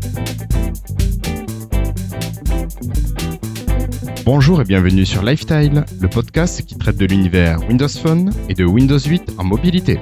Bonjour et bienvenue sur Lifestyle, le podcast qui traite de l'univers Windows Phone et de Windows 8 en mobilité.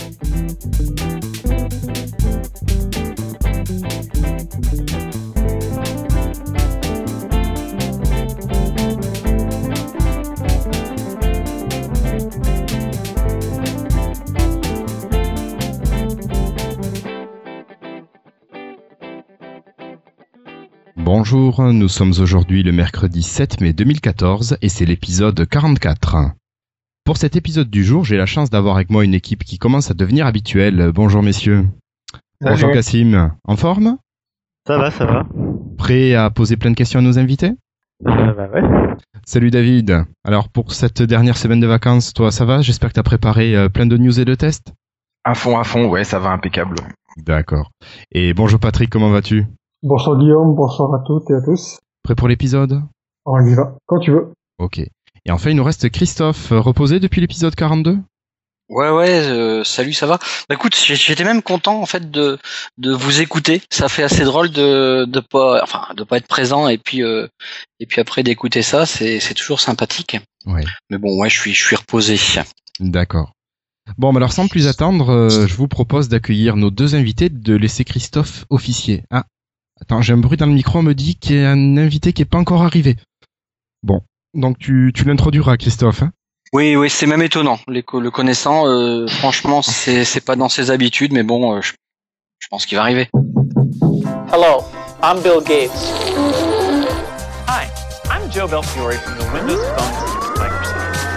Bonjour, nous sommes aujourd'hui le mercredi 7 mai 2014 et c'est l'épisode 44. Pour cet épisode du jour, j'ai la chance d'avoir avec moi une équipe qui commence à devenir habituelle. Bonjour messieurs. Salut. Bonjour Cassim. En forme ? Ça va. Prêt à poser plein de questions à nos invités ? Ouais. Salut David. Alors pour cette dernière semaine de vacances, toi ça va ? J'espère que tu as préparé plein de news et de tests ? À fond, ouais, ça va impeccable. D'accord. Et bonjour Patrick, comment vas-tu ? Bonsoir Guillaume, bonsoir à toutes et à tous. Prêt pour l'épisode ? On y va, quand tu veux. Ok. Et enfin il nous reste Christophe, reposé depuis l'épisode 42 ? Salut, ça va. Bah écoute, j'étais même content en fait de vous écouter. Ça fait assez drôle de pas être présent et puis après d'écouter ça, c'est toujours sympathique. Ouais. Mais bon, ouais, je suis reposé. D'accord. Bon, alors sans plus attendre, je vous propose d'accueillir nos deux invités, de laisser Christophe officier. Ah, attends, j'ai un bruit dans le micro, on me dit qu'il y a un invité qui est pas encore arrivé. Bon, donc tu l'introduiras, Christophe. Hein ? Oui, c'est même étonnant. Le connaissant, franchement, c'est pas dans ses habitudes, mais bon, je pense qu'il va arriver. Hello, I'm Bill Gates. Hi, I'm Joe Belfiore from the Windows Phone team at Microsoft.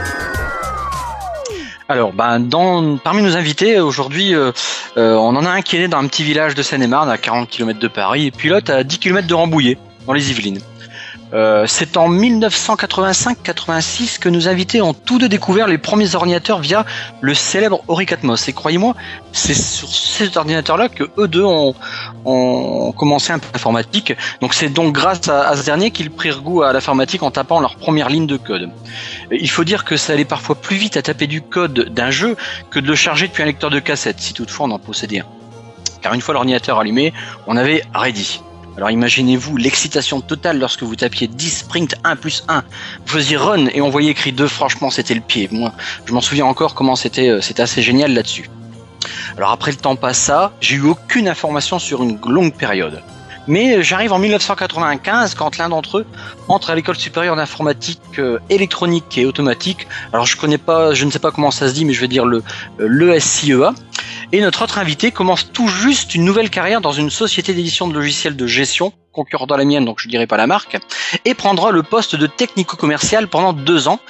Alors, parmi nos invités, aujourd'hui, on en a un qui est né dans un petit village de Seine-et-Marne, à 40 km de Paris, et puis l'autre à 10 km de Rambouillet, dans les Yvelines. C'est en 1985-86 que nos invités ont tous deux découvert les premiers ordinateurs via le célèbre Auricatmos. Et croyez-moi, c'est sur cet ordinateur-là que eux deux ont commencé un peu l'informatique. Donc c'est donc grâce à ce dernier qu'ils prirent goût à l'informatique en tapant leur première ligne de code. Il faut dire que ça allait parfois plus vite à taper du code d'un jeu que de le charger depuis un lecteur de cassette, si toutefois on en possédait un. Car une fois l'ordinateur allumé, on avait ready. Alors imaginez-vous l'excitation totale lorsque vous tapiez 10 sprint 1 plus 1, vous faisiez run et on voyait écrit 2, franchement c'était le pied. Moi, je m'en souviens encore comment c'était assez génial là-dessus. Alors après le temps passa, j'ai eu aucune information sur une longue période. Mais j'arrive en 1995 quand l'un d'entre eux entre à l'école supérieure d'informatique électronique et automatique. Alors je ne sais pas comment ça se dit, mais je vais dire le SIEA. Et notre autre invité commence tout juste une nouvelle carrière dans une société d'édition de logiciels de gestion, concurrent dans la mienne, donc je dirai pas la marque, et prendra le poste de technico-commercial pendant 2 ans.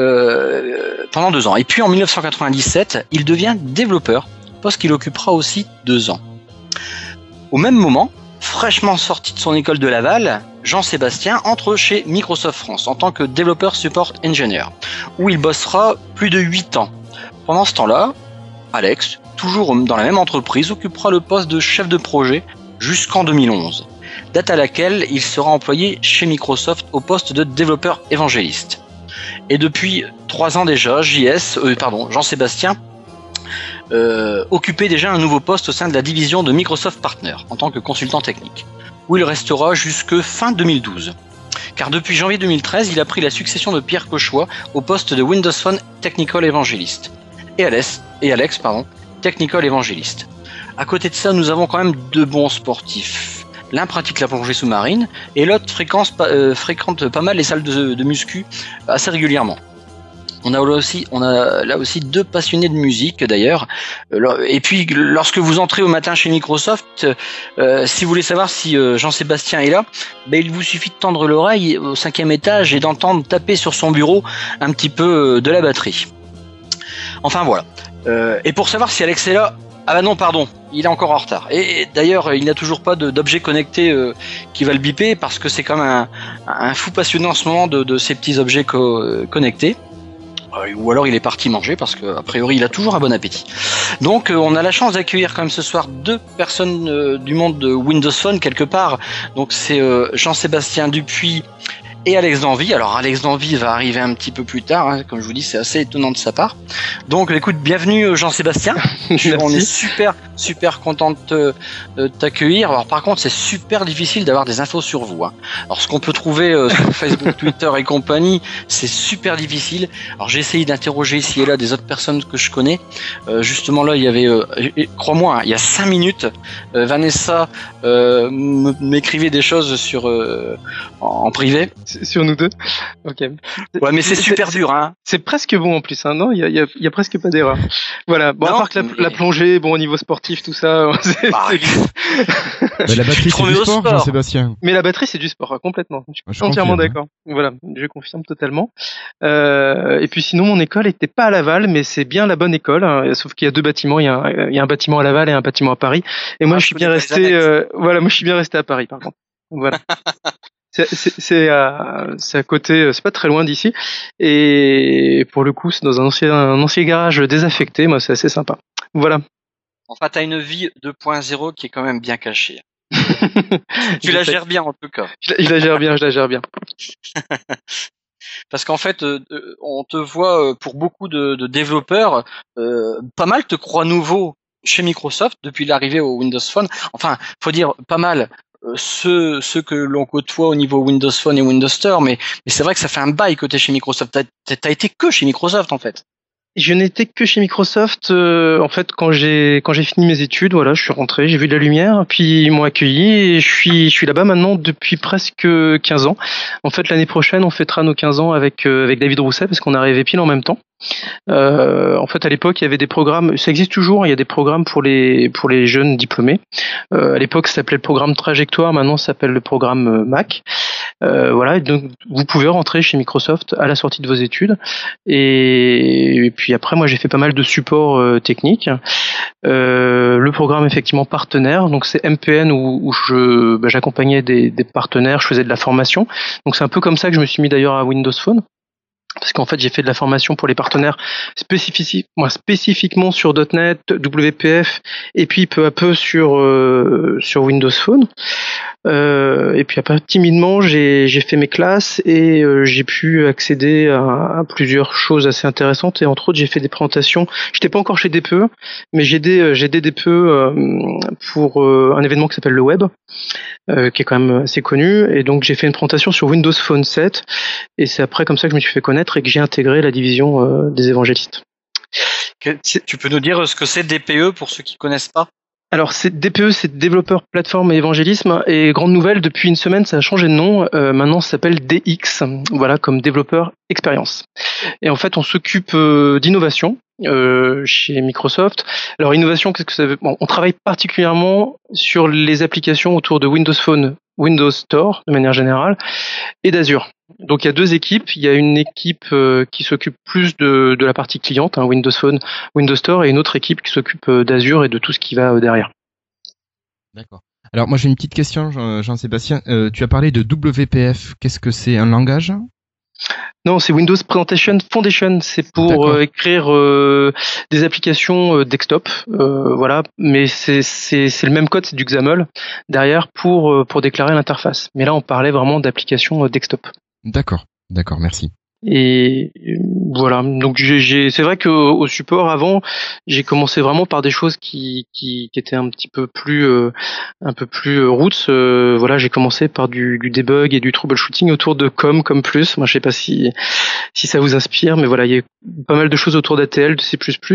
Et puis en 1997, il devient développeur, poste qu'il occupera aussi 2 ans. Au même moment, fraîchement sorti de son école de Laval, Jean-Sébastien entre chez Microsoft France en tant que développeur support engineer, où il bossera plus de 8 ans. Pendant ce temps-là, Alex, toujours dans la même entreprise, occupera le poste de chef de projet jusqu'en 2011, date à laquelle il sera employé chez Microsoft au poste de développeur évangéliste. Et depuis 3 ans déjà, Jean-Sébastien occupait déjà un nouveau poste au sein de la division de Microsoft Partner en tant que consultant technique, où il restera jusque fin 2012. Car depuis janvier 2013, il a pris la succession de Pierre Cauchois au poste de Windows Phone Technical Evangelist. Et Alex, Technical Evangelist. À côté de ça, nous avons quand même 2 bons sportifs. L'un pratique la plongée sous-marine et l'autre fréquente pas mal les salles de muscu assez régulièrement. On a là aussi 2 passionnés de musique d'ailleurs. Et puis lorsque vous entrez au matin chez Microsoft, si vous voulez savoir si Jean-Sébastien est là, il vous suffit de tendre l'oreille au 5e étage et d'entendre taper sur son bureau un petit peu de la batterie. Enfin voilà. Et pour savoir si Alex est là, il est encore en retard. Et d'ailleurs, il n'a toujours pas d'objet connecté qui va le biper parce que c'est comme un fou passionné en ce moment de ces petits objets connectés. Ou alors il est parti manger parce qu'a priori il a toujours un bon appétit. Donc on a la chance d'accueillir quand même ce soir 2 personnes du monde de Windows Phone quelque part. Donc c'est Jean-Sébastien Dupuis et Alex Danvy. Alors Alex Danvy va arriver un petit peu plus tard, hein, comme je vous dis, c'est assez étonnant de sa part. Donc écoute, bienvenue Jean-Sébastien. On est super content de t'accueillir. Alors par contre, c'est super difficile d'avoir des infos sur vous. Hein. Alors ce qu'on peut trouver sur Facebook, Twitter et compagnie, c'est super difficile. Alors j'ai essayé d'interroger ici et là des autres personnes que je connais. Justement là, il y avait, crois-moi, hein, il y a 5 minutes, Vanessa m'écrivait des choses sur en privé. Sur nous deux. Ok. Ouais, mais c'est super dur, hein. C'est presque bon en plus, hein, non? Il y a presque pas d'erreur. Voilà. Bon, Non, à part que la plongée, bon, au niveau sportif, tout ça, Mais la batterie, c'est du sport, Jean-Sébastien. Mais la batterie, c'est du sport, complètement. Je suis entièrement d'accord. Voilà, je confirme totalement. Et puis sinon, mon école était pas à Laval, mais c'est bien la bonne école, hein, sauf qu'il y a 2 bâtiments. Il y a un bâtiment à Laval et un bâtiment à Paris. Et moi, je suis bien resté. Moi, je suis bien resté à Paris, par contre. Voilà. C'est à côté, c'est pas très loin d'ici. Et pour le coup, c'est dans un ancien garage désaffecté. Moi, c'est assez sympa. Voilà. Enfin, t'as une vie 2.0 qui est quand même bien cachée. Tu la gères bien en tout cas. Je la gère bien. Parce qu'en fait, on te voit pour beaucoup de développeurs, pas mal te croient nouveau chez Microsoft depuis l'arrivée au Windows Phone. Enfin, faut dire pas mal. Ceux que l'on côtoie au niveau Windows Phone et Windows Store, mais c'est vrai que ça fait un bail que t'es chez Microsoft. T'as été que chez Microsoft en fait. Je n'étais que chez Microsoft. En fait, quand j'ai fini mes études, voilà, je suis rentré, j'ai vu de la lumière, puis ils m'ont accueilli et je suis là-bas maintenant depuis presque 15 ans. En fait, l'année prochaine, on fêtera nos 15 ans avec David Rousset parce qu'on est arrivé pile en même temps. En fait, à l'époque, il y avait des programmes. Ça existe toujours. Il y a des programmes pour les jeunes diplômés. À l'époque, ça s'appelait le programme Trajectoire. Maintenant, ça s'appelle le programme Mac. Voilà. Et donc, vous pouvez rentrer chez Microsoft à la sortie de vos études. Et puis après, moi, j'ai fait pas mal de support technique. Le programme effectivement partenaire. Donc, c'est MPN où j'accompagnais des partenaires. Je faisais de la formation. Donc, c'est un peu comme ça que je me suis mis d'ailleurs à Windows Phone. Parce qu'en fait, j'ai fait de la formation pour les partenaires spécifiquement sur .NET, WPF, et puis peu à peu sur Windows Phone. Et puis après, timidement, j'ai fait mes classes et j'ai pu accéder à plusieurs choses assez intéressantes. Et entre autres, j'ai fait des présentations. J'étais pas encore chez DPE, mais j'ai aidé DPE pour un événement qui s'appelle le Web, qui est quand même assez connu. Et donc, j'ai fait une présentation sur Windows Phone 7. Et c'est après comme ça que je me suis fait connaître et que j'ai intégré la division des évangélistes. Tu peux nous dire ce que c'est DPE pour ceux qui connaissent pas? Alors, DPE, c'est Développeur Plateforme et Évangélisme. Et grande nouvelle, depuis une semaine, ça a changé de nom. Maintenant, ça s'appelle DX, voilà, comme Développeur Expérience. Et en fait, on s'occupe d'innovation chez Microsoft. Alors, innovation, qu'est-ce que ça veut? Bon, on travaille particulièrement sur les applications autour de Windows Phone, Windows Store, de manière générale, et d'Azure. Donc il y a 2 équipes. Il y a une équipe qui s'occupe plus de la partie cliente, hein, Windows Phone, Windows Store, et une autre équipe qui s'occupe d'Azure et de tout ce qui va derrière. D'accord. Alors moi j'ai une petite question, Jean-Sébastien. Tu as parlé de WPF. Qu'est-ce que c'est, un langage? Non, c'est Windows Presentation Foundation. C'est pour écrire des applications desktop, voilà. Mais c'est le même code, c'est du XAML derrière pour déclarer l'interface. Mais là, on parlait vraiment d'applications desktop. D'accord, merci. Et voilà. Donc c'est vrai qu'au support avant, j'ai commencé vraiment par des choses qui étaient un peu plus roots. Voilà, j'ai commencé par du debug et du troubleshooting autour de comme plus. Moi, je sais pas si ça vous inspire, mais voilà, il y a pas mal de choses autour d'ATL, de C++,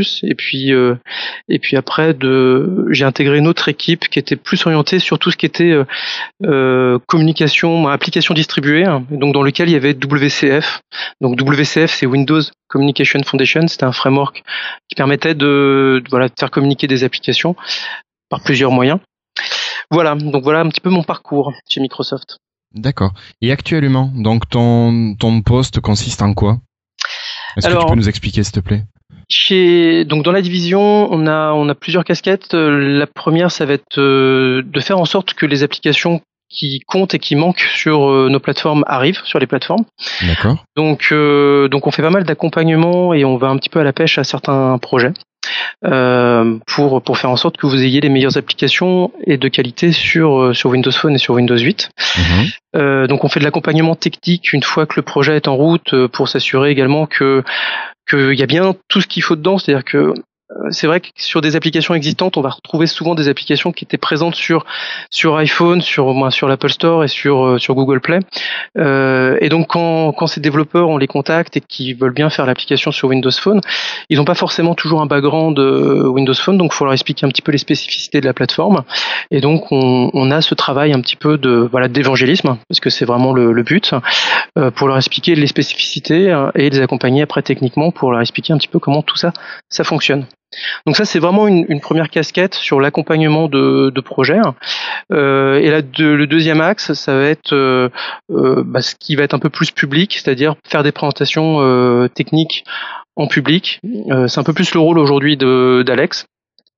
et puis après j'ai intégré une autre équipe qui était plus orientée sur tout ce qui était communication, application distribuée, hein, donc dans lequel il y avait WCF. Donc WCF, c'est Windows Communication Foundation. C'était un framework qui permettait de faire communiquer des applications par plusieurs moyens. Voilà, donc voilà un petit peu mon parcours chez Microsoft. D'accord. Et actuellement, donc ton poste consiste en quoi? Est-ce que tu peux nous expliquer, s'il te plaît? Donc dans la division, on a plusieurs casquettes. La première, ça va être de faire en sorte que les applications qui comptent et qui manquent sur nos plateformes arrivent sur les plateformes. D'accord. Donc on fait pas mal d'accompagnement et on va un petit peu à la pêche à certains projets. pour faire en sorte que vous ayez les meilleures applications et de qualité sur Windows Phone et sur Windows 8. Donc on fait de l'accompagnement technique une fois que le projet est en route pour s'assurer également qu'il y a bien tout ce qu'il faut dedans, c'est-à-dire que c'est vrai que sur des applications existantes, on va retrouver souvent des applications qui étaient présentes sur iPhone, sur l'Apple Store et sur Google Play. Et donc quand ces développeurs on les contacte et qui veulent bien faire l'application sur Windows Phone, ils n'ont pas forcément toujours un background Windows Phone, donc il faut leur expliquer un petit peu les spécificités de la plateforme. Et donc on a ce travail un petit peu d'évangélisme, parce que c'est vraiment le but, pour leur expliquer les spécificités et les accompagner après techniquement pour leur expliquer un petit peu comment tout ça fonctionne. Donc ça c'est vraiment une première casquette sur l'accompagnement de projets. Et là le deuxième axe, ça va être ce qui va être un peu plus public, c'est-à-dire faire des présentations techniques en public. C'est un peu plus le rôle aujourd'hui d'Alex.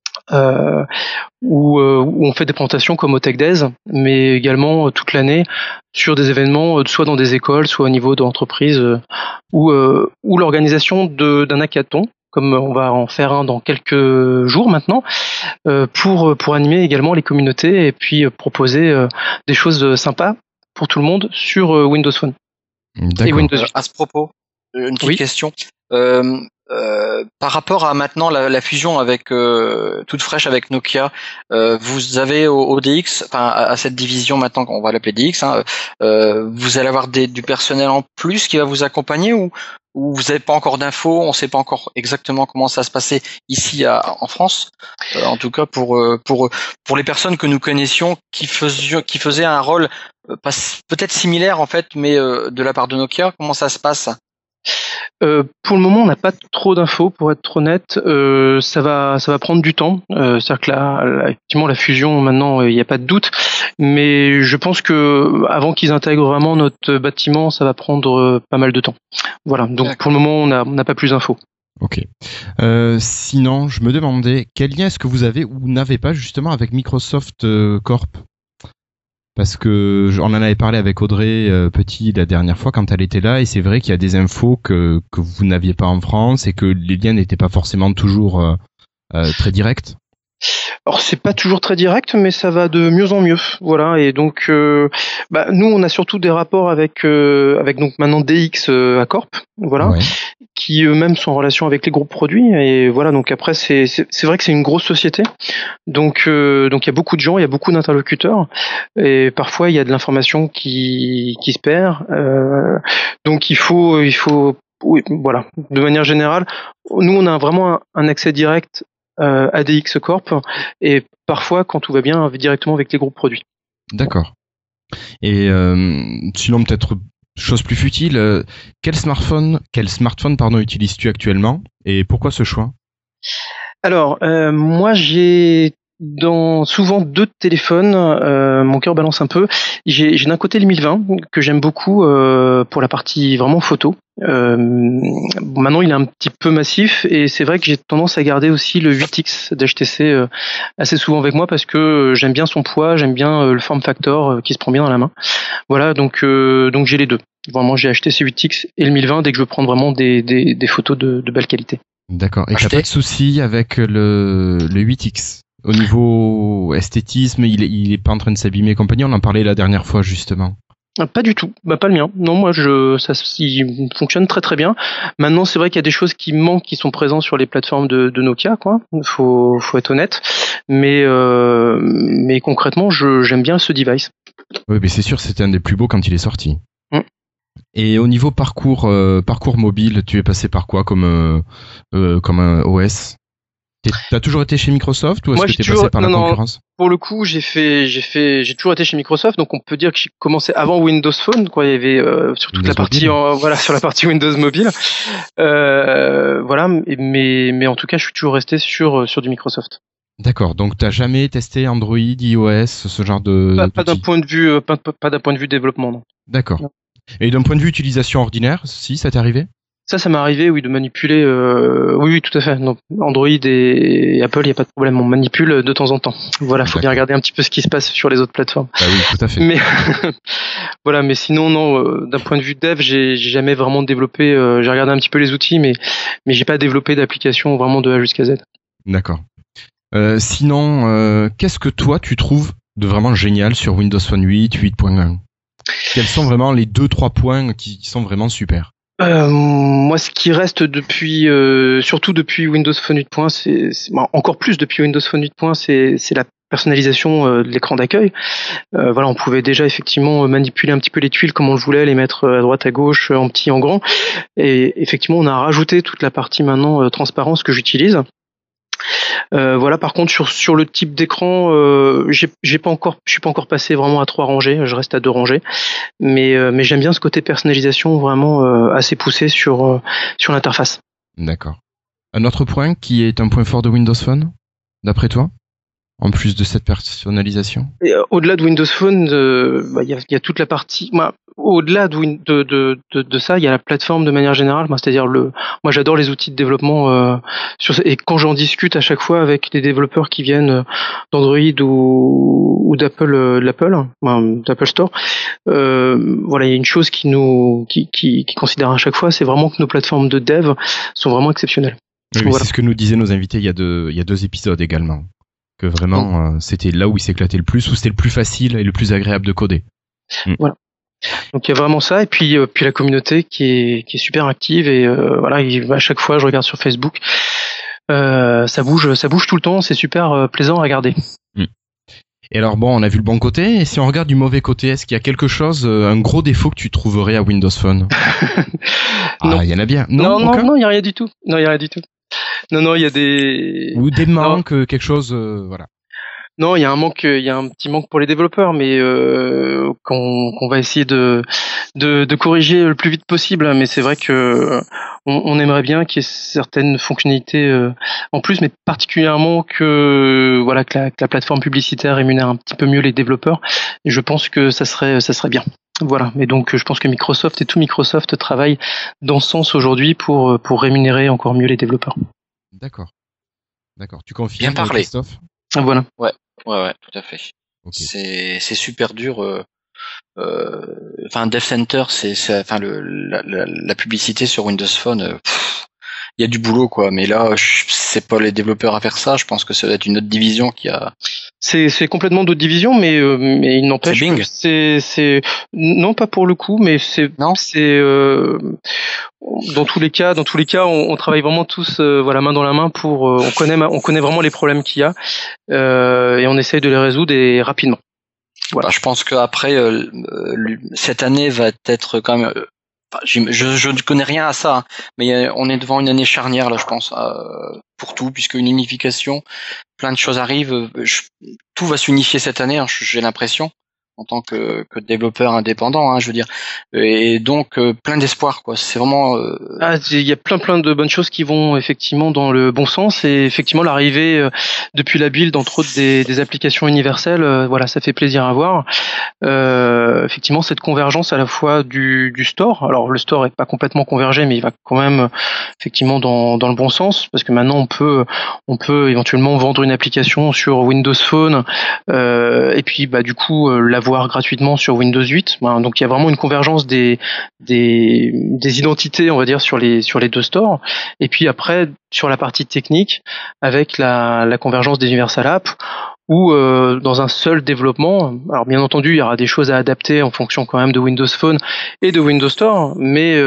Où on fait des présentations comme au Tech Days, mais également toute l'année sur des événements, soit dans des écoles, soit au niveau d'entreprises, ou l'organisation d'un hackathon, comme on va en faire un dans quelques jours maintenant, pour animer également les communautés et puis proposer des choses sympas pour tout le monde sur Windows Phone et Windows 8. À ce propos, une petite question. Par rapport à maintenant la fusion avec toute fraîche avec Nokia, vous avez au DX, enfin à cette division maintenant qu'on va l'appeler DX, vous allez avoir du personnel en plus qui va vous accompagner ou vous n'avez pas encore d'infos, on ne sait pas encore exactement comment ça se passait ici en France. En tout cas pour les personnes que nous connaissions qui faisaient un rôle peut-être similaire en fait, mais de la part de Nokia, comment ça se passe? Pour le moment, on n'a pas trop d'infos, pour être honnête. Ça va prendre du temps. C'est-à-dire que effectivement, la fusion, maintenant, il n'y a pas de doute. Mais je pense que avant qu'ils intègrent vraiment notre bâtiment, ça va prendre pas mal de temps. Voilà. Donc pour le moment, on n'a pas plus d'infos. Ok. Sinon, je me demandais quel lien est-ce que vous avez ou n'avez pas justement avec Microsoft Corp? Parce que on en avait parlé avec Audrey Petit la dernière fois quand elle était là, et c'est vrai qu'il y a des infos que vous n'aviez pas en France et que les liens n'étaient pas forcément toujours très directs. Alors c'est pas toujours très direct, mais ça va de mieux en mieux, voilà. Et donc nous on a surtout des rapports avec donc maintenant DX à Corp, voilà, ouais, qui eux-mêmes sont en relation avec les groupes produits. Et voilà, donc après c'est vrai que c'est une grosse société, donc il y a beaucoup de gens, il y a beaucoup d'interlocuteurs, et parfois il y a de l'information qui se perd. Donc il faut oui, voilà. De manière générale, nous on a vraiment un accès direct à DX Corp, et parfois quand tout va bien directement avec les groupes produits. D'accord. Et sinon peut-être chose plus futile, quel smartphone utilises-tu actuellement et pourquoi ce choix? Alors moi j'ai souvent deux téléphones, mon cœur balance un peu. J'ai d'un côté le 1020 que j'aime beaucoup pour la partie vraiment photo. Maintenant il est un petit peu massif, et c'est vrai que j'ai tendance à garder aussi le 8X d'HTC assez souvent avec moi parce que j'aime bien son poids, j'aime bien le form factor qui se prend bien dans la main. Voilà, donc j'ai les deux. Vraiment, j'ai acheté ce 8X et le 1020 dès que je veux prendre vraiment des photos de belle qualité. D'accord. Et t'as pas de souci avec le 8X? Au niveau esthétisme, il est pas en train de s'abîmer et compagnie. On en parlait la dernière fois justement. Pas du tout, pas le mien. Non, moi il fonctionne très très bien. Maintenant, c'est vrai qu'il y a des choses qui manquent, qui sont présentes sur les plateformes de Nokia, quoi. Faut être honnête. Mais concrètement, j'aime bien ce device. Oui, mais c'est sûr, c'était un des plus beaux quand il est sorti. Et au niveau parcours mobile, tu es passé par quoi comme un OS? T'as toujours été chez Microsoft ou est-ce que t'es passé par la concurrence? Pour le coup, j'ai toujours été chez Microsoft, donc on peut dire que j'ai commencé avant Windows Phone, quoi. Il y avait sur toute la partie, sur la partie Windows mobile, voilà. Mais en tout cas, je suis toujours resté sur du Microsoft. D'accord. Donc t'as jamais testé Android, iOS, ce genre de pas d'un point de vue, pas d'un point de vue développement, non. D'accord. Non. Et d'un point de vue utilisation ordinaire, si ça t'est arrivé? Ça m'est arrivé, oui, de manipuler. Oui, tout à fait. Donc, Android et Apple, il n'y a pas de problème. On manipule de temps en temps. Voilà, faut bien regarder un petit peu ce qui se passe sur les autres plateformes. Ah oui, tout à fait. Mais voilà, mais sinon, non. D'un point de vue dev, j'ai jamais vraiment développé. J'ai regardé un petit peu les outils, mais j'ai pas développé d'application vraiment de A jusqu'à Z. D'accord. Sinon, qu'est-ce que toi tu trouves de vraiment génial sur Windows Phone 8, 8.1 ? Quels sont vraiment les 2-3 points qui sont vraiment super ? Moi, ce qui reste depuis, surtout depuis Windows Phone 8.1, encore plus depuis Windows Phone 8.1, c'est la personnalisation de l'écran d'accueil. Voilà, on pouvait déjà effectivement manipuler un petit peu les tuiles comme on le voulait, les mettre à droite, à gauche, en petit, en grand. Et effectivement, on a rajouté toute la partie maintenant transparence que j'utilise. Voilà, par contre sur le type d'écran, je suis pas encore passé vraiment à 3 rangées, je reste à 2 rangées, mais j'aime bien ce côté personnalisation vraiment assez poussé sur l'interface. D'accord. Un autre point qui est un point fort de Windows Phone, d'après toi, en plus de cette personnalisation ? Et, au-delà de Windows Phone, il y a toute la partie. Au-delà de ça, il y a la plateforme de manière générale. C'est-à-dire moi, j'adore les outils de développement et quand j'en discute à chaque fois avec des développeurs qui viennent d'Android ou d'Apple Store, voilà, il y a une chose qui considère à chaque fois, c'est vraiment que nos plateformes de dev sont vraiment exceptionnelles. Oui, Voilà. c'est ce que nous disaient nos invités il y a 2 épisodes également. Que vraiment, c'était là où ils s'éclataient le plus, où c'était le plus facile et le plus agréable de coder. Voilà. Donc il y a vraiment ça, et puis la communauté qui est super active, et voilà, à chaque fois je regarde sur Facebook, ça bouge tout le temps, c'est super plaisant à regarder. Et alors bon, on a vu le bon côté, et si on regarde du mauvais côté, est-ce qu'il y a quelque chose, un gros défaut que tu trouverais à Windows Phone ? Non. Il y en a bien. Non, il y a rien du tout. Non, il y a rien du tout. Non, il y a des... Ou des manques, quelque chose, voilà. Non, il y a un petit manque pour les développeurs, mais qu'on va essayer de corriger le plus vite possible. Mais c'est vrai que on aimerait bien qu'il y ait certaines fonctionnalités en plus, mais particulièrement que la plateforme publicitaire rémunère un petit peu mieux les développeurs. Et je pense que ça serait bien. Voilà. Mais donc je pense que Microsoft et tout Microsoft travaillent dans ce sens aujourd'hui pour rémunérer encore mieux les développeurs. D'accord. Tu confirmes, Bien parlé. Christophe ? Voilà. Ouais, tout à fait. Okay. C'est super dur. Dev Center, la publicité sur Windows Phone, il y a du boulot quoi. Mais là, c'est pas les développeurs à faire ça. Je pense que ça va être une autre division qui a. C'est complètement d'autres divisions, mais il n'empêche Bing. que c'est non pas pour le coup, mais c'est dans tous les cas, on travaille vraiment tous main dans la main pour on connaît vraiment les problèmes qu'il y a et on essaye de les résoudre et rapidement. Voilà. Je pense qu'après cette année va être quand même. Je ne connais rien à ça, hein, mais on est devant une année charnière là, je pense, pour tout, puisque une unification, plein de choses arrivent. Tout va s'unifier cette année, hein, j'ai l'impression, en tant que développeur indépendant, hein, je veux dire, et donc plein d'espoir, quoi. C'est vraiment. Il y a plein de bonnes choses qui vont effectivement dans le bon sens, et effectivement l'arrivée depuis la build entre autres des applications universelles, ça fait plaisir à voir. Effectivement cette convergence à la fois du store. Alors le store est pas complètement convergé, mais il va quand même effectivement dans le bon sens, parce que maintenant on peut éventuellement vendre une application sur Windows Phone et puis du coup l'avoir gratuitement sur Windows 8. Donc il y a vraiment une convergence des identités, on va dire, sur les 2 stores. Et puis après sur la partie technique avec la convergence des Universal Apps, ou dans un seul développement. Alors bien entendu, il y aura des choses à adapter en fonction quand même de Windows Phone et de Windows Store, mais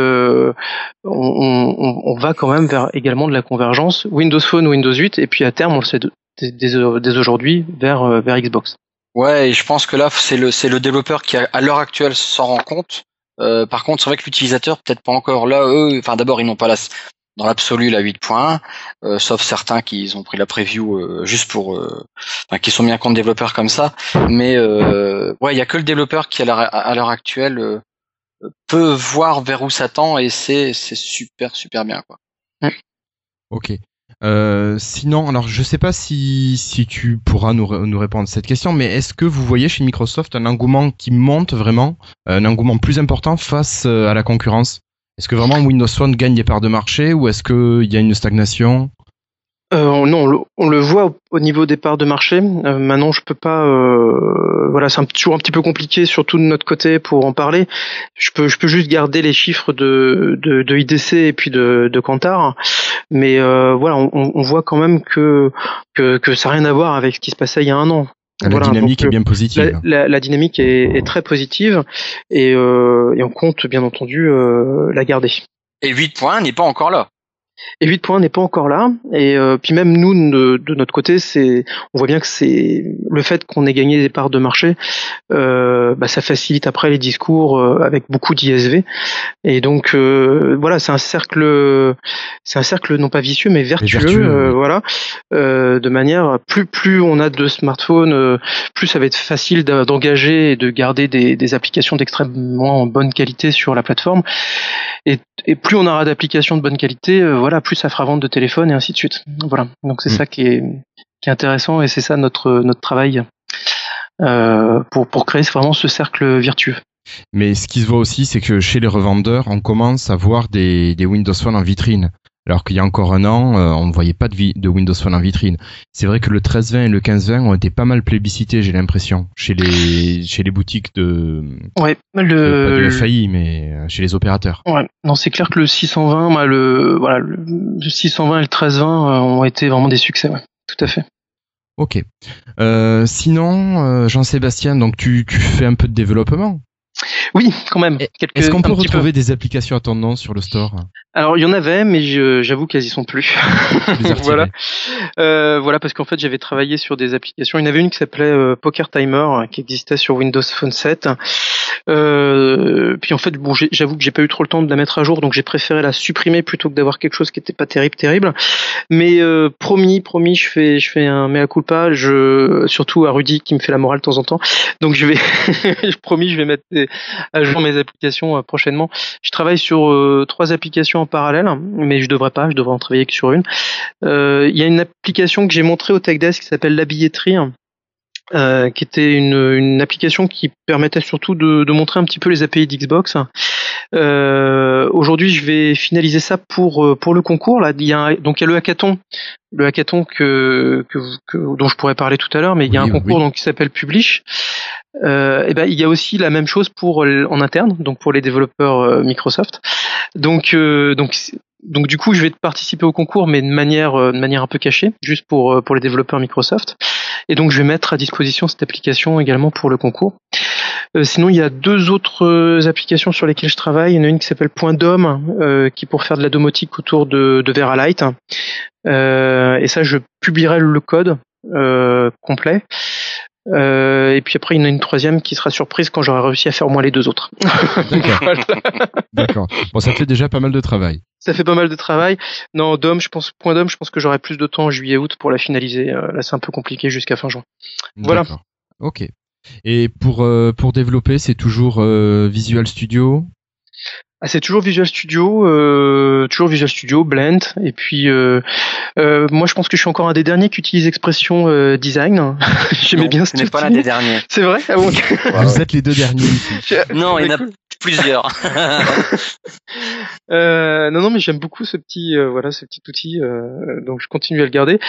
on va quand même vers également de la convergence Windows Phone, Windows 8, et puis à terme, on le sait dès aujourd'hui, vers Xbox. Ouais, et je pense que là, c'est le développeur qui, à l'heure actuelle, s'en rend compte. Par contre, c'est vrai que l'utilisateur, peut-être pas encore. Là, d'abord, ils n'ont pas dans l'absolu la 8.1, sauf certains qui ont pris la preview juste pour, qui sont mis un compte développeur comme ça. Mais il y a que le développeur qui, à l'heure actuelle, peut voir vers où ça tend, et c'est super bien, quoi. Ok. Sinon, alors je sais pas si tu pourras nous répondre à cette question, mais est-ce que vous voyez chez Microsoft un engouement qui monte vraiment, un engouement plus important face à la concurrence ? Est-ce que vraiment Windows Phone gagne des parts de marché, ou est-ce qu'il y a une stagnation ? Non, on le voit au niveau des parts de marché. Maintenant, je peux pas. Voilà, c'est toujours un petit peu compliqué, surtout de notre côté, pour en parler. Je peux juste garder les chiffres de IDC et puis de Kantar, mais voilà, on voit quand même que ça n'a rien à voir avec ce qui se passait il y a un an. La Voilà, dynamique donc, est bien positive. La dynamique est très positive et on compte bien entendu la garder. Et 8 points n'est pas encore là. Et 8 points n'est pas encore là. Et puis même nous, de notre côté, on voit bien que c'est le fait qu'on ait gagné des parts de marché, ça facilite après les discours avec beaucoup d'ISV. Et donc voilà, c'est un cercle non pas vicieux mais vertueux, oui. voilà. De manière plus on a de smartphones, plus ça va être facile d'engager et de garder des applications d'extrêmement bonne qualité sur la plateforme. Et plus on aura d'applications de bonne qualité, voilà, plus ça fera vendre de téléphones et ainsi de suite. Voilà. Donc c'est ça qui est intéressant et c'est ça notre travail pour créer vraiment ce cercle vertueux. Mais ce qui se voit aussi, c'est que chez les revendeurs, on commence à voir des Windows Phone en vitrine. Alors qu'il y a encore un an, on ne voyait pas de Windows Phone en vitrine. C'est vrai que le 1320 et le 1520 ont été pas mal plébiscités, j'ai l'impression, chez les boutiques de pas de FAI, mais chez les opérateurs. Ouais, non, c'est clair que le 620, le 620 et le 1320 ont été vraiment des succès, ouais, tout à fait. Ok. Sinon, Jean-Sébastien, donc tu fais un peu de développement. Oui, quand même. Est-ce qu'on peut retrouver des applications à ton nom sur le store? Alors il y en avait, mais j'avoue qu'elles y sont plus. Voilà. Voilà, parce qu'en fait j'avais travaillé sur des applications. Il y en avait une qui s'appelait Poker Timer, qui existait sur Windows Phone 7. Puis en fait, bon, j'avoue que j'ai pas eu trop le temps de la mettre à jour, donc j'ai préféré la supprimer plutôt que d'avoir quelque chose qui était pas terrible. Mais promis, je fais un mea culpa. Surtout à Rudy qui me fait la morale de temps en temps. Donc je vais, promis, je vais mettre à jour mes applications prochainement. Je travaille sur 3 applications en parallèle, mais je devrais en travailler que sur une. Il y a une application que j'ai montrée au TechDesk qui s'appelle La Billetterie, qui était une application qui permettait surtout de montrer un petit peu les API d'Xbox. Aujourd'hui, je vais finaliser ça pour le concours. Là, il y a le hackathon dont je pourrais parler tout à l'heure, mais il y a un concours donc qui s'appelle Publish. Et ben il y a aussi la même chose en interne, donc pour les développeurs Microsoft. Donc du coup, je vais participer au concours, mais de manière un peu cachée, juste pour les développeurs Microsoft. Et donc, je vais mettre à disposition cette application également pour le concours. Sinon, il y a 2 autres applications sur lesquelles je travaille. Il y en a une qui s'appelle .dom, qui est pour faire de la domotique autour de Veralight. Et ça, je publierai le code complet. Et puis après, il y en a une 3e qui sera surprise quand j'aurai réussi à faire au moins les 2 autres. D'accord. Voilà. D'accord. Bon, ça te fait déjà pas mal de travail. Ça fait pas mal de travail. Non, .dom, je pense que j'aurai plus de temps en juillet-août pour la finaliser. Là, c'est un peu compliqué jusqu'à fin juin. Voilà. D'accord. Ok. Et pour développer, c'est toujours Visual Studio? Ah, c'est toujours Visual Studio, Blend, et puis moi je pense que je suis encore un des derniers qui utilise l'expression design. J'aimais bien ce n'est pas l'un des derniers. C'est vrai? Ah bon. Vous êtes les 2 derniers ici. Non, il y en a plusieurs. Non, mais j'aime beaucoup ce petit outil, donc je continue à le garder.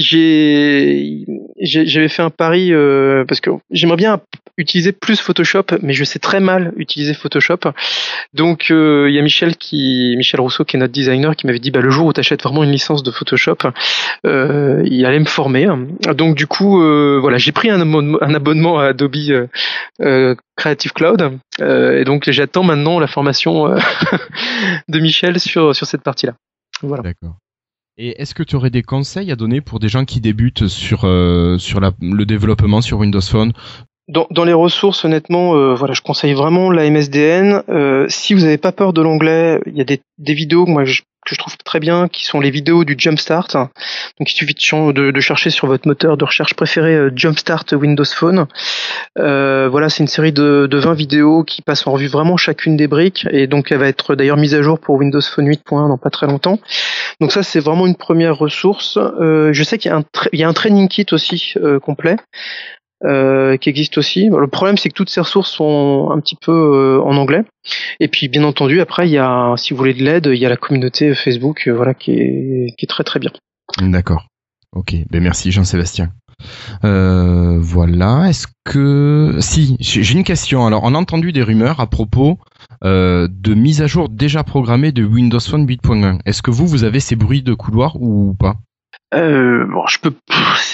J'avais fait un pari parce que j'aimerais bien utiliser plus Photoshop, mais je sais très mal utiliser Photoshop. Donc il y a Michel Rousseau, qui est notre designer, qui m'avait dit le jour où tu achètes vraiment une licence de Photoshop, il allait me former. Donc du coup voilà, j'ai pris un abonnement à Adobe Creative Cloud, et donc j'attends maintenant la formation de Michel sur cette partie-là. Voilà. D'accord. Et est-ce que tu aurais des conseils à donner pour des gens qui débutent sur le développement sur Windows Phone? Dans les ressources, honnêtement, voilà, je conseille vraiment la MSDN. Si vous n'avez pas peur de l'onglet, il y a des vidéos que je trouve très bien, qui sont les vidéos du Jumpstart. Donc il suffit de chercher sur votre moteur de recherche préféré Jumpstart Windows Phone. Voilà, c'est une série de 20 vidéos qui passent en revue vraiment chacune des briques, et donc elle va être d'ailleurs mise à jour pour Windows Phone 8.1 dans pas très longtemps. Donc ça, c'est vraiment une première ressource. Je sais qu'il y a un training kit aussi complet. Qui existe aussi. Le problème, c'est que toutes ces ressources sont un petit peu en anglais. Et puis, bien entendu, après, il y a, si vous voulez de l'aide, il y a la communauté Facebook, voilà, qui est très très bien. D'accord. Ok, ben merci Jean-Sébastien. Voilà, est-ce que... Si, j'ai une question. Alors, on a entendu des rumeurs à propos de mise à jour déjà programmée de Windows Phone 8.1. Est-ce que vous avez ces bruits de couloir ou pas? Bon, je peux.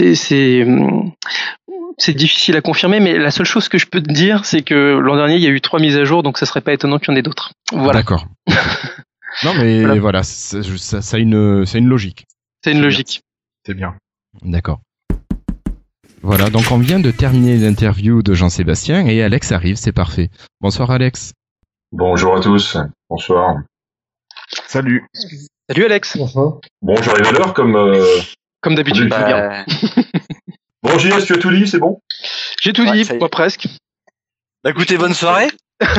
C'est difficile à confirmer, mais la seule chose que je peux te dire, c'est que l'an dernier, il y a eu 3 mises à jour, donc ça serait pas étonnant qu'il y en ait d'autres. Voilà. D'accord. Non, mais voilà, ça a une logique. C'est une logique. C'est bien. D'accord. Voilà, donc on vient de terminer l'interview de Jean-Sébastien et Alex arrive, c'est parfait. Bonsoir Alex. Bonjour à tous. Bonsoir. Salut. Salut Alex. Bonsoir. Bon, j'arrive à l'heure Comme d'habitude. Bien. Bon, JS, tu as tout dit, c'est bon? J'ai tout dit, moi presque. Bah écoutez, bonne soirée.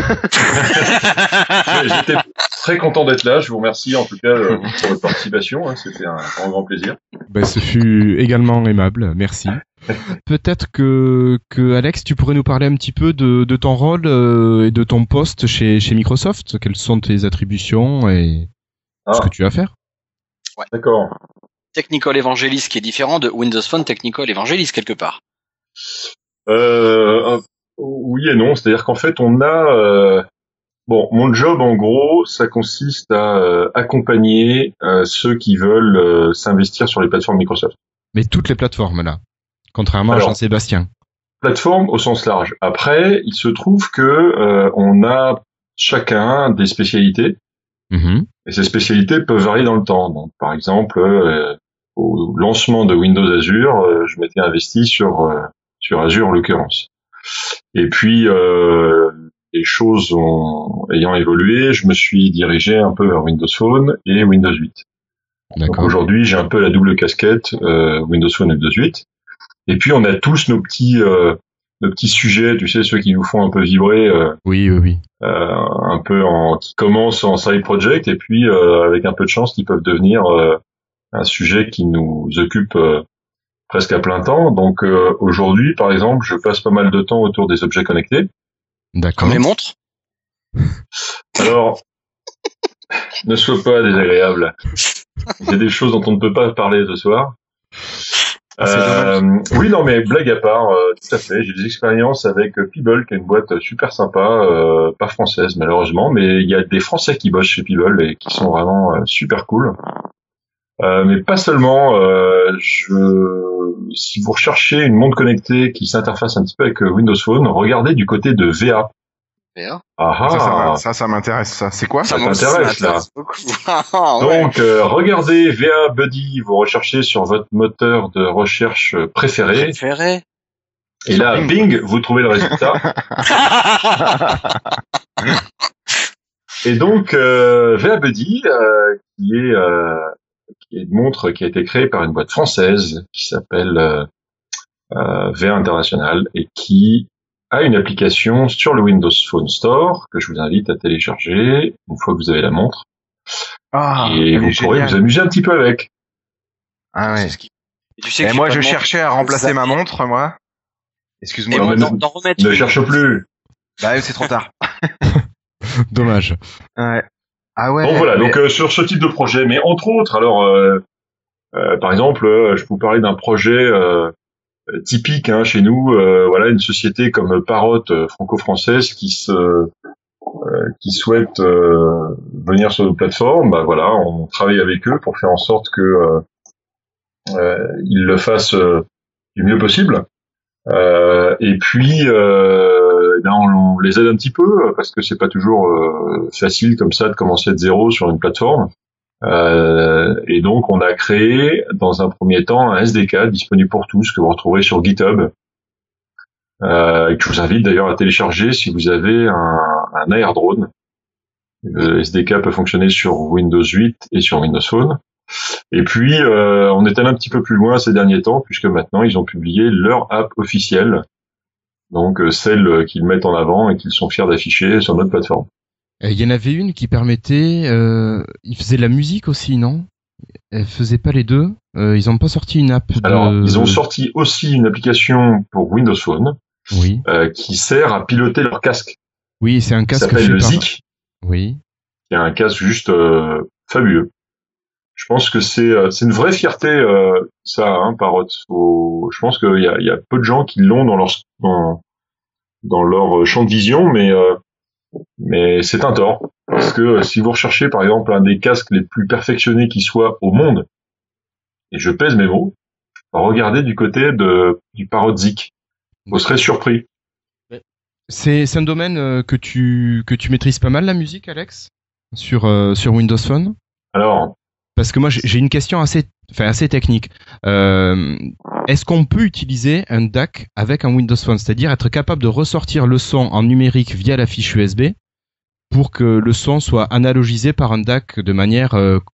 J'étais très content d'être là. Je vous remercie en tout cas pour votre participation. Hein. C'était un grand plaisir. Ben, ce fut également aimable, merci. Peut-être que Alex, tu pourrais nous parler un petit peu de ton rôle et de ton poste chez Microsoft. Quelles sont tes attributions et ce que tu vas faire? Ouais. D'accord. Technical Evangelist qui est différent de Windows Phone Technical Evangelist quelque part. Oui et non, c'est-à-dire qu'en fait on a mon job en gros, ça consiste à accompagner ceux qui veulent s'investir sur les plateformes Microsoft. Mais toutes les plateformes là, contrairement à Jean-Sébastien. Plateforme au sens large. Après, il se trouve que on a chacun des spécialités. Mm-hmm. Et ces spécialités peuvent varier dans le temps. Donc, par exemple, au lancement de Windows Azure, je m'étais investi sur Azure en l'occurrence. Et puis, les choses ayant évolué, je me suis dirigé un peu vers Windows Phone et Windows 8. D'accord. Donc aujourd'hui, j'ai un peu la double casquette Windows Phone et Windows 8. Et puis, on a tous nos petits sujets, tu sais, ceux qui nous font un peu vibrer. Oui. Un peu qui commencent en side project et puis avec un peu de chance qui peuvent devenir un sujet qui nous occupe presque à plein temps. Donc aujourd'hui, par exemple, je passe pas mal de temps autour des objets connectés. D'accord. Comme les montres. Alors, ne sois pas désagréable. Il y a des choses dont on ne peut pas parler ce soir. Oui, non, mais blague à part, tout à fait. J'ai des expériences avec Peeble, qui est une boîte super sympa, pas française malheureusement, mais il y a des Français qui bossent chez Peeble et qui sont vraiment super cool. Mais pas seulement. Si vous recherchez une montre connectée qui s'interface un petit peu avec Windows Phone, regardez du côté de VA. VA. Ça m'intéresse. Ça, c'est quoi? Ça t'intéresse là. Ouais. Donc, regardez VA Buddy, vous recherchez sur votre moteur de recherche préféré. Et là, Bing, vous trouvez le résultat. Et donc, VA Buddy, qui est une montre qui a été créée par une boîte française qui s'appelle VA International et qui a une application sur le Windows Phone Store que je vous invite à télécharger une fois que vous avez la montre. Et vous pourrez vous amuser un petit peu avec. Ah ouais. Et tu sais que moi, je cherchais à remplacer ma montre, moi. Excuse-moi. Ne cherche plus. Bah, c'est trop tard. Dommage. Ouais. Ah ouais. Bon voilà, donc sur ce type de projet, mais entre autres, alors par exemple, je vous parlais d'un projet typique chez nous, voilà, une société comme Parrot franco-française qui souhaite venir sur nos plateformes. Bah voilà, on travaille avec eux pour faire en sorte que ils le fassent du mieux possible. Et puis on les aide un petit peu parce que c'est pas toujours facile comme ça de commencer de zéro sur une plateforme. Et donc on a créé dans un premier temps un SDK disponible pour tous que vous retrouverez sur GitHub, et que je vous invite d'ailleurs à télécharger si vous avez un Air Drone. Le SDK peut fonctionner sur Windows 8 et sur Windows Phone. Et puis on est allé un petit peu plus loin ces derniers temps puisque maintenant ils ont publié leur app officielle, donc celle qu'ils mettent en avant et qu'ils sont fiers d'afficher sur notre plateforme. Il y en avait une qui permettait, ils faisaient la musique aussi, non? Elle faisait pas les deux. Ils ont pas sorti une app. Alors ils ont sorti aussi une application pour Windows Phone, oui, qui sert à piloter leur casque. Oui, c'est un casque. Qui s'appelle le Zik. Oui. C'est un casque juste fabuleux. Je pense que c'est une vraie fierté, ça, hein, Parrot. Je pense qu'il y a peu de gens qui l'ont dans leur champ de vision, mais c'est un tort. Parce que si vous recherchez, par exemple, un des casques les plus perfectionnés qui soit au monde, et je pèse mes mots, regardez du côté du Parrot Zik. Vous serez surpris. C'est un domaine que tu maîtrises pas mal, la musique, Alex, sur Windows Phone. Alors, parce que moi j'ai une question assez technique. Est-ce qu'on peut utiliser un DAC avec un Windows Phone, c'est-à-dire être capable de ressortir le son en numérique via la fiche USB pour que le son soit analogisé par un DAC de manière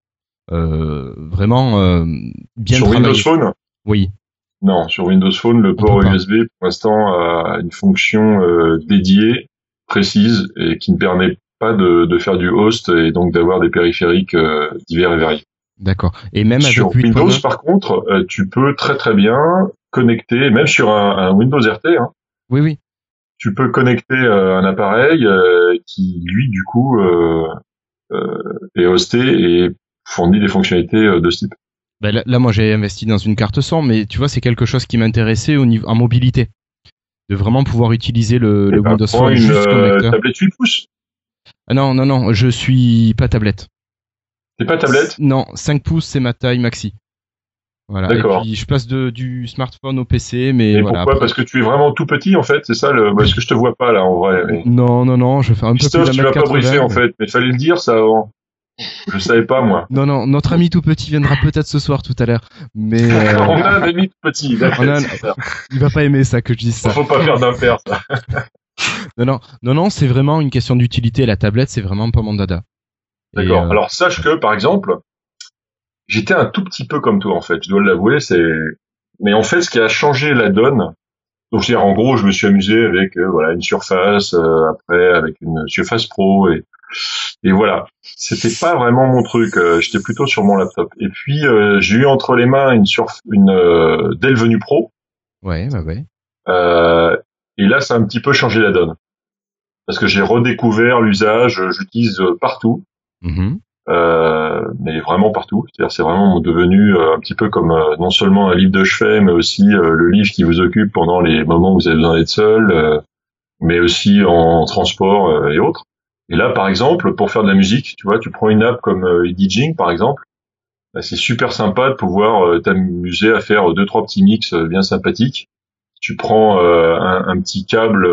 vraiment bien sur travaillée. Windows Phone? Oui. Non, sur Windows Phone, le port USB, pour l'instant, a une fonction dédiée, précise, et qui ne permet pas de faire du host et donc d'avoir des périphériques divers et variés. D'accord. Et même sur avec Windows, par contre, tu peux très très bien connecter, même sur un Windows RT, hein, oui. Tu peux connecter un appareil qui, lui, du coup, est hosté et fournit des fonctionnalités de ce type. Ben là, moi, j'ai investi dans une carte son, mais tu vois, c'est quelque chose qui m'intéressait en mobilité. De vraiment pouvoir utiliser le Windows Phone juste comme lecteur. Tablette 8 pouces? Ah non, je suis pas tablette. T'es pas tablette? Non, 5 pouces, c'est ma taille maxi. Voilà. D'accord. Et puis, je passe du smartphone au PC, mais et voilà. Pourquoi? Après... Parce que tu es vraiment tout petit, en fait, c'est ça parce que je te vois pas, là, en vrai. Mais... Non, je fais un peu plus Christophe, de tu vas pas briefer, en fait, mais fallait le dire, ça, avant. Je savais pas, moi. Non, notre ami tout petit viendra peut-être ce soir, tout à l'heure. Mais, on a un ami tout petit, d'accord. Il va pas aimer ça, que je dise ça. Faut pas faire d'impair, ça. Non, c'est vraiment une question d'utilité. La tablette, c'est vraiment pas mon dada. D'accord. Alors, sache que, par exemple, j'étais un tout petit peu comme toi, en fait. Je dois l'avouer, mais en fait, ce qui a changé la donne, donc, c'est-à-dire, en gros, je me suis amusé avec, une Surface, après, avec une Surface Pro, et voilà. C'était pas vraiment mon truc. J'étais plutôt sur mon laptop. Et puis, j'ai eu entre les mains une Dell Venue Pro. Ouais. Et là, ça a un petit peu changé la donne. Parce que j'ai redécouvert l'usage, j'utilise partout. Mm-hmm. Mais vraiment partout. C'est-à-dire, c'est vraiment devenu un petit peu comme non seulement un livre de chevet, mais aussi le livre qui vous occupe pendant les moments où vous avez besoin d'être seul, mais aussi en transport et autres. Et là, par exemple, pour faire de la musique, tu vois, tu prends une app comme DJing, par exemple, bah, c'est super sympa de pouvoir t'amuser à faire 2-3 petits mix bien sympathiques. Tu prends un petit câble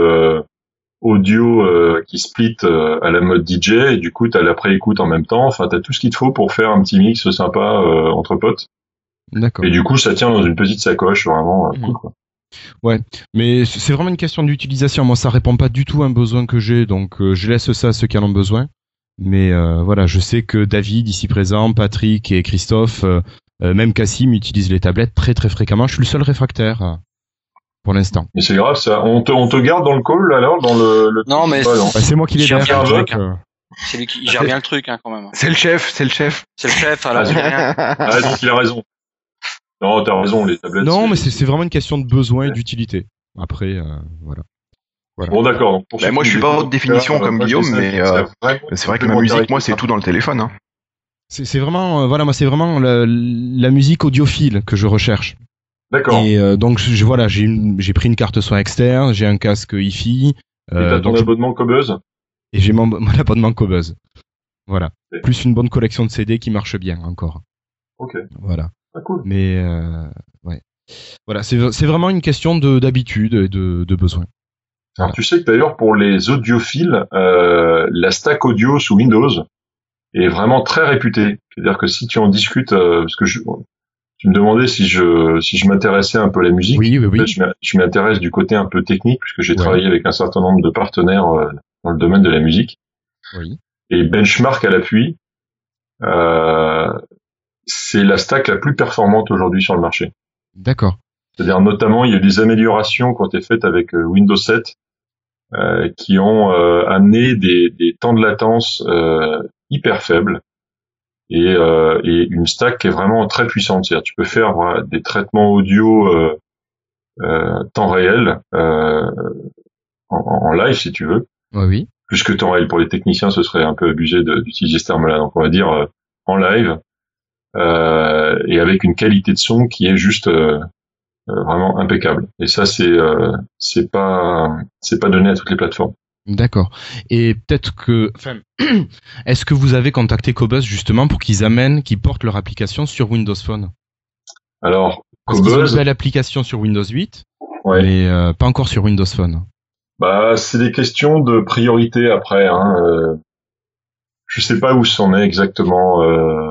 audio qui split à la mode DJ, et du coup, t'as la pré-écoute en même temps. Enfin, t'as tout ce qu'il te faut pour faire un petit mix sympa entre potes. D'accord. Et du coup, ça tient dans une petite sacoche, vraiment cool, quoi. Ouais, mais c'est vraiment une question d'utilisation. Moi, ça répond pas du tout à un besoin que j'ai, donc je laisse ça à ceux qui en ont besoin. Mais voilà, je sais que David, ici présent, Patrick et Christophe, même Cassim utilisent les tablettes très très fréquemment. Je suis le seul réfractaire pour l'instant. Mais c'est grave, ça. On te garde dans le call, alors, dans le... Non, mais c'est moi qui les gère gère. bien le truc. C'est lui qui gère bien le truc, hein, quand même. C'est le chef. C'est le chef, alors c'est rien. Ah, donc il a raison. Non, t'as raison, les tablettes. Non, mais c'est vraiment une question de besoin et d'utilité. Après, voilà. Bon, d'accord. Moi, je suis pas en haute définition comme Guillaume, mais c'est vrai que ma musique, moi, c'est tout dans le téléphone. Hein. C'est vraiment, moi, c'est vraiment la musique audiophile que je recherche. D'accord. Et donc, j'ai pris une carte son externe, j'ai un casque hi-fi. Et t'as ton abonnement Cobuzz. Et j'ai mon abonnement Cobuzz. Voilà. Okay. Plus une bonne collection de CD qui marche bien encore. Ok. Voilà. Ah, cool. Mais ouais. Voilà, c'est vraiment une question d'habitude et de besoin. Alors tu sais que d'ailleurs pour les audiophiles, la stack audio sous Windows est vraiment très réputée. C'est-à-dire que si tu en discutes, parce que tu me demandais si je m'intéressais un peu à la musique. Oui. En fait, je m'intéresse du côté un peu technique puisque j'ai travaillé avec un certain nombre de partenaires dans le domaine de la musique. Oui. Et Benchmark à l'appui. C'est la stack la plus performante aujourd'hui sur le marché. D'accord. C'est-à-dire notamment, il y a eu des améliorations qui ont été faites avec Windows 7 qui ont amené des temps de latence hyper faibles et une stack qui est vraiment très puissante. C'est-à-dire tu peux faire des traitements audio temps réel en live si tu veux. Oui. Plus que temps réel pour les techniciens, ce serait un peu abusé d'utiliser ce terme-là. Donc on va dire en live. et avec une qualité de son qui est juste vraiment impeccable. Et ça, c'est pas donné à toutes les plateformes. D'accord. Et peut-être que, enfin, est-ce que vous avez contacté Qobuz justement pour qu'ils portent leur application sur Windows Phone? Alors, parce qu'ils ont une Qobuz, nouvelle application sur Windows 8, ouais. mais pas encore sur Windows Phone. Bah, c'est des questions de priorité après. Je sais pas où c'en est exactement.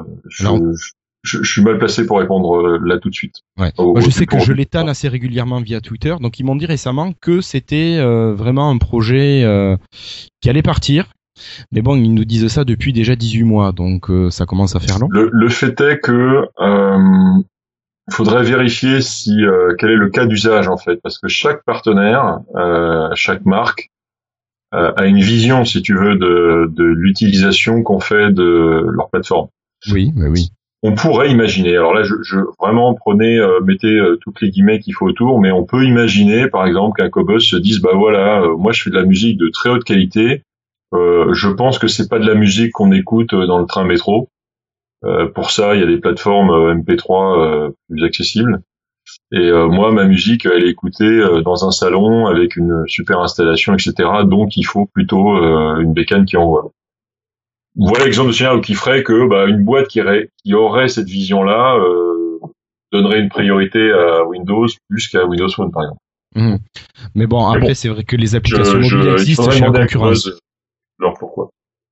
Je suis mal placé pour répondre là tout de suite. Ouais. Moi, je sais que je l'étale assez régulièrement via Twitter, donc ils m'ont dit récemment que c'était vraiment un projet qui allait partir. Mais bon, ils nous disent ça depuis déjà 18 mois, donc ça commence à faire long. Le fait est que faudrait vérifier quel est le cas d'usage en fait, parce que chaque partenaire, chaque marque a une vision, si tu veux, de l'utilisation qu'on fait de leur plateforme. Oui, mais oui. On pourrait imaginer, alors là, je vraiment mettez toutes les guillemets qu'il faut autour, mais on peut imaginer, par exemple, qu'un Qobuz se dise, bah voilà, moi je fais de la musique de très haute qualité, je pense que c'est pas de la musique qu'on écoute dans le train métro. Pour ça, il y a des plateformes MP3 plus accessibles. Et moi, ma musique, elle est écoutée dans un salon avec une super installation, etc. Donc, il faut plutôt une bécane qui envoie. Voilà l'exemple de scénario qui ferait que une boîte qui aurait cette vision-là donnerait une priorité à Windows plus qu'à Windows Phone, par exemple. Mmh. Mais bon, après, c'est vrai que les applications mobiles existent chez la concurrence. Alors pourquoi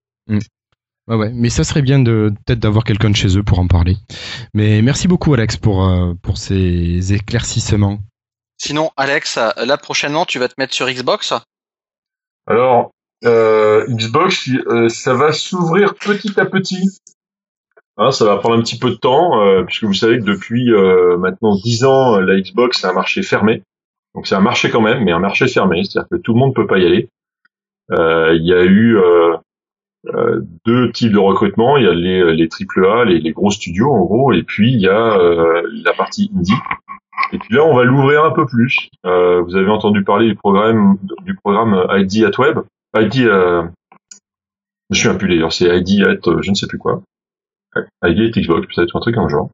Ouais, mais ça serait bien peut-être d'avoir quelqu'un de chez eux pour en parler. Mais merci beaucoup, Alex, pour ces éclaircissements. Sinon, Alex, là prochainement, tu vas te mettre sur Xbox? Alors, Xbox, ça va s'ouvrir petit à petit. Ça va prendre un petit peu de temps, puisque vous savez que depuis maintenant 10 ans, la Xbox c'est un marché fermé. Donc c'est un marché quand même, mais un marché fermé, c'est-à-dire que tout le monde peut pas y aller. Il y a eu deux types de recrutement. Il y a les AAA, les gros studios en gros, et puis il y a la partie indie. Et puis là, on va l'ouvrir un peu plus. Vous avez entendu parler du programme ID at Web. Je me souviens plus d'ailleurs, c'est ID at je ne sais plus quoi. ID at Xbox, peut-être un truc comme genre.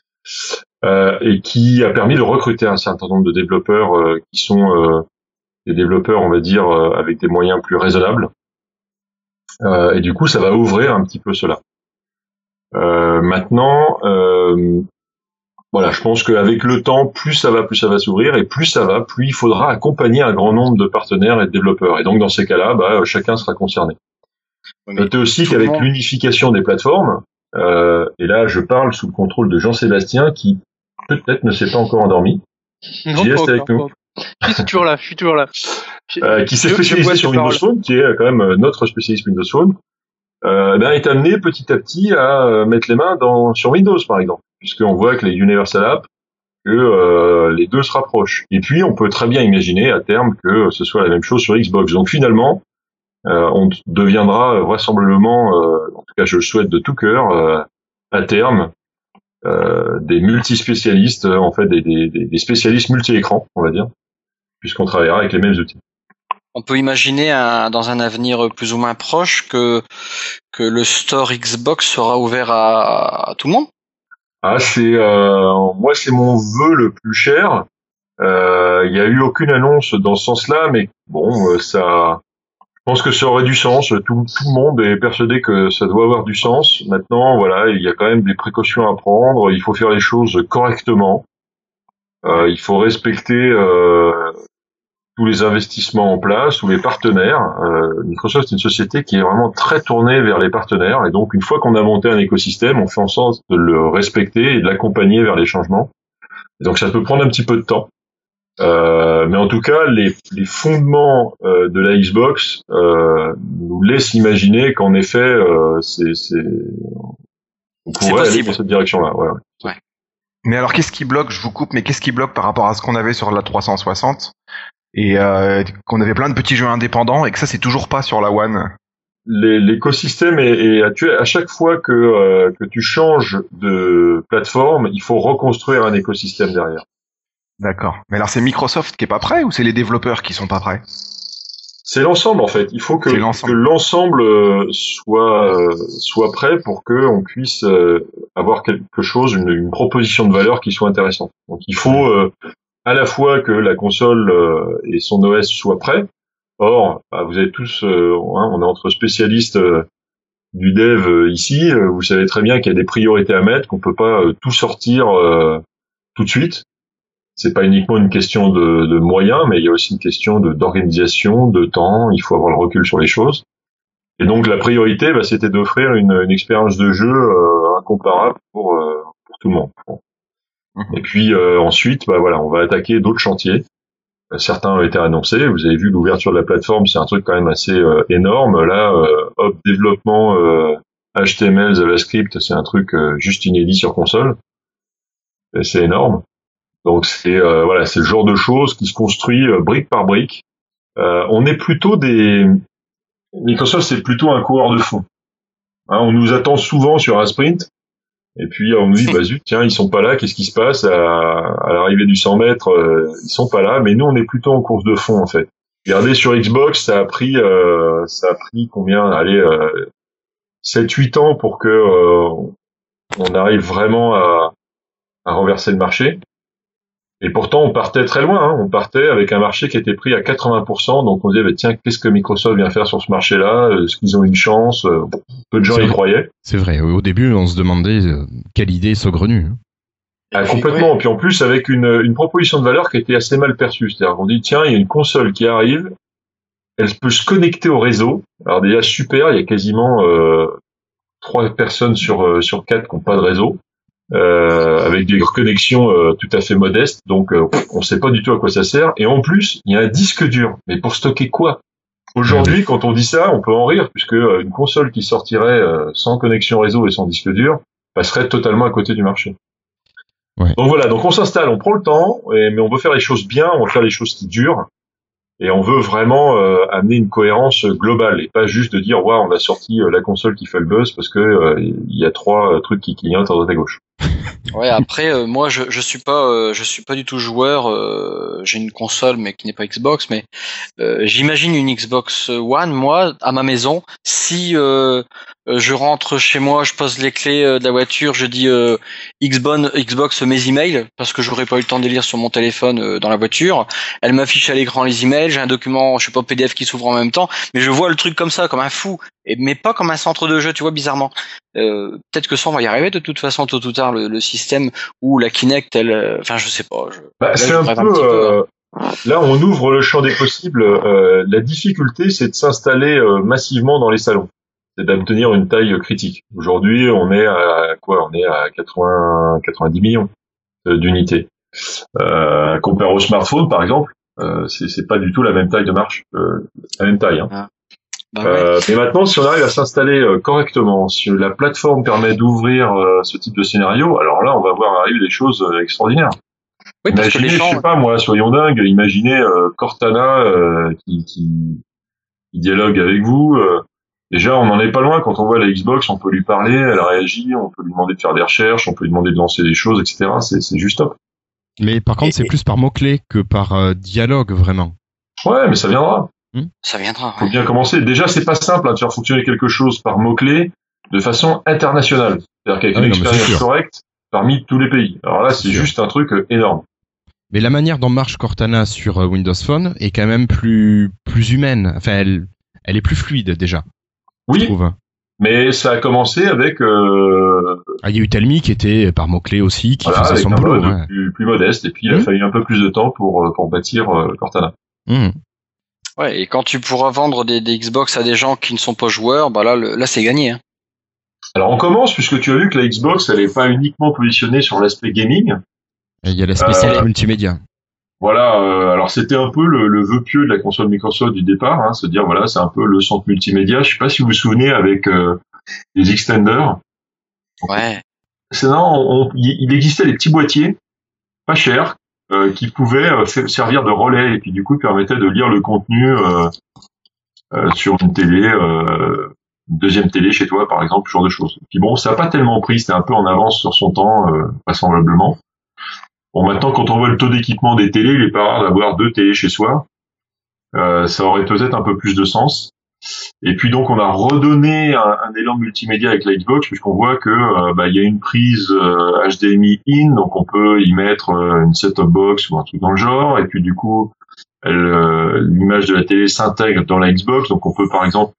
Et qui a permis de recruter un certain nombre de développeurs qui sont des développeurs, on va dire, avec des moyens plus raisonnables. Et du coup, ça va ouvrir un petit peu cela. Maintenant, voilà, je pense qu'avec le temps, plus ça va s'ouvrir, et plus il faudra accompagner un grand nombre de partenaires et de développeurs. Et donc, dans ces cas-là, chacun sera concerné. Notez aussi qu'avec l'unification des plateformes, et là, je parle sous le contrôle de Jean-Sébastien, qui peut-être ne s'est pas encore endormi. JS avec nous. Je suis toujours là. Qui s'est spécialisé sur Windows Phone, qui est quand même notre spécialiste Windows Phone, est amené petit à petit à mettre les mains sur Windows, par exemple, puisqu'on voit que les Universal Apps, que les deux se rapprochent. Et puis, on peut très bien imaginer à terme que ce soit la même chose sur Xbox. Donc finalement, on deviendra vraisemblablement, en tout cas je le souhaite de tout cœur, à terme, des multispécialistes, en fait des spécialistes multi-écrans, on va dire, puisqu'on travaillera avec les mêmes outils. On peut imaginer dans un avenir plus ou moins proche que le store Xbox sera ouvert à tout le monde. Moi c'est mon vœu le plus cher. Il y a eu aucune annonce dans ce sens-là, mais bon, je pense que ça aurait du sens. Tout le monde est persuadé que ça doit avoir du sens. Maintenant, voilà, il y a quand même des précautions à prendre. Il faut faire les choses correctement. Il faut respecter tous les investissements en place, tous les partenaires. Microsoft est une société qui est vraiment très tournée vers les partenaires, et donc une fois qu'on a monté un écosystème, on fait en sorte de le respecter et de l'accompagner vers les changements. Et donc ça peut prendre un petit peu de temps. Mais en tout cas, les fondements de la Xbox nous laissent imaginer qu'en effet, on pourrait aller dans cette direction-là. Voilà. Ouais. Mais alors, qu'est-ce qui bloque? Je vous coupe, mais qu'est-ce qui bloque par rapport à ce qu'on avait sur la 360 et qu'on avait plein de petits jeux indépendants et que ça, c'est toujours pas sur la One? L'écosystème est à chaque fois que tu changes de plateforme, il faut reconstruire un écosystème derrière. D'accord. Mais alors c'est Microsoft qui est pas prêt ou c'est les développeurs qui sont pas prêts? C'est l'ensemble en fait. Il faut que l'ensemble soit prêt pour que on puisse avoir quelque chose, une proposition de valeur qui soit intéressante. Donc il faut à la fois que la console et son OS soient prêts. Or, vous avez tous, on est entre spécialistes du dev ici. Vous savez très bien qu'il y a des priorités à mettre, qu'on peut pas tout sortir tout de suite. C'est pas uniquement une question de moyens, mais il y a aussi une question d'organisation, de temps. Il faut avoir le recul sur les choses. Et donc la priorité, c'était d'offrir une expérience de jeu incomparable pour tout le monde. Et puis ensuite, on va attaquer d'autres chantiers. Certains ont été annoncés. Vous avez vu l'ouverture de la plateforme, c'est un truc quand même assez énorme. Là, développement HTML, JavaScript, c'est un truc juste inédit sur console. Et c'est énorme. Donc c'est le genre de choses qui se construit brique par brique. On est plutôt Microsoft, c'est plutôt un coureur de fond. On nous attend souvent sur un sprint, et puis on nous dit zut, tiens, ils sont pas là, qu'est-ce qui se passe à l'arrivée du 100 mètres, ils sont pas là, mais nous on est plutôt en course de fond en fait. Regardez sur Xbox, ça a pris combien, 7-8 ans pour que on arrive vraiment à renverser le marché. Et pourtant, on partait très loin. On partait avec un marché qui était pris à 80%. Donc, on disait, tiens, qu'est-ce que Microsoft vient faire sur ce marché-là? Est-ce qu'ils ont une chance? Peu de gens y croyaient. C'est vrai. Au début, on se demandait quelle idée saugrenue. Complètement. Puis en plus, avec une proposition de valeur qui était assez mal perçue. C'est-à-dire qu'on dit, tiens, il y a une console qui arrive. Elle peut se connecter au réseau. Alors déjà, super. Il y a quasiment 3 personnes sur 4 qui n'ont pas de réseau. Avec des connexions tout à fait modestes, donc on sait pas du tout à quoi ça sert. Et en plus, il y a un disque dur. Mais pour stocker quoi? Aujourd'hui, quand on dit ça, on peut en rire, puisque une console qui sortirait sans connexion réseau et sans disque dur passerait totalement à côté du marché. Ouais. Donc voilà, donc on s'installe, on prend le temps, mais on veut faire les choses bien, on veut faire les choses qui durent. Et on veut vraiment amener une cohérence globale et pas juste de dire on a sorti la console qui fait le buzz parce que il y a 3 trucs qui clignotent à droite à gauche. Ouais, après moi je suis pas du tout joueur, j'ai une console mais qui n'est pas Xbox, mais j'imagine une Xbox One moi à ma maison, si je rentre chez moi, je pose les clés de la voiture, je dis Xbox mes emails parce que j'aurais pas eu le temps de les lire sur mon téléphone dans la voiture. Elle m'affiche à l'écran les emails, j'ai un document, je sais pas, PDF qui s'ouvre en même temps, mais je vois le truc comme ça, comme un fou, mais pas comme un centre de jeu, tu vois, bizarrement. Peut-être que ça on va y arriver de toute façon tôt ou tard, le système où la Kinect, enfin je sais pas. C'est un peu. Là, on ouvre le champ des possibles. La difficulté, c'est de s'installer massivement dans les salons. C'est d'obtenir une taille critique. Aujourd'hui, on est à quoi? On est à 90 millions d'unités. Comparé au smartphone, par exemple, c'est pas du tout la même taille de marche, la même taille. Hein. Mais maintenant, si on arrive à s'installer correctement, si la plateforme permet d'ouvrir ce type de scénario, alors là, on va voir arriver des choses extraordinaires. Oui, parce imaginez, que les gens... je sais pas moi, soyons dingues, imaginez Cortana qui dialogue avec vous. Déjà, on n'en est pas loin. Quand on voit la Xbox, on peut lui parler, elle réagit, on peut lui demander de faire des recherches, on peut lui demander de lancer des choses, etc. C'est juste top. Mais par contre, c'est plus par mots-clés que par dialogue, vraiment. Ouais, mais ça viendra. Ça viendra. Faut bien commencer. Déjà, c'est pas simple de faire fonctionner quelque chose par mots-clés de façon internationale. C'est-à-dire qu'avec une expérience correcte parmi tous les pays. Alors là, c'est juste un truc énorme. Mais la manière dont marche Cortana sur Windows Phone est quand même plus humaine. Enfin, elle est plus fluide déjà. Oui. Je trouve. Mais ça a commencé avec. Il y a eu Telmi qui était par mots-clés aussi, qui faisait son boulot. Plus modeste, et puis il a fallu un peu plus de temps pour bâtir Cortana. Ouais, et quand tu pourras vendre des Xbox à des gens qui ne sont pas joueurs, là c'est gagné. Hein. Alors on commence, puisque tu as vu que la Xbox, elle n'est pas uniquement positionnée sur l'aspect gaming. Il y a l'aspect multimédia. Voilà, alors c'était un peu le vœu pieux de la console Microsoft du départ, se dire voilà, c'est un peu le centre multimédia. Je sais pas si vous vous souvenez avec les extenders. Ouais. Il existait des petits boîtiers, pas chers, qui pouvaient servir de relais et puis du coup permettaient de lire le contenu sur une télé, une deuxième télé chez toi par exemple, ce genre de choses. Puis bon, ça a pas tellement pris, c'était un peu en avance sur son temps, vraisemblablement. Bon, maintenant, quand on voit le taux d'équipement des télés, il est pas rare d'avoir 2 télés chez soi. ça aurait peut-être un peu plus de sens. Et puis donc on a redonné un élan multimédia avec la Xbox, puisqu'on voit que il y a une prise HDMI in, donc on peut y mettre une set-top box ou un truc dans le genre, et puis du coup l'image de la télé s'intègre dans la Xbox, donc on peut par exemple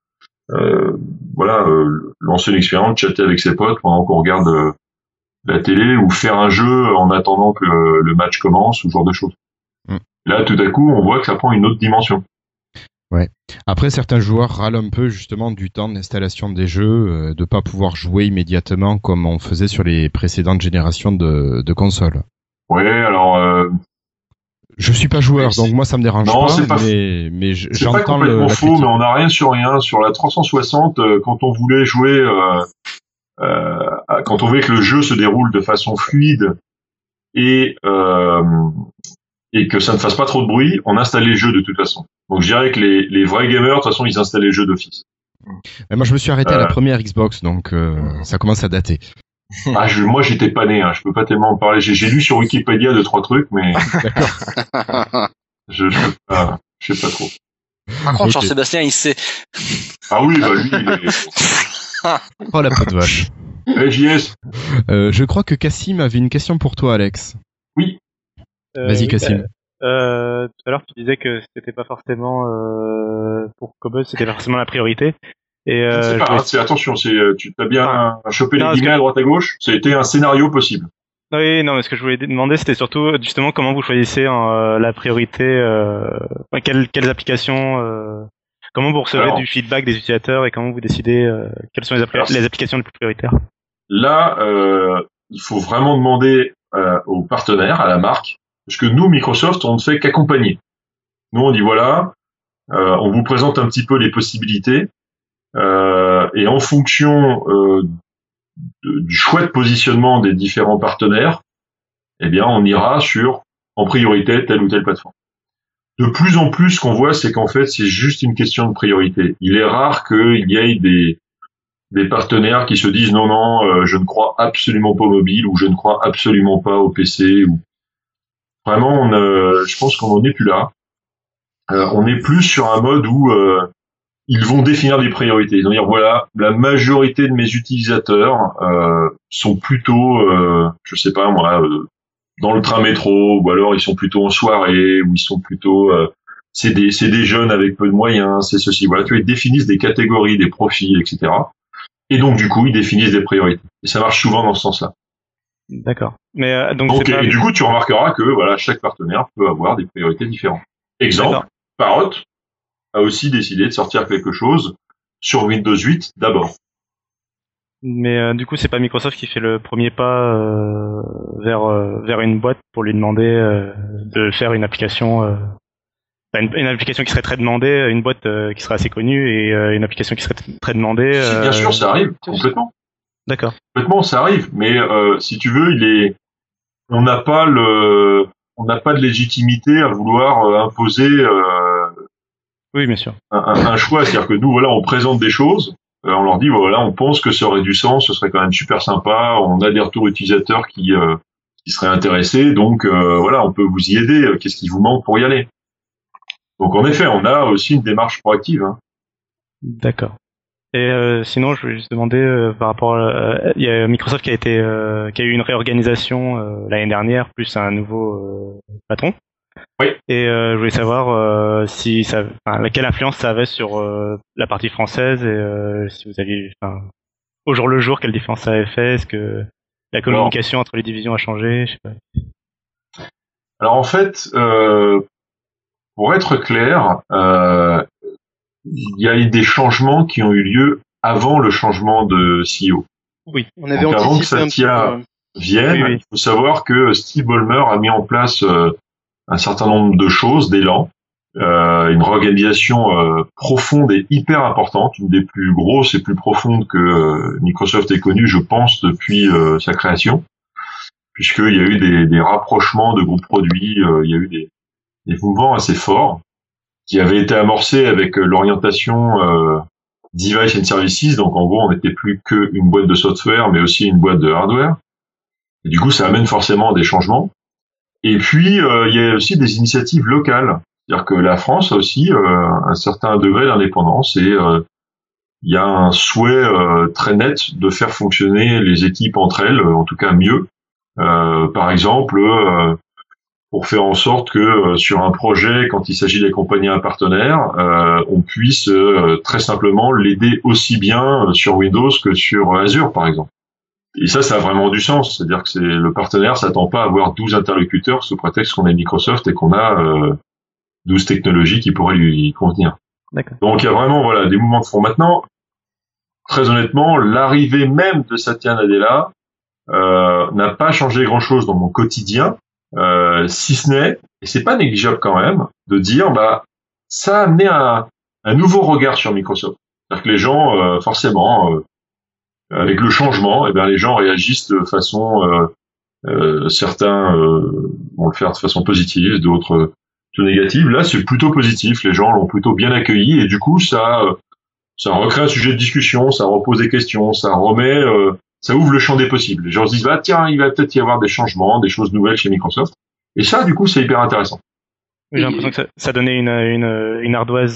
lancer une expérience, chatter avec ses potes pendant qu'on regarde la télé, ou faire un jeu en attendant que le match commence, ou ce genre de choses. Là tout à coup on voit que ça prend une autre dimension. Ouais. Après, certains joueurs râlent un peu justement du temps d'installation des jeux, de pas pouvoir jouer immédiatement comme on faisait sur les précédentes générations de consoles. Ouais, alors. Je suis pas joueur, donc moi ça me dérange non, pas, mais c'est pas complètement faux, mais on n'a rien sur rien. Sur la 360, quand on voulait jouer, quand on voulait que le jeu se déroule de façon fluide et que ça ne fasse pas trop de bruit, on installait le jeu de toute façon. Donc je dirais que les vrais gamers, de toute façon, ils installaient le jeu d'office. Mais moi je me suis arrêté à la première Xbox, donc ça commence à dater. Moi j'étais pas né, je peux pas tellement en parler. J'ai lu sur Wikipédia 2-3 trucs, mais je sais pas trop. Par contre, Jean-Sébastien, il sait. Ah oui, lui, il est... Oh la peau de vache. JS. Je crois que Cassim avait une question pour toi, Alex. Oui. Vas-y, Cassim. Tout à l'heure, tu disais que c'était pas forcément pour Cobalt, c'était pas forcément la priorité. Et c'est pas, attention, tu t'as bien chopé les guillemets à droite à gauche. C'était un scénario possible. Oui, non, mais ce que je voulais demander, c'était surtout justement comment vous choisissez la priorité, quelles applications, comment vous recevez du feedback des utilisateurs et comment vous décidez quelles sont les applications les plus prioritaires. Là, il faut vraiment demander aux partenaires, à la marque. Parce que nous, Microsoft, on ne fait qu'accompagner. Nous, on dit voilà, on vous présente un petit peu les possibilités, et en fonction du choix de positionnement des différents partenaires, eh bien, on ira sur, en priorité, telle ou telle plateforme. De plus en plus, ce qu'on voit, c'est qu'en fait, c'est juste une question de priorité. Il est rare qu'il y ait des partenaires qui se disent non, je ne crois absolument pas au mobile, ou je ne crois absolument pas au PC, ou vraiment, je pense qu'on n'en est plus là. On est plus sur un mode où ils vont définir des priorités. Ils vont dire voilà, la majorité de mes utilisateurs sont plutôt, je sais pas moi, dans le train métro, ou alors ils sont plutôt en soirée, ou ils sont plutôt, c'est des jeunes avec peu de moyens, c'est ceci. Voilà, tu vois, ils définissent des catégories, des profils, etc. Et donc du coup, ils définissent des priorités. Et ça marche souvent dans ce sens-là. D'accord. Mais donc et du coup, tu remarqueras que voilà, chaque partenaire peut avoir des priorités différentes. Exemple, Parrot a aussi décidé de sortir quelque chose sur Windows 8 d'abord. Mais du coup, c'est pas Microsoft qui fait le premier pas vers une boîte pour lui demander de faire une application, une application qui serait très demandée, une boîte qui serait assez connue et une application qui serait très demandée. Bien sûr, ça arrive complètement. D'accord. Complètement, ça arrive, mais si tu veux, on n'a pas de légitimité à vouloir imposer oui, bien sûr. un choix. C'est-à-dire que nous, voilà, on présente des choses, on leur dit, voilà, on pense que ça aurait du sens, ce serait quand même super sympa, on a des retours utilisateurs qui seraient intéressés, donc voilà, on peut vous y aider, qu'est-ce qui vous manque pour y aller? Donc en effet, on a aussi une démarche proactive. Hein. D'accord. Et sinon, je voulais juste demander par rapport, il y a Microsoft qui a eu une réorganisation l'année dernière, plus un nouveau patron. Oui. Et je voulais savoir quelle influence ça avait sur la partie française et si vous aviez, au jour le jour, quelle différence ça avait fait. Est-ce que la communication entre les divisions a changé? Je sais pas. Alors en fait, pour être clair, il y a eu des changements qui ont eu lieu avant le changement de CEO. Oui, on avait donc, avant que anticipé Satya vienne, il faut savoir que Steve Ballmer a mis en place un certain nombre de choses, d'élan, une réorganisation profonde et hyper importante, une des plus grosses et plus profondes que Microsoft ait connues, je pense, depuis sa création, puisqu'il y a eu des rapprochements de groupes produits, il y a eu des mouvements assez forts qui avaient été amorcés avec l'orientation Device and Services, donc en gros on n'était plus qu'une boîte de software mais aussi une boîte de hardware, et du coup ça amène forcément à des changements. Et puis il y a aussi des initiatives locales, C'est-à-dire que la France a aussi un certain degré d'indépendance et il y a un souhait très net de faire fonctionner les équipes entre elles, en tout cas mieux. Par exemple, pour faire en sorte que sur un projet, quand il s'agit d'accompagner un partenaire, on puisse très simplement l'aider aussi bien sur Windows que sur Azure, par exemple. Et ça a vraiment du sens. C'est-à-dire que le partenaire s'attend pas à avoir 12 interlocuteurs sous prétexte qu'on est Microsoft et qu'on a 12 technologies qui pourraient lui convenir. D'accord. Donc il y a vraiment des mouvements de fond. Maintenant, très honnêtement, l'arrivée même de Satya Nadella n'a pas changé grand-chose dans mon quotidien. Si ce n'est, et c'est pas négligeable quand même, de dire ça a amené un nouveau regard sur Microsoft. C'est-à-dire que les gens, forcément, avec le changement, les gens réagissent de façon, certains vont le faire de façon positive, d'autres plutôt négative. Là, c'est plutôt positif. Les gens l'ont plutôt bien accueilli et du coup, ça recrée un sujet de discussion, ça repose des questions, ça remet ça ouvre le champ des possibles. Les gens se disent, tiens, il va peut-être y avoir des changements, des choses nouvelles chez Microsoft. Et ça, du coup, c'est hyper intéressant. J'ai l'impression que ça donnait une ardoise,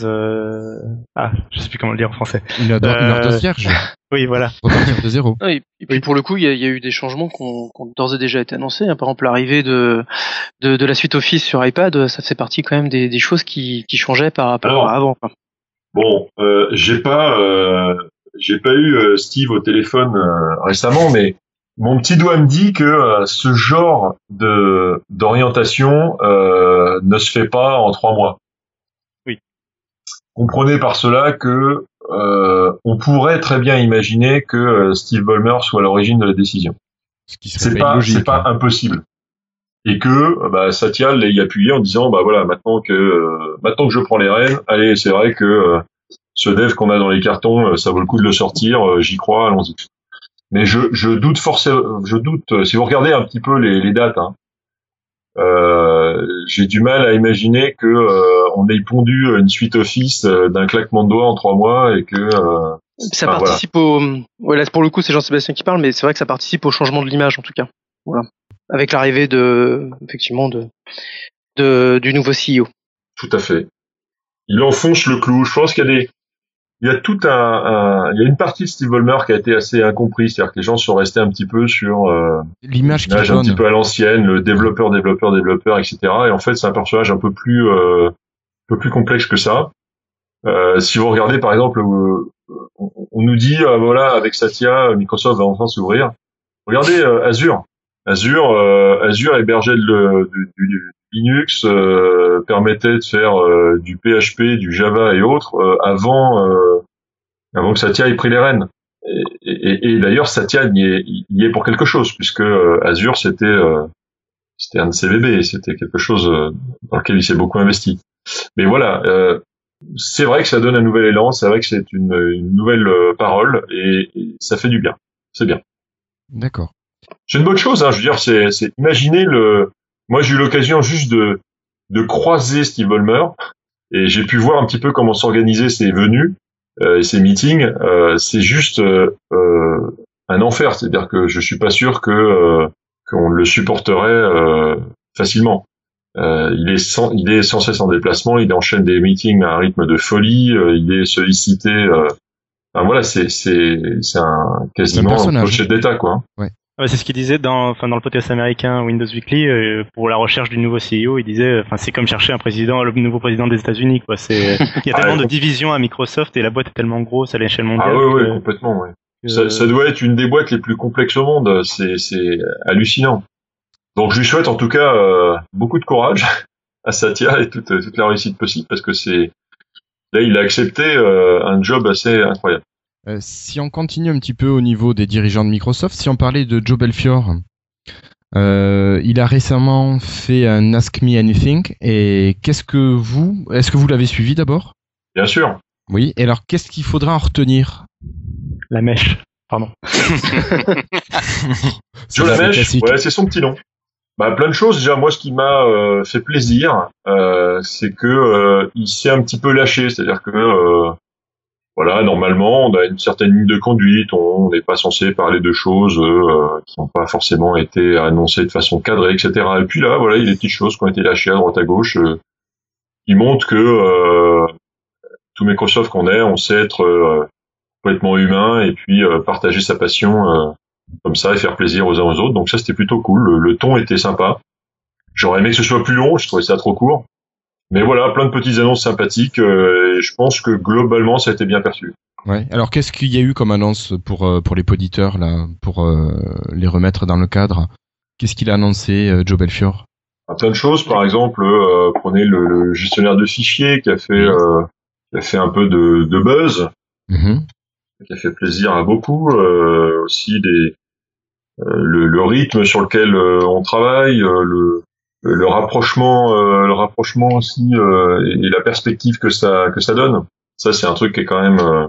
je sais plus comment le dire en français. Une ardoise vierge. Oui, voilà. Repartir de zéro. Et puis pour le coup, il y a eu des changements qui ont d'ores et déjà été annoncés. Par exemple, l'arrivée de la suite Office sur iPad, ça fait partie quand même des choses qui changeaient par rapport à avant. Bon, j'ai pas eu Steve au téléphone récemment, mais mon petit doigt me dit que ce genre d'orientation ne se fait pas en 3 mois. Oui. Comprenez par cela que on pourrait très bien imaginer que Steve Ballmer soit à l'origine de la décision. Ce qui serait illogique, c'est pas impossible. Et que Satya l'ait y appuyé en disant maintenant que je prends les rênes, allez, c'est vrai que ce dev qu'on a dans les cartons, ça vaut le coup de le sortir, j'y crois, allons-y. Mais je doute forcément, si vous regardez un petit peu les dates, j'ai du mal à imaginer que on ait pondu une suite Office d'un claquement de doigts en 3 mois et que ça participe au. Ouais, là pour le coup c'est Jean-Sébastien qui parle, mais c'est vrai que ça participe au changement de l'image en tout cas. Voilà, avec l'arrivée du nouveau CEO. Tout à fait. Il enfonce le clou. Je pense qu'il y a tout il y a une partie de Steve Ballmer qui a été assez incomprise, c'est-à-dire que les gens sont restés un petit peu sur l'image qu'il un donne, petit peu à l'ancienne, le développeur, etc. Et en fait, c'est un personnage un peu plus complexe que ça. Si vous regardez, par exemple, on nous dit, avec Satya, Microsoft va enfin s'ouvrir. Regardez Azure. Azure hébergeait du Linux, permettait de faire du PHP, du Java et autres avant que Satya ait pris les rênes. Et d'ailleurs, Satya y est pour quelque chose, puisque Azure c'était un de ses bébés, c'était quelque chose dans lequel il s'est beaucoup investi. Mais voilà, c'est vrai que ça donne un nouvel élan, c'est vrai que c'est une nouvelle parole et ça fait du bien. C'est bien. D'accord. C'est une bonne chose, je veux dire, c'est imaginer moi j'ai eu l'occasion juste de croiser Steve Ballmer et j'ai pu voir un petit peu comment s'organiser ses venues et ses meetings. C'est juste un enfer, c'est-à-dire que je suis pas sûr qu'on le supporterait facilement. Il est sans cesse en déplacement, il enchaîne des meetings à un rythme de folie, il est sollicité. C'est quasiment un chef d'État, quoi. Ouais. Ouais, c'est ce qu'il disait dans le podcast américain Windows Weekly pour la recherche du nouveau CEO. Il disait, c'est comme chercher le nouveau président des États-Unis, quoi. Il y a tellement de divisions à Microsoft et la boîte est tellement grosse à l'échelle mondiale. Ah oui, complètement. Ouais. Ça doit être une des boîtes les plus complexes au monde. C'est hallucinant. Donc je lui souhaite en tout cas beaucoup de courage à Satya et toute la réussite possible parce que là il a accepté un job assez incroyable. Si on continue un petit peu au niveau des dirigeants de Microsoft, si on parlait de Joe Belfiore, il a récemment fait un Ask Me Anything et est-ce que vous l'avez suivi d'abord ? Bien sûr. Oui, et alors qu'est-ce qu'il faudra en retenir ? La mèche, pardon. Joe la mèche, ouais, c'est son petit nom. Plein de choses. Déjà, moi, ce qui m'a fait plaisir, c'est que il s'est un petit peu lâché. C'est-à-dire que normalement, on a une certaine ligne de conduite. On n'est pas censé parler de choses qui n'ont pas forcément été annoncées de façon cadrée, etc. Et puis là, il y a des petites choses qui ont été lâchées à droite à gauche. il montre que tout Microsoft qu'on est, on sait être complètement humain et puis partager sa passion comme ça et faire plaisir aux uns aux autres. Donc ça, c'était plutôt cool. Le ton était sympa. J'aurais aimé que ce soit plus long, je trouvais ça trop court. Mais voilà, plein de petites annonces sympathiques et je pense que globalement, ça a été bien perçu. Ouais. Alors qu'est-ce qu'il y a eu comme annonce pour les poditeurs là, pour les remettre dans le cadre? Qu'est-ce qu'il a annoncé, Joe Belfiore? Plein de choses, par exemple, prenez le gestionnaire de fichiers qui a fait un peu de buzz, qui a fait plaisir à beaucoup. Aussi le rythme sur lequel on travaille, le rapprochement aussi et la perspective que ça donne. Ça, c'est un truc qui est quand même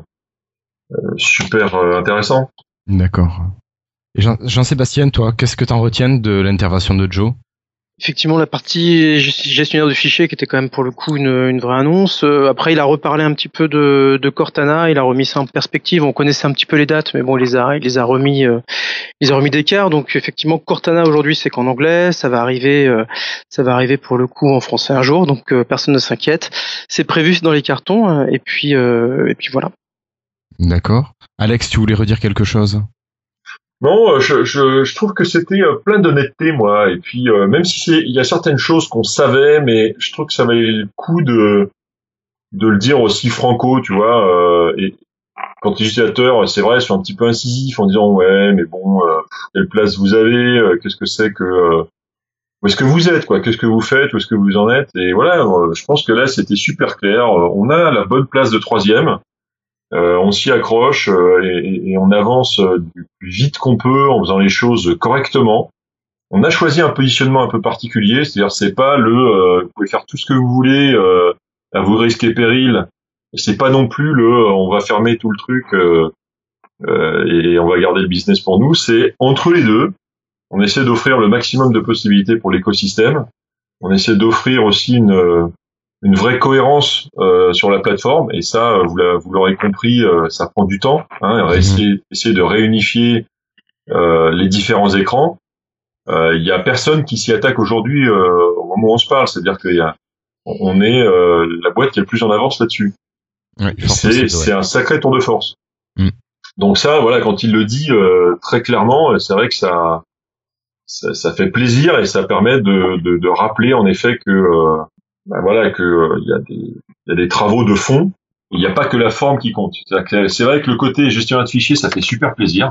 super intéressant. D'accord. Et Jean-Sébastien, toi, qu'est-ce que t'en retiens de l'intervention de Joe? Effectivement, la partie gestionnaire de fichiers qui était quand même pour le coup une vraie annonce. Après, il a reparlé un petit peu de Cortana, il a remis ça en perspective. On connaissait un petit peu les dates, mais bon, il les a remis d'écart. Donc effectivement, Cortana aujourd'hui c'est qu'en anglais, ça va arriver pour le coup en français un jour. Donc personne ne s'inquiète. C'est prévu dans les cartons et puis voilà. D'accord. Alex, tu voulais redire quelque chose? Non, je trouve que c'était plein d'honnêteté, moi. Et puis, même si il y a certaines choses qu'on savait, mais je trouve que ça valait le coup de le dire aussi franco, tu vois. Et quand les utilisateurs, c'est vrai, sont un petit peu incisifs en disant ouais, mais bon, quelle place vous avez, qu'est-ce que c'est que, où est-ce que vous êtes, quoi, qu'est-ce que vous faites, où est-ce que vous en êtes. Et voilà, je pense que là, c'était super clair. On a la bonne place de 3e. On s'y accroche et on avance du plus vite qu'on peut en faisant les choses correctement. On a choisi un positionnement un peu particulier, c'est-à-dire c'est pas vous pouvez faire tout ce que vous voulez à vos risques et périls. Et c'est pas non plus on va fermer tout le truc et on va garder le business pour nous. C'est entre les deux. On essaie d'offrir le maximum de possibilités pour l'écosystème. On essaie d'offrir aussi une vraie cohérence sur la plateforme, et ça, vous l'aurez compris, ça prend du temps. On va essayer de réunifier les différents écrans. Il y a personne qui s'y attaque aujourd'hui au moment où on se parle, c'est-à-dire on est la boîte qui est le plus en avance là-dessus. Ouais, c'est un sacré tour de force. Donc ça, voilà, quand il le dit très clairement, c'est vrai que ça fait plaisir et ça permet de rappeler en effet que voilà, que il y a des travaux de fond. Il n'y a pas que la forme qui compte. C'est vrai que le côté gestionnaire de fichiers, ça fait super plaisir.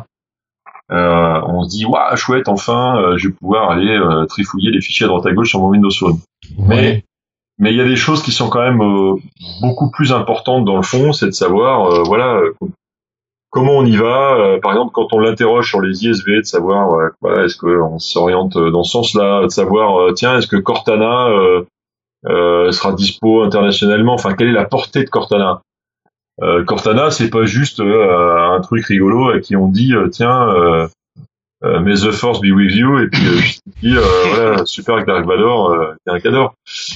On se dit waouh, chouette, enfin, je vais pouvoir aller trifouiller les fichiers à droite à gauche sur mon Windows Phone. Ouais. Mais il y a des choses qui sont quand même beaucoup plus importantes dans le fond, c'est de savoir voilà comment on y va. Par exemple, quand on l'interroge sur les ISV, de savoir voilà, est-ce qu'on s'oriente dans ce sens-là, de savoir tiens, est-ce que Cortana sera dispo internationalement. Enfin, quelle est la portée de Cortana? Cortana, c'est pas juste un truc rigolo à qui on dit tiens, may the force be with you, et puis voilà, super avec Dark Vador, c'est un cadeau.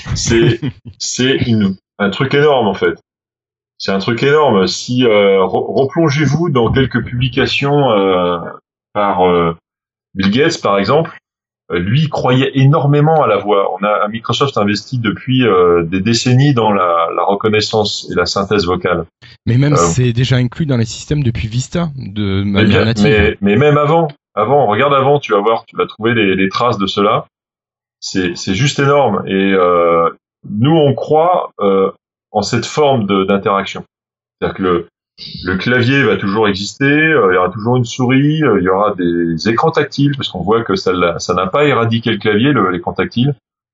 C'est un truc énorme en fait. C'est un truc énorme. Si replongez-vous dans quelques publications par Bill Gates par exemple. Lui croyait énormément à la voix. Microsoft investi depuis des décennies dans la reconnaissance et la synthèse vocale. Mais même c'est déjà inclus dans les systèmes depuis Vista de manière native. Mais même avant, regarde avant, tu vas voir, tu vas trouver les traces de cela. C'est juste énorme. Et nous on croit en cette forme d'interaction. C'est-à-dire que le clavier va toujours exister, il y aura toujours une souris, il y aura des écrans tactiles, parce qu'on voit que ça n'a pas éradiqué le clavier, l'écran tactile.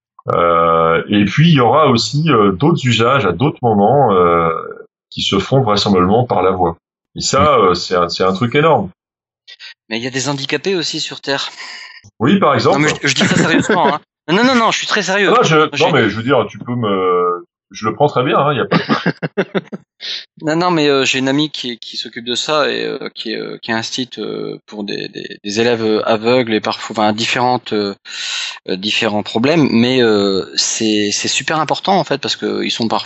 Et puis il y aura aussi d'autres usages à d'autres moments qui se feront vraisemblablement par la voix. Et ça, c'est un truc énorme. Mais il y a des handicapés aussi sur Terre. Oui, par exemple. Non, mais je dis ça sérieusement. Hein. Non, je suis très sérieux. Non, mais je veux dire, tu peux je le prends très bien, y a pas de... Non, mais j'ai une amie qui s'occupe de ça et qui a un site pour des élèves aveugles et parfois différents problèmes, mais c'est super important en fait parce que ils sont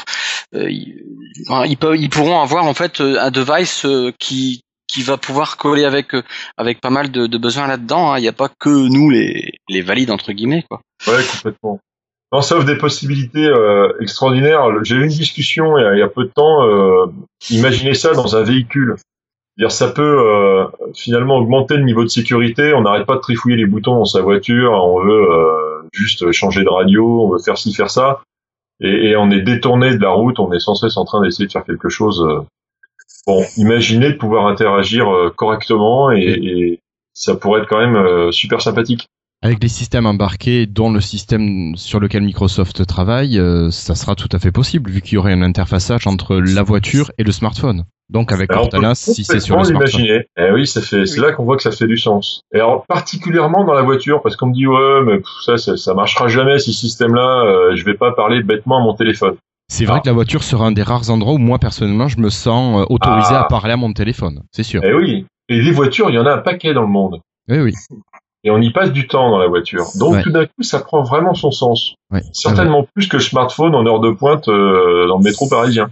ils pourront avoir en fait un device qui va pouvoir coller avec pas mal de besoins là-dedans. Il n'y a pas que nous les valides entre guillemets quoi. Ouais, complètement. Non, ça offre des possibilités extraordinaires. J'ai eu une discussion il y a peu de temps. Imaginez ça dans un véhicule. C'est-à-dire, ça peut finalement augmenter le niveau de sécurité. On n'arrête pas de trifouiller les boutons dans sa voiture. On veut juste changer de radio, on veut faire ci, faire ça. Et on est détourné de la route. On est sans cesse en train d'essayer de faire quelque chose. Bon, imaginez de pouvoir interagir correctement et ça pourrait être quand même super sympathique. Avec les systèmes embarqués, dont le système sur lequel Microsoft travaille, ça sera tout à fait possible, vu qu'il y aurait un interfaçage entre la voiture et le smartphone. Donc avec Cortana, si c'est sur le smartphone. Eh oui, c'est là qu'on voit que ça fait du sens. Et alors, particulièrement dans la voiture, parce qu'on me dit, ouais, mais ça marchera jamais, ces systèmes-là, je vais pas parler bêtement à mon téléphone. C'est vrai que la voiture sera un des rares endroits où moi, personnellement, je me sens autorisé à parler à mon téléphone. C'est sûr. Eh oui. Et des voitures, il y en a un paquet dans le monde. Eh oui. Et on y passe du temps dans la voiture. Donc tout d'un coup, ça prend vraiment son sens. Ouais. Certainement plus que le smartphone en heure de pointe dans le métro parisien.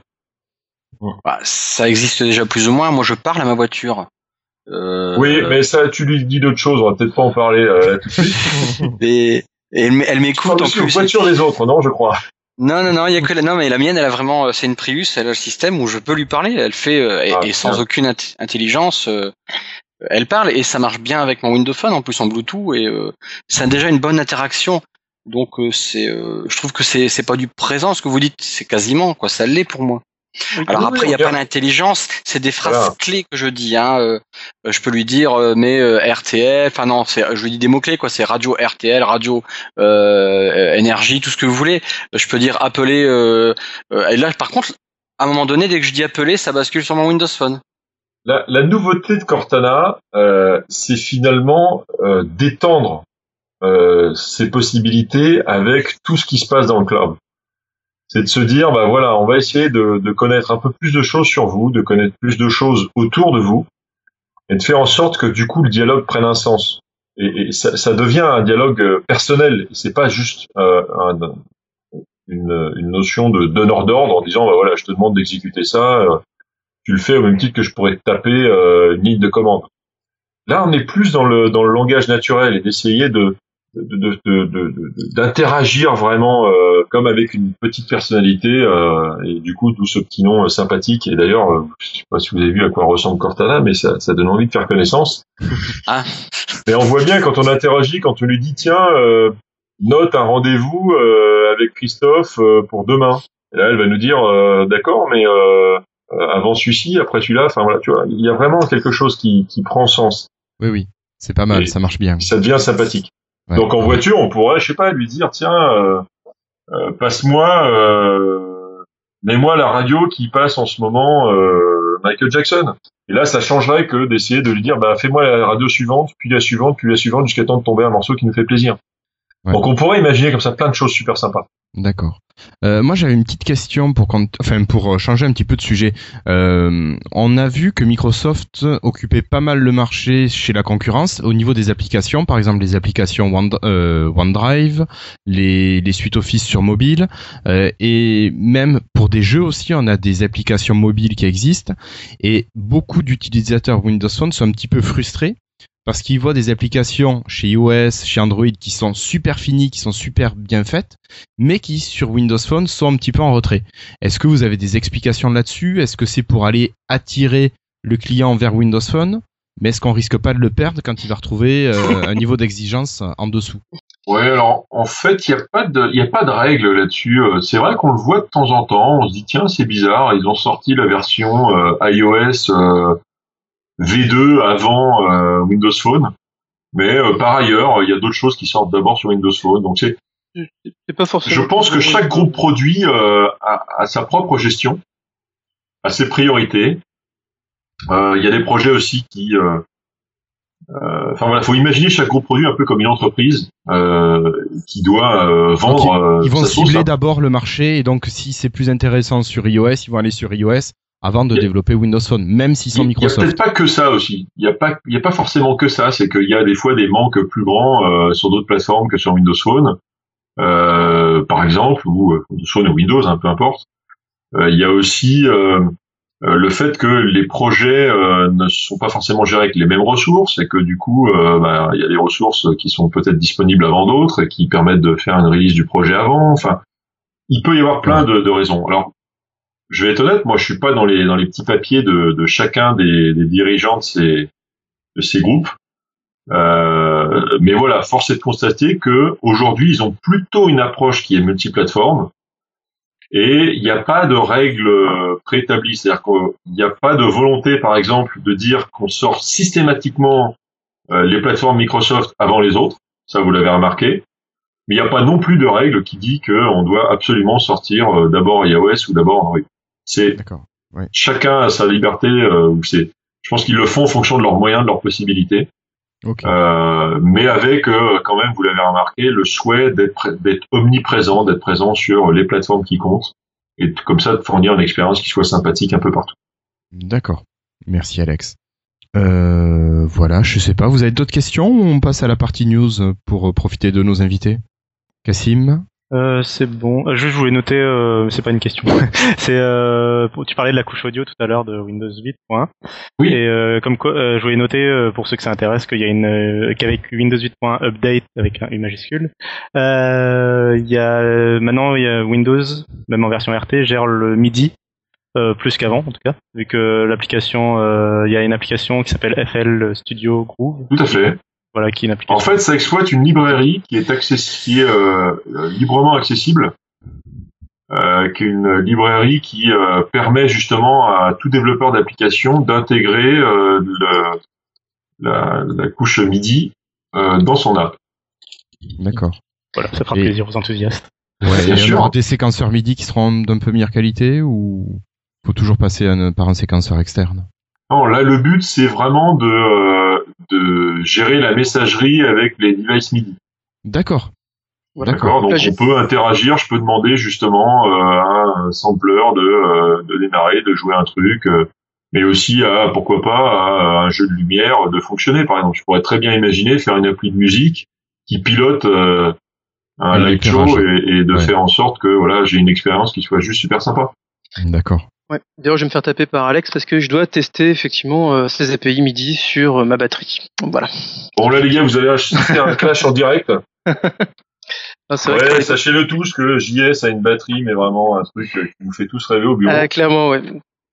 Bah, ça existe déjà plus ou moins. Moi, je parle à ma voiture. Oui, mais ça, tu lui dis d'autres choses. On va peut-être pas en parler tout de suite. Et elle m'écoute en plus. La voiture des autres, non, je crois. Non, il y a que non, mais la mienne, elle a vraiment, c'est une Prius. Elle a le système où je peux lui parler. Elle fait et sans aucune intelligence. Elle parle et ça marche bien avec mon Windows Phone en plus en Bluetooth et ça a déjà une bonne interaction. Donc je trouve que c'est pas du présent ce que vous dites, c'est quasiment quoi, ça l'est pour moi. Alors après il y a pas d'intelligence, c'est des phrases clés que je dis je peux lui dire mais RTL, enfin non, je lui dis des mots clés quoi, c'est radio RTL, radio énergie, tout ce que vous voulez. Je peux dire appeler et là par contre à un moment donné dès que je dis appeler, ça bascule sur mon Windows Phone. La nouveauté de Cortana, c'est finalement d'étendre ses possibilités avec tout ce qui se passe dans le cloud. C'est de se dire, bah voilà, on va essayer de connaître un peu plus de choses sur vous, de connaître plus de choses autour de vous, et de faire en sorte que du coup le dialogue prenne un sens. Et ça devient un dialogue personnel. C'est pas juste une notion de donneur d'ordre en disant, bah voilà, je te demande d'exécuter ça. Tu le fais au même titre que je pourrais te taper une ligne de commande. Là, on est plus dans le langage naturel et d'essayer d'interagir vraiment comme avec une petite personnalité et du coup d'où ce petit nom sympathique. Et d'ailleurs, je sais pas si vous avez vu à quoi ressemble Cortana, mais ça donne envie de faire connaissance. Mais on voit bien quand on interagit, quand on lui dit tiens, note un rendez-vous avec Christophe pour demain. Et là, elle va nous dire d'accord, mais avant celui-ci, après celui-là, enfin voilà, tu vois, il y a vraiment quelque chose qui prend sens. Oui, c'est pas mal, ça marche bien. Ça devient sympathique. Ouais, donc en voiture, on pourrait, je sais pas, lui dire tiens, mets-moi la radio qui passe en ce moment Michael Jackson. Et là, ça changerait que d'essayer de lui dire bah fais-moi la radio suivante, puis la suivante, puis la suivante jusqu'à temps de tomber un morceau qui nous fait plaisir. Ouais. Donc on pourrait imaginer comme ça plein de choses super sympas. D'accord. Moi j'avais une petite question pour changer un petit peu de sujet. On a vu que Microsoft occupait pas mal le marché chez la concurrence au niveau des applications, par exemple les applications OneDrive, les suites Office sur mobile, et même pour des jeux aussi, on a des applications mobiles qui existent et beaucoup d'utilisateurs Windows Phone sont un petit peu frustrés parce qu'ils voient des applications chez iOS, chez Android qui sont super finies, qui sont super bien faites, mais qui sur Windows Phone sont un petit peu en retrait. Est-ce que vous avez des explications là-dessus ? Est-ce que c'est pour aller attirer le client vers Windows Phone ? Mais est-ce qu'on risque pas de le perdre quand il va retrouver un niveau d'exigence en dessous ? Ouais, alors en fait, il y a pas de règle là-dessus. C'est vrai qu'on le voit de temps en temps. On se dit tiens, c'est bizarre. Ils ont sorti la version iOS V2 avant Windows Phone, mais par ailleurs, il y a d'autres choses qui sortent d'abord sur Windows Phone. Donc c'est pas forcément. Je pense que chaque groupe produit a sa propre gestion, a ses priorités. Il y a des projets aussi qui enfin voilà, faut imaginer chaque groupe produit un peu comme une entreprise qui doit vendre. Ils vont cibler d'abord le marché et donc si c'est plus intéressant sur iOS, ils vont aller sur iOS avant de développer Windows Phone, même s'ils sont Microsoft. Il y a peut-être pas que ça aussi. Il y a pas forcément que ça. C'est qu'il y a des fois des manques plus grands sur d'autres plateformes que sur Windows Phone, par exemple, ou Windows Phone ou Windows, peu importe. Il y a aussi le fait que les projets ne sont pas forcément gérés avec les mêmes ressources et que du coup, il y a des ressources qui sont peut-être disponibles avant d'autres et qui permettent de faire une release du projet avant. Enfin, il peut y avoir plein de raisons. Alors, je vais être honnête, moi, je suis pas dans les petits papiers de chacun des dirigeants de ces groupes. Mais voilà, force est de constater que aujourd'hui, ils ont plutôt une approche qui est multiplateforme. Et il n'y a pas de règles préétablies, c'est-à-dire qu'il n'y a pas de volonté, par exemple, de dire qu'on sort systématiquement les plateformes Microsoft avant les autres, ça vous l'avez remarqué, mais il n'y a pas non plus de règle qui dit qu'on doit absolument sortir d'abord iOS ou d'abord Android. C'est chacun a sa liberté, je pense qu'ils le font en fonction de leurs moyens, de leurs possibilités. Okay. Mais avec quand même, vous l'avez remarqué, le souhait d'être omniprésent, d'être présent sur les plateformes qui comptent, et comme ça de fournir une expérience qui soit sympathique un peu partout. D'accord. Merci Alex. Voilà, je sais pas, vous avez d'autres questions ou on passe à la partie news pour profiter de nos invités? Cassim? C'est bon. Juste, je voulais noter, c'est pas une question. C'est, tu parlais de la couche audio tout à l'heure de Windows 8.1. Oui. Et comme quoi, je voulais noter pour ceux que ça intéresse qu'il y a qu'avec Windows 8.1 Update avec un U majuscule, maintenant il y a Windows, même en version RT, gère le MIDI. Plus qu'avant en tout cas, vu que l'application, il y a une application qui s'appelle FL Studio Groove. Tout à fait. Voilà, qui est une application. En fait, ça exploite une librairie qui est librement accessible, qui est une librairie qui permet justement à tout développeur d'application d'intégrer la couche MIDI dans son app. D'accord. Voilà, ça fera plaisir aux enthousiastes. Ouais, bien sûr. Il y aura des séquenceurs MIDI qui seront d'un peu meilleure qualité ou faut toujours passer par un séquenceur externe? Non, là le but c'est vraiment de gérer la messagerie avec les devices MIDI. D'accord. D'accord. Donc on peut interagir. Je peux demander justement à un sampler de démarrer, de jouer un truc, mais aussi pourquoi pas à un jeu de lumière de fonctionner. Par exemple, je pourrais très bien imaginer faire une appli de musique qui pilote un light show et de faire en sorte que voilà j'ai une expérience qui soit juste super sympa. D'accord. Ouais. D'ailleurs, je vais me faire taper par Alex parce que je dois tester effectivement ces API MIDI sur ma batterie. Voilà. Bon là les gars, vous allez assister à un clash en direct. Ouais, sachez-le tous que JS a une batterie, mais vraiment un truc qui vous fait tous rêver au bureau. Clairement, ouais.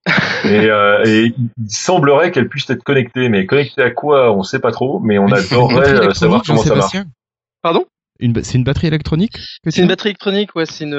Et il semblerait qu'elle puisse être connectée, mais connectée à quoi, on sait pas trop, mais on adorerait savoir comment ça marche. Pardon? C'est une batterie électronique? C'est une batterie électronique, ouais, c'est une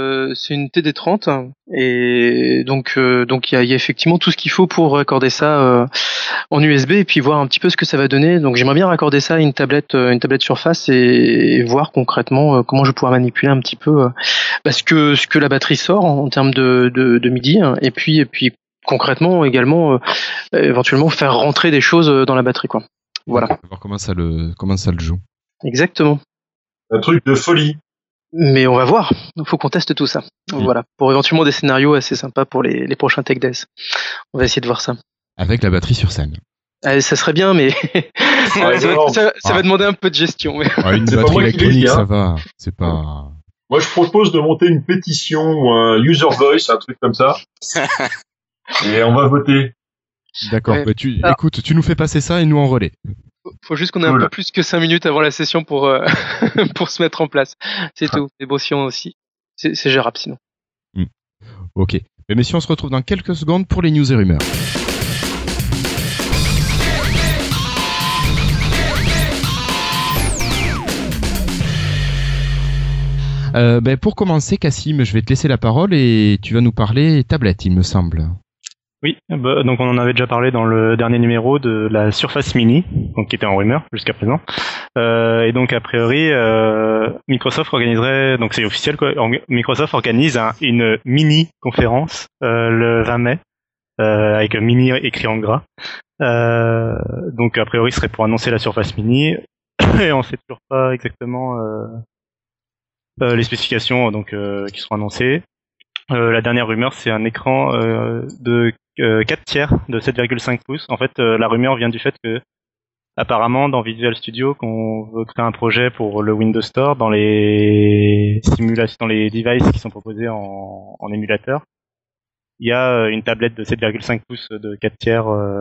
TD30 et donc il y a effectivement tout ce qu'il faut pour raccorder ça en USB et puis voir un petit peu ce que ça va donner. Donc j'aimerais bien raccorder ça à une tablette Surface et voir concrètement comment je vais pouvoir manipuler un petit peu ce que la batterie sort en termes de MIDI et puis concrètement également éventuellement faire rentrer des choses dans la batterie quoi. Voilà. Voir comment ça le joue. Exactement. Un truc de folie. Mais on va voir. Il faut qu'on teste tout ça. Voilà. Pour éventuellement des scénarios assez sympas pour les prochains Tech Days. On va essayer de voir ça. Avec la batterie sur scène. Ça serait bien, mais ça va demander un peu de gestion. Mais... Une batterie électronique, ça va. C'est pas... Moi, je propose de monter une pétition ou un user voice, un truc comme ça. Et on va voter. D'accord. Ouais. Écoute, tu nous fais passer ça et nous en relais. Faut juste qu'on ait un peu plus que 5 minutes avant la session pour pour se mettre en place. C'est tout. Mais bon, si on aussi, c'est gérable sinon. Ok. Mais messieurs, on se retrouve dans quelques secondes pour les news et rumeurs. Pour commencer, Cassim, je vais te laisser la parole et tu vas nous parler tablette, il me semble. Oui, donc on en avait déjà parlé dans le dernier numéro de la Surface Mini, donc qui était en rumeur jusqu'à présent. Et donc a priori, Microsoft organiserait, donc c'est officiel quoi, Microsoft organise une mini conférence le 20 mai avec mini écrit en gras. Donc a priori ce serait pour annoncer la Surface Mini et on sait toujours pas exactement les spécifications donc qui seront annoncées. La dernière rumeur, c'est un écran de 4 tiers de 7,5 pouces. En fait, la rumeur vient du fait que, apparemment, dans Visual Studio, qu'on veut créer un projet pour le Windows Store dans les simulations, dans les devices qui sont proposés en émulateur. il y a une tablette de 7,5 pouces de 4 tiers.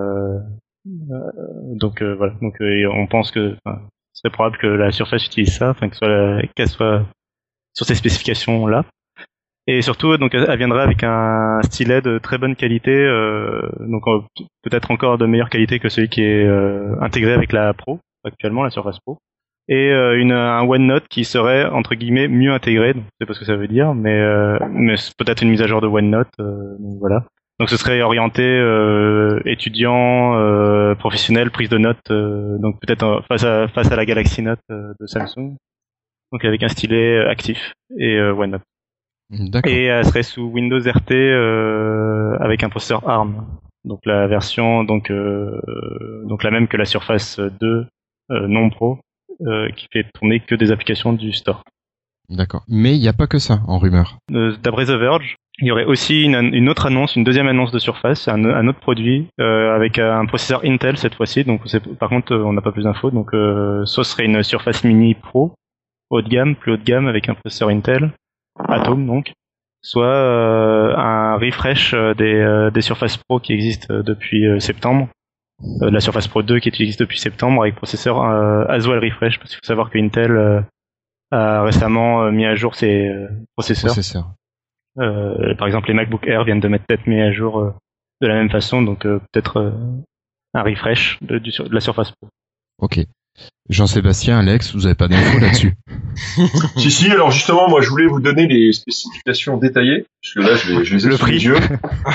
Donc voilà. Donc on pense que c'est probable que la Surface utilise ça, enfin qu'elle soit sur ces spécifications-là. Et surtout, donc, elle viendra avec un stylet de très bonne qualité, donc peut-être encore de meilleure qualité que celui qui est intégré avec la Pro actuellement, la Surface Pro. Et un OneNote qui serait entre guillemets mieux intégré, donc je sais pas ce que ça veut dire, mais c'est peut-être une mise à jour de OneNote, donc voilà. Donc ce serait orienté étudiant, professionnel, prise de notes, donc peut-être face à la Galaxy Note de Samsung, donc avec un stylet actif et OneNote. D'accord. Et elle serait sous Windows RT avec un processeur ARM, donc la version donc la même que la Surface 2 non Pro. Qui fait tourner que des applications du store. D'accord. Mais il n'y a pas que ça en rumeur. D'après The Verge, il y aurait aussi une autre annonce, une deuxième annonce de Surface, un autre produit avec un processeur Intel cette fois-ci. Donc par contre, on n'a pas plus d'infos. Donc ce serait une Surface Mini Pro haut de gamme, plus haut de gamme avec un processeur Intel Atom donc. Soit un refresh des Surface Pro qui existent depuis septembre. La Surface Pro 2 qui existe depuis septembre avec processeur Haswell Refresh, parce qu'il faut savoir que Intel a récemment mis à jour ses processeurs. Par exemple, les MacBook Air viennent de mettre peut-être mis à jour de la même façon, donc peut-être un refresh de la Surface Pro. Ok. Jean-Sébastien, Alex, vous avez pas d'infos là-dessus? Si, alors justement, moi je voulais vous donner les spécifications détaillées, parce que là je les ai sous les yeux.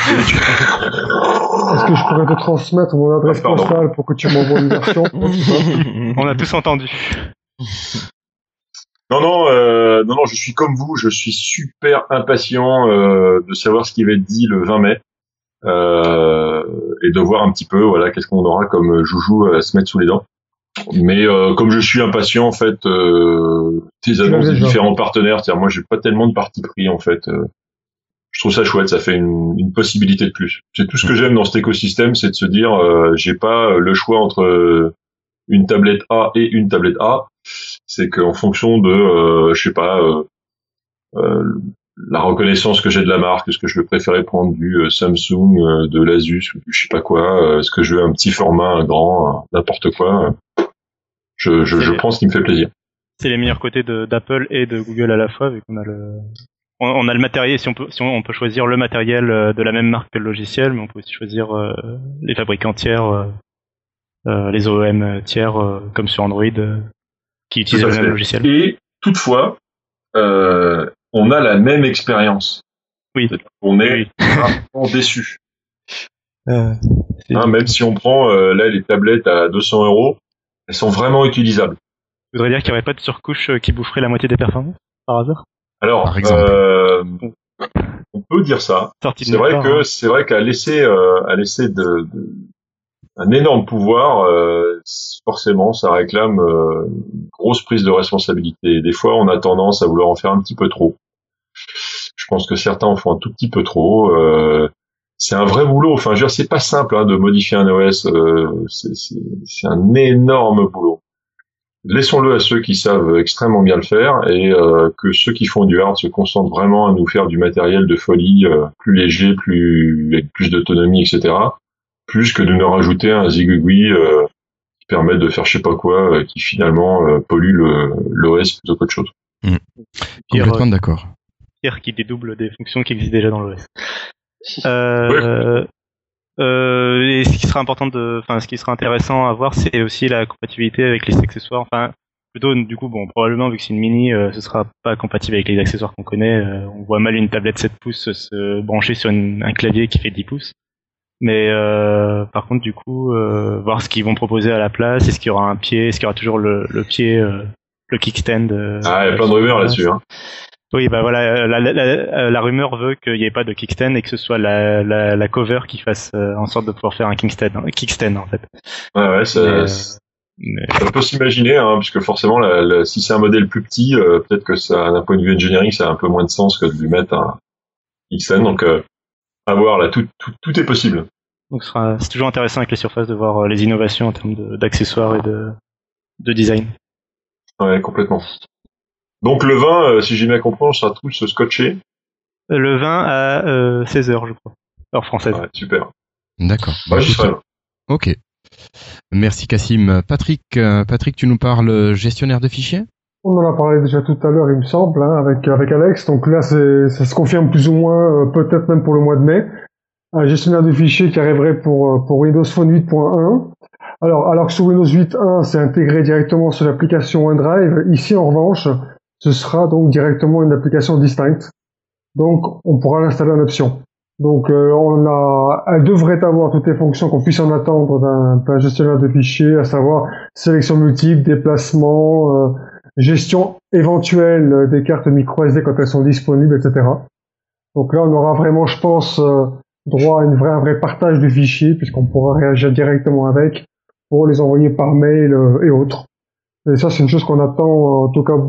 Est-ce que je pourrais te transmettre mon adresse postale pour que tu m'envoies une version? On a tous entendu. Non, je suis comme vous, je suis super impatient de savoir ce qui va être dit le 20 mai. Et de voir un petit peu, voilà, qu'est-ce qu'on aura comme joujou à se mettre sous les dents. Mais comme je suis impatient en fait des annonces des différents partenaires, c'est-à-dire moi j'ai pas tellement de parti pris en fait. Je trouve ça chouette, ça fait une possibilité de plus. C'est tout ce que j'aime dans cet écosystème, c'est de se dire j'ai pas le choix entre une tablette A et une tablette A. C'est qu'en fonction de je sais pas la reconnaissance que j'ai de la marque, est-ce que je vais préférer prendre du Samsung, de l'Asus ou du je sais pas quoi, est-ce que je veux un petit format, un grand, n'importe quoi. Je prends ce qui me fait plaisir. C'est les meilleurs côtés d'Apple et de Google à la fois, vu qu'on a on a le matériel, si on peut choisir le matériel de la même marque que le logiciel, mais on peut aussi choisir les fabricants tiers, les OEM tiers, comme sur Android, qui utilisent le même logiciel. Et toutefois, on a la même expérience. Oui. On est vraiment déçu. Même si on prend là les tablettes à 200 €, elles sont vraiment utilisables. Je voudrais dire qu'il n'y aurait pas de surcouche qui boufferait la moitié des performances, par hasard? Alors, on peut dire ça. C'est vrai qu'à laisser un énorme pouvoir, forcément, ça réclame une grosse prise de responsabilité. Des fois, on a tendance à vouloir en faire un petit peu trop. Je pense que certains en font un tout petit peu trop. C'est un vrai boulot. Enfin, je veux dire, c'est pas simple de modifier un OS. C'est un énorme boulot. Laissons-le à ceux qui savent extrêmement bien le faire et que ceux qui font du hard se concentrent vraiment à nous faire du matériel de folie plus léger, avec plus d'autonomie, etc. Plus que de nous rajouter un zigouigoui qui permet de faire je sais pas quoi, qui finalement pollue l'OS plutôt qu'autre chose. Complètement d'accord. Pierre qui dédouble des fonctions qui existent déjà dans l'OS. Et ce qui sera ce qui sera intéressant à voir, c'est aussi la compatibilité avec les accessoires. Enfin, plutôt, du coup, probablement, vu que c'est une mini, ce sera pas compatible avec les accessoires qu'on connaît. On voit mal une tablette 7 pouces se brancher sur un clavier qui fait 10 pouces. Mais, par contre, du coup, voir ce qu'ils vont proposer à la place. Est-ce qu'il y aura un pied? Est-ce qu'il y aura toujours le pied, le kickstand? Il y a plein de rumeurs là-dessus, hein. Oui, voilà, la rumeur veut qu'il n'y ait pas de kickstand et que ce soit la cover qui fasse en sorte de pouvoir faire un kickstand en fait. Ouais, ça peut s'imaginer, puisque forcément, si c'est un modèle plus petit, peut-être que ça, d'un point de vue engineering, ça a un peu moins de sens que de lui mettre un kickstand. Donc, à voir là, tout est possible. Donc, c'est toujours intéressant avec les surfaces de voir les innovations en termes d'accessoires et de design. Ouais, complètement. Donc le 20, si j'ai bien compris, on sera tous scotchés. Le 20 à 16h, je crois. Alors française. Ouais, super. D'accord. Bah, j'y serai. Ok. Merci Cassim. Patrick, tu nous parles gestionnaire de fichiers? On en a parlé déjà tout à l'heure, il me semble, hein, avec Alex. Donc là, ça se confirme plus ou moins, peut-être même pour le mois de mai. Un gestionnaire de fichiers qui arriverait pour Windows Phone 8.1. Alors que sur Windows 8.1, c'est intégré directement sur l'application OneDrive. Ici, en revanche, ce sera donc directement une application distincte. Donc, on pourra l'installer en option. Donc, elle devrait avoir toutes les fonctions qu'on puisse en attendre d'un gestionnaire de fichiers, à savoir sélection multiple, déplacement, gestion éventuelle des cartes micro SD quand elles sont disponibles, etc. Donc là, on aura vraiment, je pense, droit à un vrai partage de fichiers, puisqu'on pourra réagir directement avec pour les envoyer par mail et autres. Et ça, c'est une chose qu'on attend, en tout cas,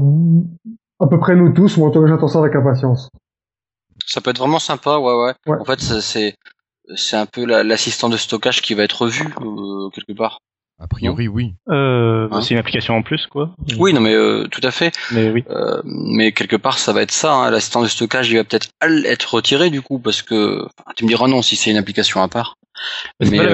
à peu près nous tous, ou en tout cas, j'attends ça avec impatience. Ça peut être vraiment sympa, ouais. En fait, c'est un peu l'assistant de stockage qui va être revu, quelque part. A priori, oui. C'est une application en plus, quoi. Oui, non, mais tout à fait. Mais oui. Mais quelque part, ça va être ça. Hein. L'assistant de stockage, il va peut-être être retiré du coup, parce que tu me diras non si c'est une application à part. Mais il y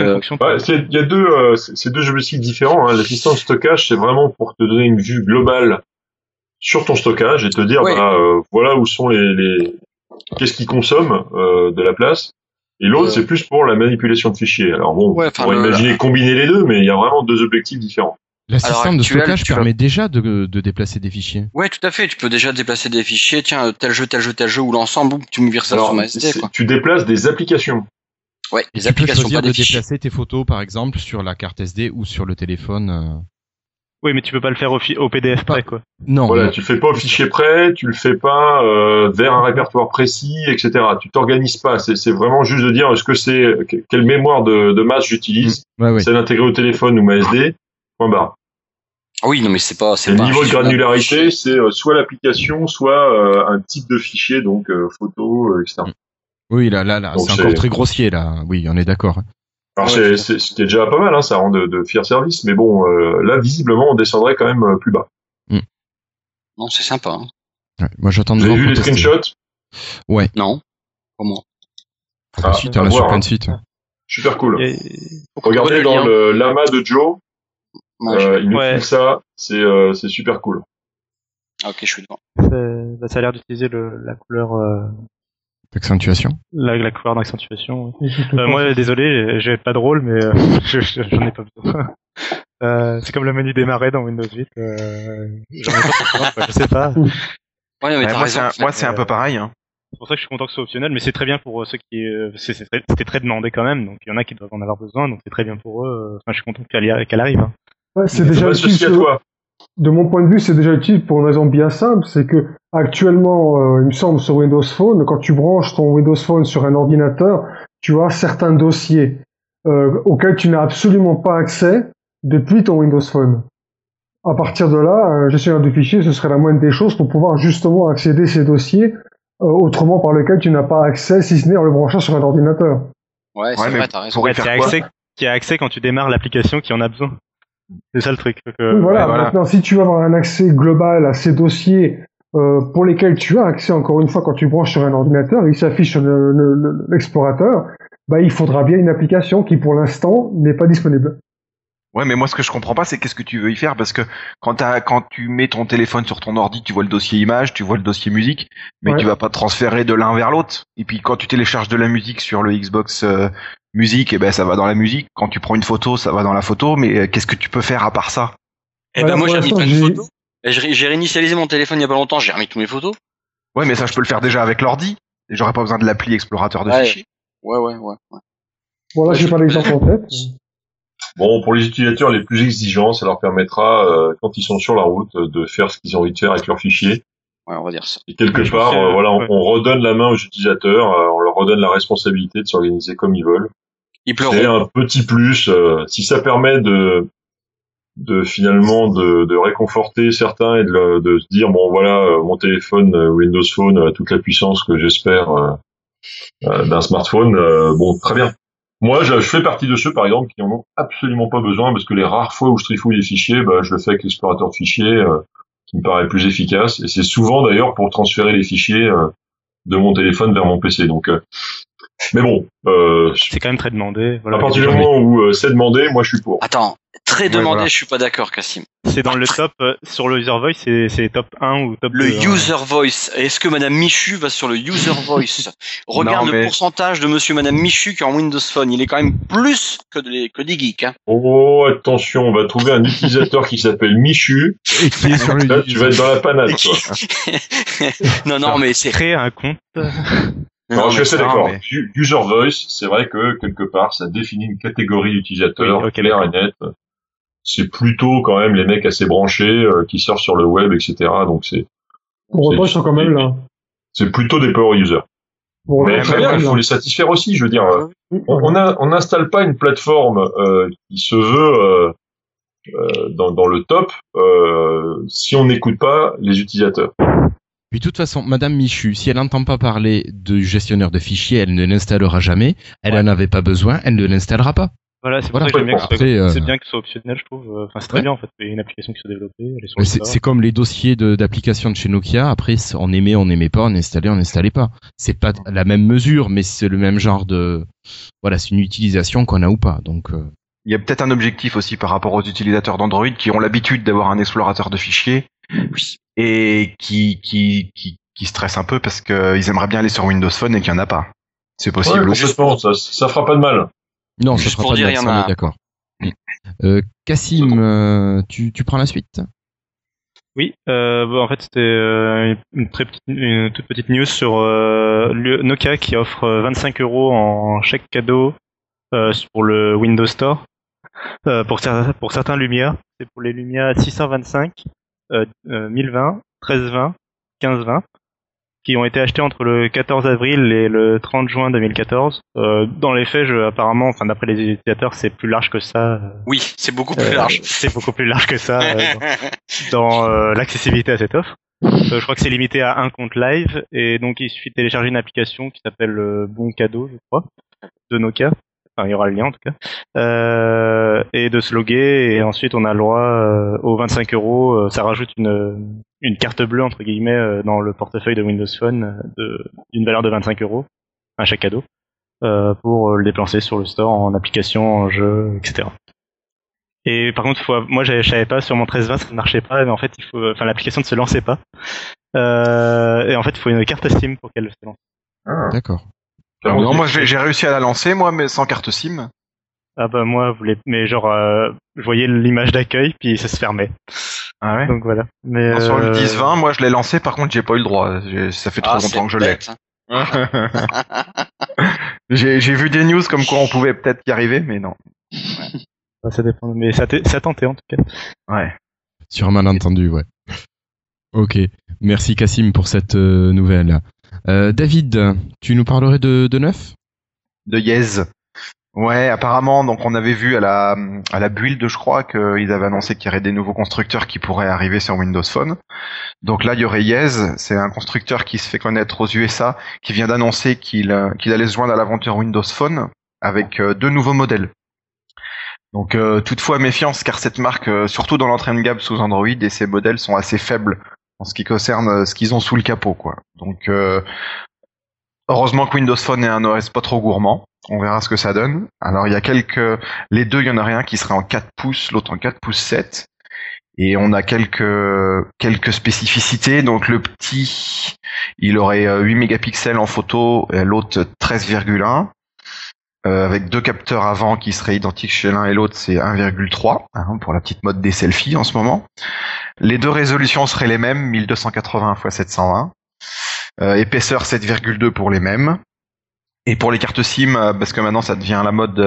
a c'est deux objectifs différents. Hein. L'assistant de stockage, c'est vraiment pour te donner une vue globale sur ton stockage et te dire, voilà où sont qu'est-ce qui consomme de la place. Et l'autre, c'est plus pour la manipulation de fichiers. Alors bon, on pourrait imaginer combiner les deux, mais il y a vraiment deux objectifs différents. L'assistant de stockage permet déjà de déplacer des fichiers. Ouais, tout à fait. Tu peux déjà déplacer des fichiers. Tiens, tel jeu, ou l'ensemble, tu me vires ça sur ma SD, quoi. Tu déplaces des applications. Ouais, les applications, pas des fichiers. Tu peux choisir de déplacer tes photos, par exemple, sur la carte SD ou sur le téléphone. Oui, mais tu peux pas le faire au PDF près, quoi. Non. Voilà, tu le fais pas au fichier près, tu le fais pas vers un répertoire précis, etc. Tu t'organises pas. C'est vraiment juste de dire est-ce que quelle mémoire de masse j'utilise, celle intégrée au téléphone ou ma SD. Point barre. Oui, non, mais c'est pas. Le niveau de granularité, c'est soit l'application, soit un type de fichier, donc photo, etc. Oui, là, c'est encore très grossier, là. Oui, on est d'accord. Alors c'était déjà pas mal, hein, ça rend de fiers services, mais bon, là visiblement on descendrait quand même plus bas. Non, c'est sympa. Hein. Ouais, moi j'attends de voir. Vous avez vu les screenshots? Ouais. Non. Comment? Ensuite, on a sur plein de sites. Super cool. Regardez dans le lama de Joe, il nous trouve ça, c'est super cool. Ok, je suis devant. Ça a l'air d'utiliser la couleur. D'accentuation. La couleur d'accentuation. Oui. Moi, désolé, j'ai pas de rôle, mais j'en ai pas besoin. C'est comme le menu démarrer dans Windows 8. J'en ai pas besoin, je sais pas. Ouais, mais moi, c'est un peu pareil. Hein. C'est pour ça que je suis content que ce soit optionnel, mais c'est très bien pour ceux qui. C'était très demandé quand même, donc il y en a qui doivent en avoir besoin, donc c'est très bien pour eux. Enfin, je suis content qu'elle arrive. Hein. Ouais, c'est déjà utile. De mon point de vue, c'est déjà utile pour une raison bien simple, c'est que actuellement, il me semble sur Windows Phone, quand tu branches ton Windows Phone sur un ordinateur, tu as certains dossiers auxquels tu n'as absolument pas accès depuis ton Windows Phone. À partir de là, un gestionnaire de fichiers, ce serait la moindre des choses pour pouvoir justement accéder à ces dossiers autrement par lesquels tu n'as pas accès, si ce n'est en le branchant sur un ordinateur. Ouais, c'est vrai, t'as raison. Qui a accès quand tu démarres l'application qui en a besoin. C'est ça le truc. Oui, voilà. Maintenant, si tu veux avoir un accès global à ces dossiers pour lesquels tu as accès, encore une fois, quand tu branches sur un ordinateur, il s'affiche sur l'explorateur, il faudra bien une application qui, pour l'instant, n'est pas disponible. Ouais, mais moi, ce que je comprends pas, c'est qu'est-ce que tu veux y faire, parce que quand tu mets ton téléphone sur ton ordi, tu vois le dossier image, tu vois le dossier musique, mais tu vas pas transférer de l'un vers l'autre. Et puis, quand tu télécharges de la musique sur le Xbox musique, ça va dans la musique. Quand tu prends une photo, ça va dans la photo, mais qu'est-ce que tu peux faire à part ça? Moi, j'ai mis plein de photos. J'ai réinitialisé mon téléphone il y a pas longtemps, j'ai remis toutes mes photos. Ouais, mais ça, je peux le faire déjà avec l'ordi. Et j'aurais pas besoin de l'appli explorateur de fichiers. Ouais. Voilà, j'ai pas l'exemple en tête. Bon, pour les utilisateurs les plus exigeants, ça leur permettra, quand ils sont sur la route, de faire ce qu'ils ont envie de faire avec leurs fichiers. Ouais, on va dire ça. Et quelque part, on redonne la main aux utilisateurs, on leur redonne la responsabilité de s'organiser comme ils veulent. C'est un petit plus. Si ça permet de finalement de réconforter certains et de se dire bon voilà, mon téléphone Windows Phone a toute la puissance que j'espère d'un smartphone, bon très bien. Moi, je fais partie de ceux, par exemple, qui en ont absolument pas besoin, parce que les rares fois où je trifouille les fichiers, je le fais avec l'explorateur de fichiers, qui me paraît plus efficace. Et c'est souvent, d'ailleurs, pour transférer les fichiers de mon téléphone vers mon PC. Donc, Mais bon, C'est quand même très demandé. Voilà, à partir du moment où c'est demandé, moi je suis pour. Attends, très demandé, voilà. je suis pas d'accord, Cassim. c'est dans le top, sur le user voice, c'est top 1 ou top 2. Le user voice. Est-ce que Madame Michu va sur le user voice? Regarde Non, le mais- pourcentage de Monsieur et Madame Michu qui est en Windows Phone. Il est quand même plus que des geeks. Hein. Oh, attention, on va trouver un utilisateur qui s'appelle Michu. Et qui est sur le Là, tu vas être dans la panade, toi. non, mais c'est. Créer un compte. Non, je suis assez mais- d'accord. non, mais- User voice, c'est vrai que quelque part, ça définit une catégorie d'utilisateurs Oui, ok, claire et d'accord. nette. C'est plutôt quand même les mecs assez branchés qui surfent sur le web, etc. Donc Pour autant, ils sont quand même là. c'est plutôt des power users. Pour Mais autant, très ils bien, sont il quand faut même les satisfaire aussi. Je veux dire, là. on n'installe pas une plateforme qui se veut dans le top si on n'écoute pas les utilisateurs. Puis de toute façon, Madame Michu, si elle n'entend pas parler de gestionnaire de fichiers, elle ne l'installera jamais. Elle en avait pas besoin, elle ne l'installera pas. Voilà, c'est pour Voilà. ça que j'aime bien que ce soit- Après, c'est bien que ce soit optionnel, je trouve. Enfin, c'est très Ouais. bien, en fait. Il y a une application qui soit développée, elle est sur le C'est store. c'est comme les dossiers d'applications de chez Nokia. Après, on n'aimait pas, on n'installait pas. C'est pas la même mesure, mais c'est le même genre de, voilà, c'est une utilisation qu'on a ou pas. Donc, Il y a peut-être un objectif aussi par rapport aux utilisateurs d'Android qui ont l'habitude d'avoir un explorateur de fichiers et qui stressent un peu parce qu'ils aimeraient bien aller sur Windows Phone et qu'il n'y en a pas. C'est possible Ouais, aussi. complètement, ça fera pas de mal. non, ça Juste fera pour pas de dire, mal, il y en ça, on a- est d'accord. Cassim, tu prends la suite? Oui, bon, en fait, c'était une toute petite news sur Nokia qui offre 25 € en chèque cadeau pour le Windows Store. Pour certains Lumia, c'est pour les Lumia 625, 1020, 1320, 1520, qui ont été achetés entre le 14 avril et le 30 juin 2014. Dans les faits, apparemment, enfin d'après les utilisateurs, c'est plus large que ça. Oui, c'est beaucoup plus large. C'est beaucoup plus large que ça dans l'accessibilité à cette offre. Je crois que c'est limité à un compte live et donc il suffit de télécharger une application qui s'appelle Bon Cadeau, je crois, de Nokia. Enfin, il y aura le lien en tout cas. Et de se loguer et ensuite on a le droit aux 25 €. Ça rajoute une carte bleue entre guillemets dans le portefeuille de Windows Phone d'une valeur de 25 €, un chèque cadeau, pour le déplacer sur le store en application, en jeu, etc. Et par contre, moi, je savais pas sur mon 1320, ça ne marchait pas. Mais en fait, l'application ne se lançait pas. Et en fait, il faut une carte SIM pour qu'elle se lance. D'accord. Non, moi j'ai réussi à la lancer, moi, mais sans carte SIM. Ah bah moi, mais genre, je voyais l'image d'accueil, puis ça se fermait. Ah ouais. Donc voilà. Mais Non, sur le 10-20, moi je l'ai lancé, par contre j'ai pas eu le droit. Ça fait trop Ah, longtemps que je c'est l'ai. bête, hein. J'ai vu des news comme quoi on pouvait peut-être y arriver, mais non. ça dépend. Mais ça tentait en tout cas. Ouais. Sur un malentendu, ouais. Ok. Merci Cassim pour cette nouvelle. David, tu nous parlerais de neuf? De Yes. Ouais, apparemment, donc on avait vu à la build, je crois, qu'ils avaient annoncé qu'il y aurait des nouveaux constructeurs qui pourraient arriver sur Windows Phone. Donc là, il y aurait Yes, c'est un constructeur qui se fait connaître aux USA, qui vient d'annoncer qu'il allait se joindre à l'aventure Windows Phone avec 2 nouveaux modèles. Donc toutefois méfiance, car cette marque, surtout dans l'entrée de gamme sous Android, et ses modèles sont assez faibles en ce qui concerne ce qu'ils ont sous le capot, quoi. Donc heureusement que Windows Phone est un OS pas trop gourmand. On verra ce que ça donne. Alors il y a les deux, il y en aurait un qui serait en 4 pouces, l'autre en 4 pouces 7. Et on a quelques spécificités. Donc le petit, il aurait 8 mégapixels en photo, et l'autre 13,1. Avec 2 capteurs avant qui seraient identiques chez l'un et l'autre, c'est 1,3 pour la petite mode des selfies en ce moment. Les 2 résolutions seraient les mêmes, 1280 x 720. Épaisseur 7,2 pour les mêmes. Et pour les cartes SIM, parce que maintenant ça devient la mode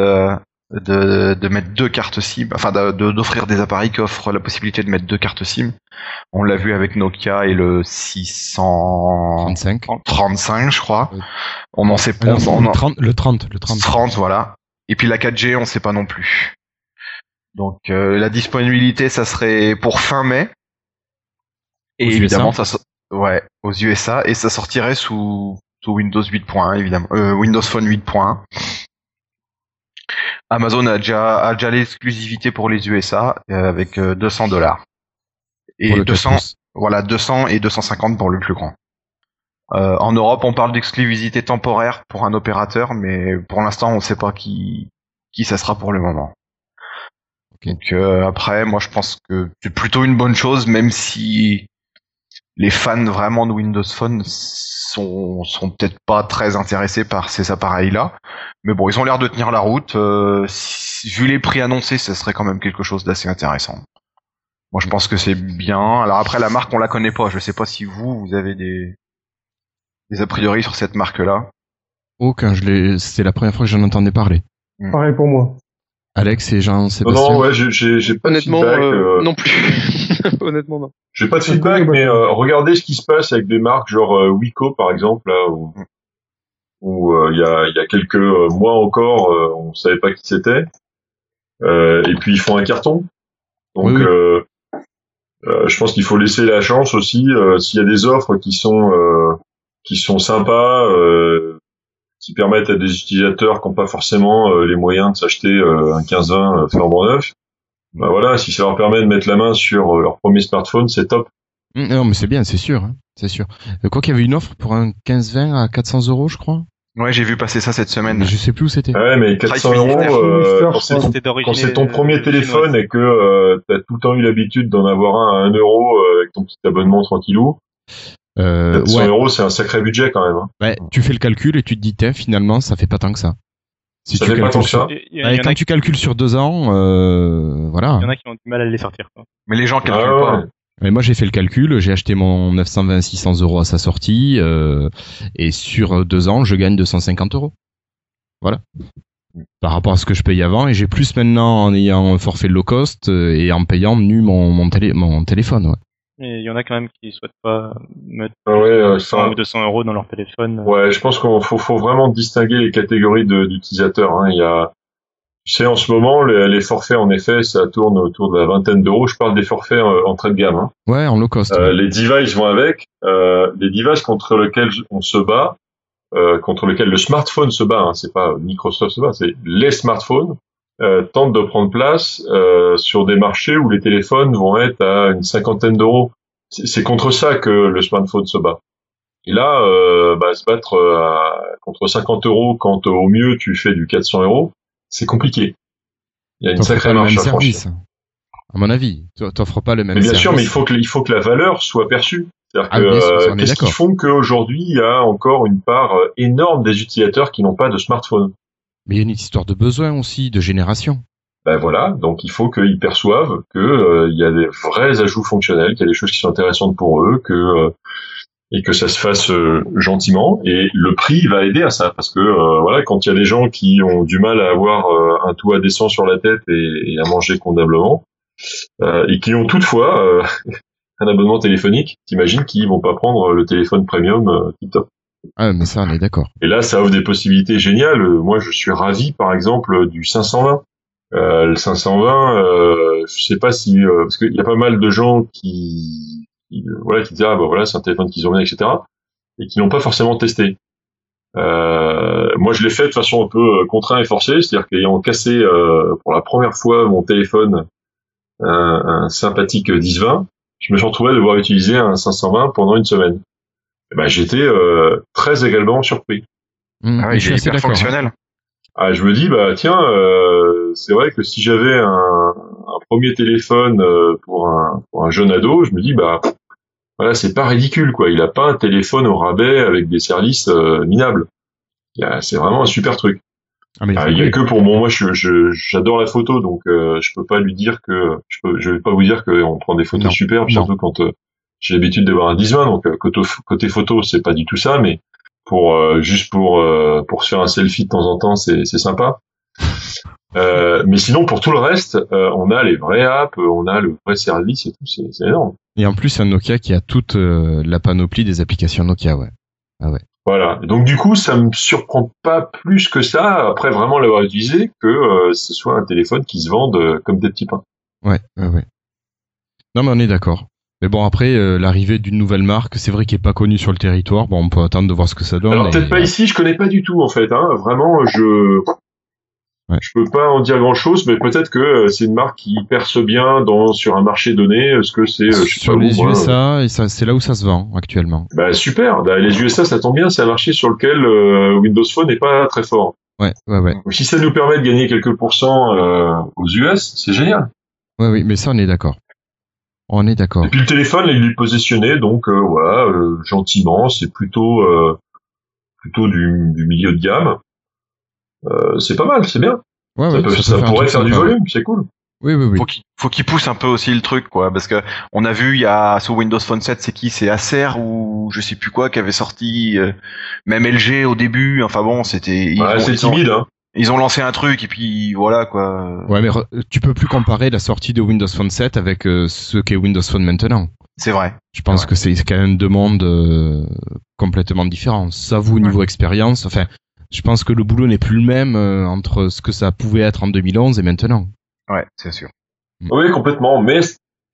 de mettre 2 cartes SIM, enfin d'offrir des appareils qui offrent la possibilité de mettre 2 cartes SIM. On l'a vu avec Nokia et le 635, je crois. On n'en sait pas. Le 30. 30, voilà. Et puis la 4G, on sait pas non plus. Donc la disponibilité, ça serait pour fin mai. Et aux évidemment, USA. aux USA, et ça sortirait sous Windows 8.1, évidemment. Windows Phone 8.1. Amazon a déjà l'exclusivité pour les USA avec $200. Et Pour le 200, 4 pouces. voilà, 200 et 250 pour le plus grand. En Europe, on parle d'exclusivité temporaire pour un opérateur, mais pour l'instant, on ne sait pas qui ça sera pour le moment. Okay. Donc après, moi, je pense que c'est plutôt une bonne chose, même si les fans vraiment de Windows Phone sont peut-être pas très intéressés par ces appareils-là. Mais bon, ils ont l'air de tenir la route. Vu les prix annoncés, ce serait quand même quelque chose d'assez intéressant. Moi, je pense que c'est bien. Alors après, la marque, on la connaît pas. Je sais pas si vous avez des a priori sur cette marque-là. Aucun, c'est la première fois que j'en entendais parler. Pareil pour moi. Alex et Jean-Sébastien. Non, ouais, j'ai pas Honnêtement, de feedback. non plus. Honnêtement, non. J'ai pas de feedback, mais regardez ce qui se passe avec des marques genre Wiko, par exemple, là, où il y a quelques mois encore, on savait pas qui c'était. Et puis ils font un carton. Donc, oui. je pense qu'il faut laisser la chance aussi, s'il y a des offres qui sont sympas, qui permettent à des utilisateurs qui n'ont pas forcément les moyens de s'acheter un 15-20 flambant neuf. Bah voilà, si ça leur permet de mettre la main sur leur premier smartphone, c'est top. Non, mais c'est bien, c'est sûr, hein, c'est sûr. Quoi qu'il y avait une offre pour un 15-20 à 400 €, je crois. Ouais, j'ai vu passer ça cette semaine. Mais je sais plus où c'était. Ouais, mais 400 €, quand c'est ton premier téléphone et que t'as tout le temps eu l'habitude d'en avoir un à 1 € avec ton petit abonnement tranquillou. 400 €, c'est un sacré budget quand même. Hein. Ouais, tu fais le calcul et tu te dis, finalement, ça fait pas tant que ça. Si ça tu fait pas tant que ça. Quand tu calcules sur 2 ans, voilà. Il y en a qui ont du mal à les sortir, quoi. Mais les gens calculent pas. Mais moi, j'ai fait le calcul, j'ai acheté mon 920-600 € à sa sortie, et sur 2 ans, je gagne 250 €. Voilà. Par rapport à ce que je paye avant, et j'ai plus maintenant en ayant un forfait low cost et en payant mon téléphone, ouais. Et il y en a quand même qui souhaitent pas mettre 100 ou 200 € dans leur téléphone. Ouais, je pense qu'il faut vraiment distinguer les catégories d'utilisateurs. Hein. Il y a, tu sais, en ce moment, les forfaits, en effet, ça tourne autour de la vingtaine d'euros. Je parle des forfaits entrée de gamme. Hein. Ouais, en low cost. Les devices vont avec. Les devices contre lesquels on se bat, contre lesquels le smartphone se bat, hein, c'est pas Microsoft se bat, c'est les smartphones, tentent de prendre place sur des marchés où les téléphones vont être à une cinquantaine d'euros. C'est contre ça que le smartphone se bat. Et là, se battre contre 50 € quand au mieux tu fais du 400 €, c'est compliqué. Il y a une sacrée marche à franchir. À mon avis, t'offres pas le même mais bien service. sûr, mais il faut que la valeur soit perçue. C'est-à-dire que qu'est-ce qui font qu'aujourd'hui il y a encore une part énorme des utilisateurs qui n'ont pas de smartphone. Mais il y a une histoire de besoin aussi, de génération. Ben voilà, donc il faut qu'ils perçoivent que il y a des vrais ajouts fonctionnels, qu'il y a des choses qui sont intéressantes pour eux, et que ça se fasse gentiment. Et le prix va aider à ça, parce que voilà, quand il y a des gens qui ont du mal à avoir un toit décent sur la tête et à manger convenablement, et qui ont toutefois un abonnement téléphonique, t'imagines qu'ils vont pas prendre le téléphone premium tip-top. Ah, mais ça, on est d'accord. Et là, ça offre des possibilités géniales. Moi, je suis ravi, par exemple, du 520. Le 520, je sais pas si... parce qu'il y a pas mal de gens qui disent, ah, bah voilà, c'est un téléphone qu'ils ont mis, etc. Et qui n'ont pas forcément testé. Moi, je l'ai fait de façon un peu contraint et forcée, c'est-à-dire qu'ayant cassé pour la première fois mon téléphone, un sympathique 1020, je me suis retrouvé à devoir utiliser un 520 pendant une semaine. Et ben, j'étais très également surpris. Ah oui, il est hyper fonctionnel. Ah, je me dis, bah tiens, c'est vrai que si j'avais un premier téléphone pour un jeune ado, je me dis, bah voilà, c'est pas ridicule, quoi. Il a pas un téléphone au rabais avec des services minables. C'est vraiment un super truc. Il y a que pour moi, j'adore la photo, donc je peux pas lui dire que je vais pas vous dire qu'on prend des photos superbes, surtout quand j'ai l'habitude d'avoir un 10-20, donc côté photo, c'est pas du tout ça, mais juste pour se faire un selfie de temps en temps, c'est sympa. Mais sinon, pour tout le reste, on a les vraies apps, on a le vrai service et tout, c'est énorme. Et en plus, un Nokia qui a toute la panoplie des applications Nokia, ouais. Ah ouais. Voilà. Donc du coup, ça me surprend pas plus que ça, après vraiment l'avoir utilisé, que ce soit un téléphone qui se vende comme des petits pains. Ouais. Non, mais on est d'accord. Mais bon, après, l'arrivée d'une nouvelle marque, c'est vrai qu'elle est pas connue sur le territoire. Bon, on peut attendre de voir ce que ça donne. Alors peut-être pas ici, je connais pas du tout en fait. Hein. Vraiment, Ouais. Je peux pas en dire grand-chose, mais peut-être que c'est une marque qui perce bien sur un marché donné. Est-ce que c'est je sais Sur pas les où, USA, et ça, c'est là où ça se vend actuellement. Bah super. Bah, les USA, ça tombe bien, c'est un marché sur lequel Windows Phone n'est pas très fort. Ouais. Donc, si ça nous permet de gagner quelques pourcents aux US, c'est génial. Oui, mais ça, on est d'accord. Et puis le téléphone, là, il est positionné, donc gentiment, c'est plutôt du milieu de gamme. C'est pas mal, c'est bien. Ça pourrait faire du volume, c'est cool. Oui. Faut qu'il pousse un peu aussi le truc, quoi, parce que on a vu, il y a sous Windows Phone 7, c'est Acer ou je sais plus quoi qui avait sorti, même LG au début. Enfin bon, c'était. C'est timide, hein. Ils ont lancé un truc et puis voilà quoi. Ouais, mais tu peux plus comparer la sortie de Windows Phone 7 avec ce qu'est Windows Phone maintenant. C'est vrai. Je pense que c'est quand même deux mondes complètement différents. Ça vous au niveau expérience, enfin, je pense que le boulot n'est plus le même entre ce que ça pouvait être en 2011 et maintenant. Ouais, c'est sûr. Oui, complètement. Mais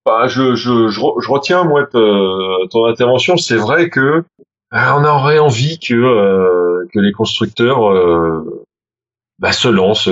je retiens moi ton intervention. C'est vrai que on aurait envie que les constructeurs se lancent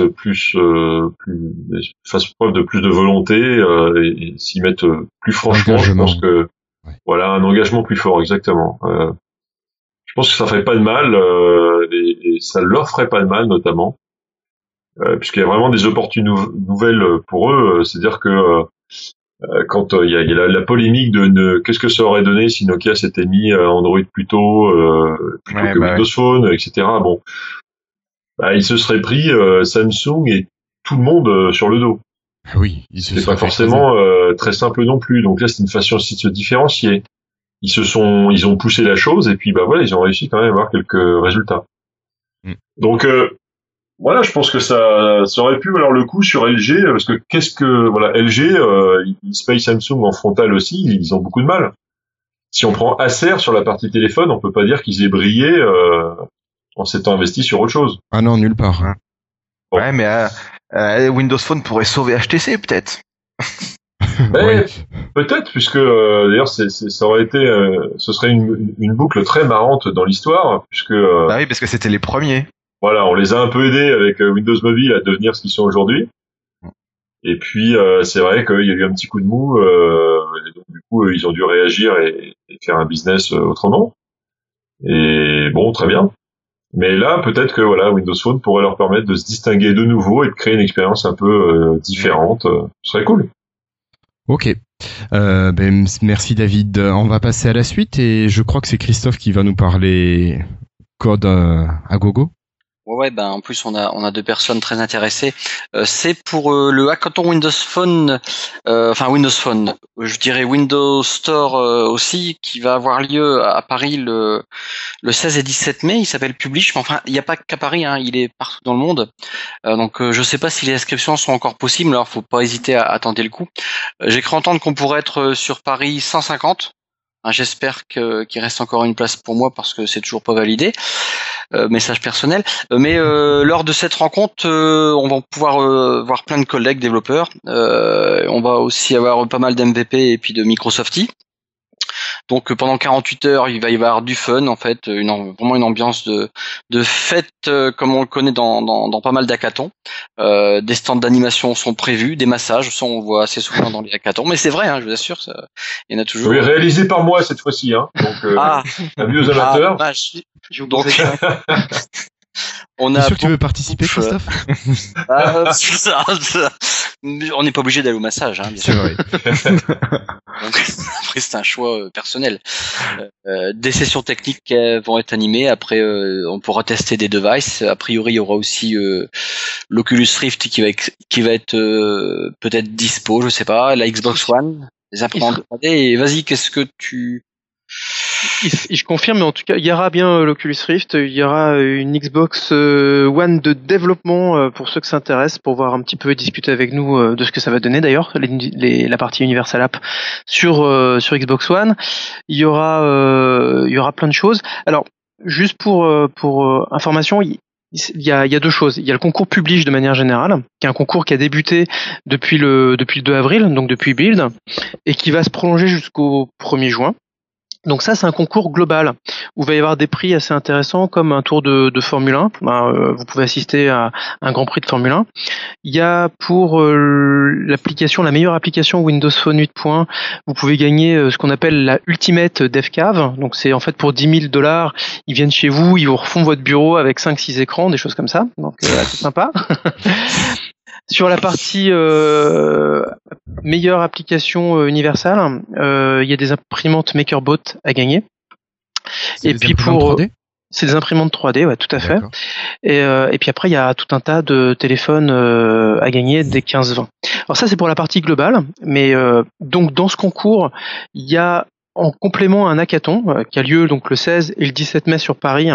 fassent preuve de plus de volonté et s'y mettent plus franchement. Je pense que voilà, un engagement plus fort, exactement. Je pense que ça ferait pas de mal et ça leur ferait pas de mal notamment. Puisqu'il y a vraiment des opportunités nouvelles pour eux, c'est-à-dire que quand il y a la polémique de qu'est-ce que ça aurait donné si Nokia s'était mis Android plutôt que Windows Phone, etc. Bon, il se serait pris Samsung et tout le monde sur le dos. Ah oui, c'est pas forcément très simple non plus. Donc là, c'est une façon aussi de se différencier. Ils ont poussé la chose et puis voilà, ils ont réussi quand même à avoir quelques résultats. Donc voilà, je pense que ça aurait pu valoir le coup sur LG, parce que LG, ils se payent Samsung en frontal aussi, ils ont beaucoup de mal. Si on prend Acer sur la partie téléphone, on peut pas dire qu'ils aient brillé en s'étant investis sur autre chose. Ah non, nulle part. Hein. Bon. Ouais, mais Windows Phone pourrait sauver HTC peut-être. Peut-être, puisque d'ailleurs ça aurait été, ce serait une boucle très marrante dans l'histoire, puisque. Oui, parce que c'était les premiers. Voilà, on les a un peu aidés avec Windows Mobile à devenir ce qu'ils sont aujourd'hui. Et puis c'est vrai qu'il y a eu un petit coup de mou, et donc du coup ils ont dû réagir et faire un business autrement. Et bon, très bien. Mais là, peut-être que Windows Phone pourrait leur permettre de se distinguer de nouveau et de créer une expérience un peu différente. Ce serait cool. Ok. Merci David. On va passer à la suite et je crois que c'est Christophe qui va nous parler code à gogo. Ouais, en plus on a deux personnes très intéressées. C'est pour le hackathon Windows Phone, Windows Phone, je dirais Windows Store aussi, qui va avoir lieu à Paris le 16 et 17 mai. Il s'appelle Publish, mais enfin il n'y a pas qu'à Paris, hein, il est partout dans le monde. Donc je sais pas si les inscriptions sont encore possibles, alors faut pas hésiter à tenter le coup. J'ai cru entendre qu'on pourrait être sur Paris 150. J'espère qu'il reste encore une place pour moi parce que c'est toujours pas validé. Message personnel. Mais lors de cette rencontre, on va pouvoir voir plein de collègues développeurs. On va aussi avoir pas mal d'MVP et puis de Microsoftie. Donc pendant 48 heures, il va y avoir du fun en fait, vraiment une ambiance de fête comme on le connaît dans pas mal d'hackathons. Des stands d'animation sont prévus, des massages, ça on voit assez souvent dans les hackathons, mais c'est vrai, je vous assure, il y en a toujours. Oui, réalisé par moi cette fois-ci, donc amis aux amateurs. Donc on a. T'es sûr que tu veux participer, Christophe? On n'est pas obligé d'aller au massage, bien sûr. C'est vrai. Donc, après, c'est un choix personnel. Des sessions techniques vont être animées. Après, on pourra tester des devices. A priori, il y aura aussi l'Oculus Rift qui va être peut-être dispo, je sais pas. La Xbox One, les imprimantes 3D. Et vas-y, qu'est-ce que tu... Je confirme, mais en tout cas, il y aura bien l'Oculus Rift, il y aura une Xbox One de développement pour ceux que ça intéresse, pour voir un petit peu et discuter avec nous de ce que ça va donner d'ailleurs, la partie Universal App sur Xbox One. Il y aura plein de choses. Alors, juste pour information, il y a deux choses. Il y a le concours Publish de manière générale, qui est un concours qui a débuté depuis le 2 avril, donc depuis Build, et qui va se prolonger jusqu'au 1er juin. Donc ça, c'est un concours global où il va y avoir des prix assez intéressants comme un tour de Formule 1. Vous pouvez assister à un Grand Prix de Formule 1. Il y a pour l'application, la meilleure application Windows Phone 8.1, vous pouvez gagner ce qu'on appelle la Ultimate Dev Cave. Donc c'est en fait pour $10,000, ils viennent chez vous, ils vous refont votre bureau avec 5-6 écrans, des choses comme ça. Donc c'est sympa. Sur la partie meilleure application universelle, il y a des imprimantes MakerBot à gagner. Et puis pour 3D c'est des imprimantes 3D, ouais, tout à fait. Et puis après, il y a tout un tas de téléphones à gagner dès 15-20. Alors ça, c'est pour la partie globale. Mais donc dans ce concours, il y a en complément un hackathon qui a lieu donc le 16 et le 17 mai sur Paris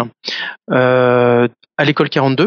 à l'école 42.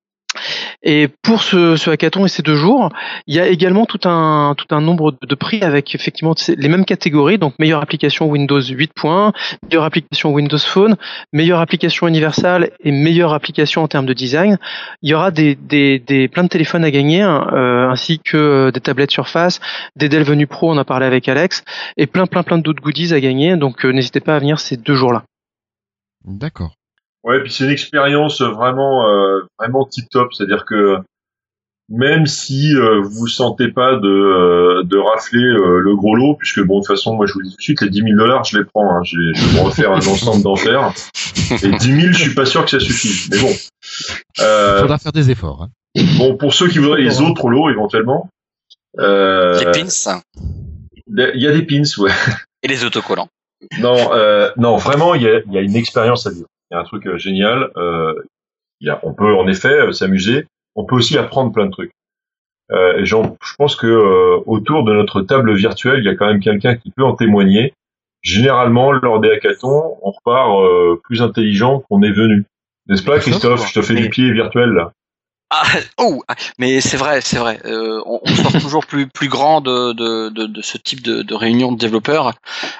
Et pour ce hackathon et ces 2 jours, il y a également tout un nombre de prix avec effectivement les mêmes catégories, donc meilleure application Windows 8.1, meilleure application Windows Phone, meilleure application universelle et meilleure application en termes de design. Il y aura plein de téléphones à gagner, ainsi que des tablettes Surface, des Dell Venue Pro, on a parlé avec Alex, et plein d'autres goodies à gagner, donc n'hésitez pas à venir ces 2 jours-là. D'accord. Ouais, puis c'est une expérience vraiment tip top, c'est-à-dire que même si vous sentez pas de rafler le gros lot, puisque bon de toute façon moi je vous dis tout de suite les $10,000 je les prends, hein, je vais me refaire un ensemble d'enfer. Et 10 000 je suis pas sûr que ça suffise, mais bon. Faudra faire des efforts. Hein. Bon pour ceux qui voudraient les autres lots éventuellement. Les pins. Il y a des pins, ouais. Et les autocollants. Non, vraiment il y a une expérience à vivre. Il y a un truc génial. On peut en effet s'amuser. On peut aussi apprendre plein de trucs. Et je pense que autour de notre table virtuelle, il y a quand même quelqu'un qui peut en témoigner. Généralement, lors des hackathons, on repart plus intelligent qu'on est venu. N'est-ce pas, Christophe? Je te fais du pied virtuel là. Mais c'est vrai. On sort toujours plus grand de ce type de réunion de développeurs.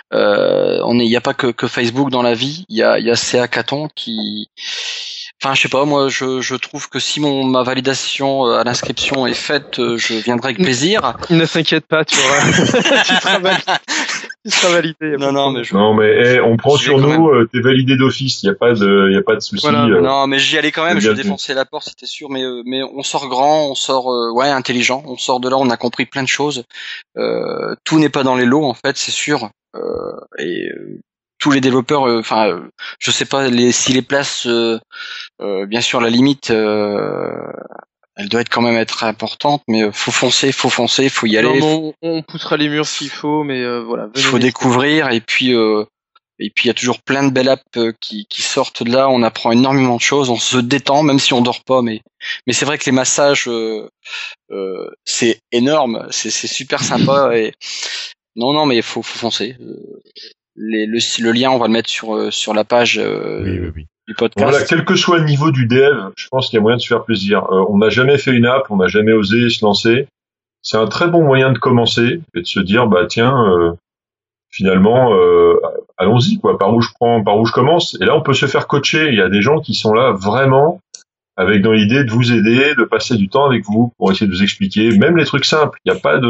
Il n'y a pas que Facebook dans la vie. Il y a ces hackathons qui. Enfin, je sais pas. Moi, je trouve que si ma validation à l'inscription est faite, je viendrai avec plaisir. Ne t'inquiète pas, tu seras validé. Non, mais on prend sur nous. T'es validé d'office. Il y a pas de souci. Voilà, non, mais j'y allais quand même. Je défonçais la porte, c'était sûr. Mais on sort grand, on sort intelligent. On sort de là, on a compris plein de choses. Tout n'est pas dans les lots en fait, c'est sûr. Tous les développeurs, je sais pas si les places, bien sûr la limite, elle doit quand même être importante, mais faut foncer, faut y aller. Non, on poussera les murs s'il faut, mais voilà. Il faut découvrir et puis il y a toujours plein de belles apps qui sortent de là. On apprend énormément de choses, on se détend même si on dort pas, mais c'est vrai que les massages, c'est énorme, c'est super sympa et non mais faut foncer. Le lien, on va le mettre sur la page du podcast. Voilà, quel que soit le niveau du dev, je pense qu'il y a moyen de se faire plaisir. On n'a jamais fait une app, on n'a jamais osé se lancer. C'est un très bon moyen de commencer et de se dire finalement allons-y quoi, par où je commence. Et là on peut se faire coacher. Il y a des gens qui sont là vraiment avec dans l'idée de vous aider, de passer du temps avec vous pour essayer de vous expliquer, même les trucs simples. Il n'y a pas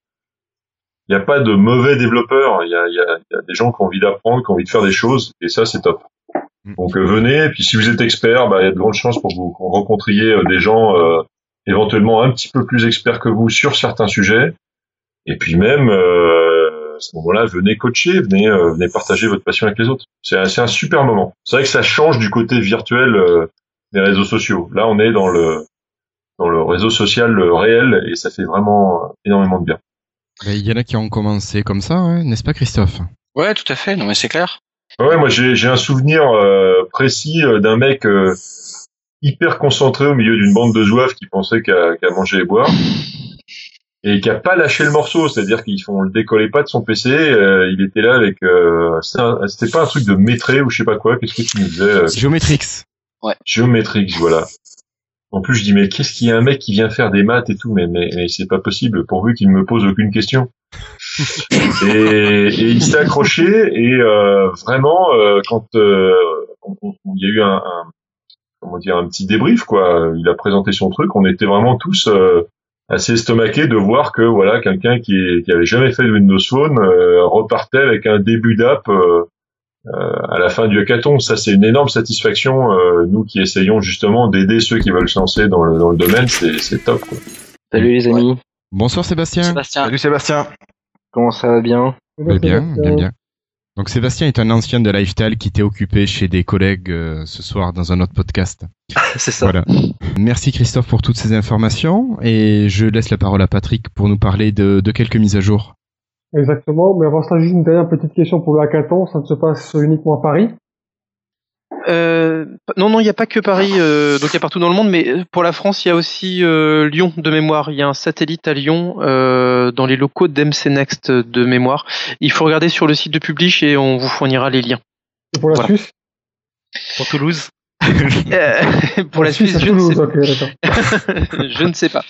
de mauvais développeurs, il y a des gens qui ont envie d'apprendre, qui ont envie de faire des choses, et ça c'est top. Donc venez, et puis si vous êtes expert, il y a de grandes chances pour que vous rencontriez des gens éventuellement un petit peu plus experts que vous sur certains sujets, et puis même à ce moment-là, venez coacher, venez partager votre passion avec les autres. C'est un super moment. C'est vrai que ça change du côté virtuel des réseaux sociaux. Là on est dans le réseau social réel, et ça fait vraiment énormément de bien. Il y en a qui ont commencé comme ça, hein, n'est-ce pas Christophe? Ouais, tout à fait, non mais c'est clair. Ouais, moi j'ai un souvenir précis d'un mec hyper concentré au milieu d'une bande de zouaves qui pensait qu'à manger et boire, et qui a pas lâché le morceau, c'est-à-dire qu'il le décollait pas de son PC, il était là avec c'était pas un truc de Métré ou je sais pas quoi, qu'est-ce que tu nous disais Geometrix. Ouais. Geometrix, voilà. En plus, je dis, mais qu'est-ce qu'il y a un mec qui vient faire des maths et tout, mais c'est pas possible, pourvu qu'il ne me pose aucune question. et il s'est accroché, et vraiment, quand il y a eu un petit débrief, quoi, il a présenté son truc, on était vraiment tous assez estomaqués de voir que voilà, quelqu'un qui avait jamais fait de Windows Phone repartait avec un début d'app à la fin du hackathon. Ça, c'est une énorme satisfaction. Nous qui essayons justement d'aider ceux qui veulent se lancer dans le domaine, c'est top, quoi. Salut les amis. Bonsoir Sébastien. Salut Sébastien. Comment ça va bien? Bien. Donc Sébastien est un ancien de Lifestyle qui était occupé chez des collègues ce soir dans un autre podcast. C'est ça. Voilà. Merci Christophe pour toutes ces informations et je laisse la parole à Patrick pour nous parler de quelques mises à jour. Exactement, mais avant cela, juste une dernière petite question pour le hackathon, ça ne se passe uniquement à Paris? Non, il n'y a pas que Paris, donc il y a partout dans le monde, mais pour la France, il y a aussi Lyon de mémoire. Il y a un satellite à Lyon dans les locaux d'MC Next de mémoire. Il faut regarder sur le site de Publish et on vous fournira les liens. Et pour la Suisse? Pour Toulouse. Pour la Suisse, je ne sais pas. Je ne sais pas.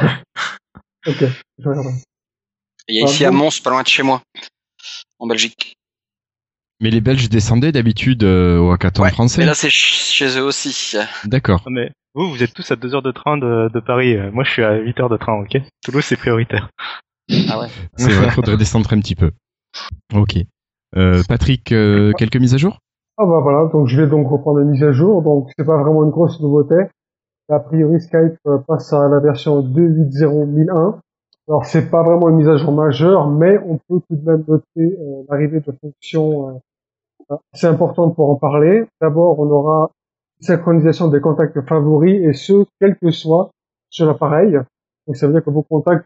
Ok, je regarde. Il y a ici à Mons, pas loin de chez moi, en Belgique. Mais les Belges descendaient d'habitude au hackathon français. Mais là, c'est chez eux aussi. D'accord. Mais vous êtes tous à 2 heures de train de Paris. Moi, je suis à 8 heures de train, ok? Toulouse, c'est prioritaire. Ah ouais. C'est vrai, faudrait descendre un petit peu. Ok. Patrick, quelques mises à jour? Ah bah voilà, donc je vais donc reprendre les mises à jour, donc c'est pas vraiment une grosse nouveauté. A priori, Skype passe à la version 2.8.0.1001. Alors c'est pas vraiment une mise à jour majeure, mais on peut tout de même noter l'arrivée de fonctions assez importantes pour en parler. D'abord, on aura une synchronisation des contacts favoris, et ce, quel que soit sur l'appareil. Donc ça veut dire que vos contacts,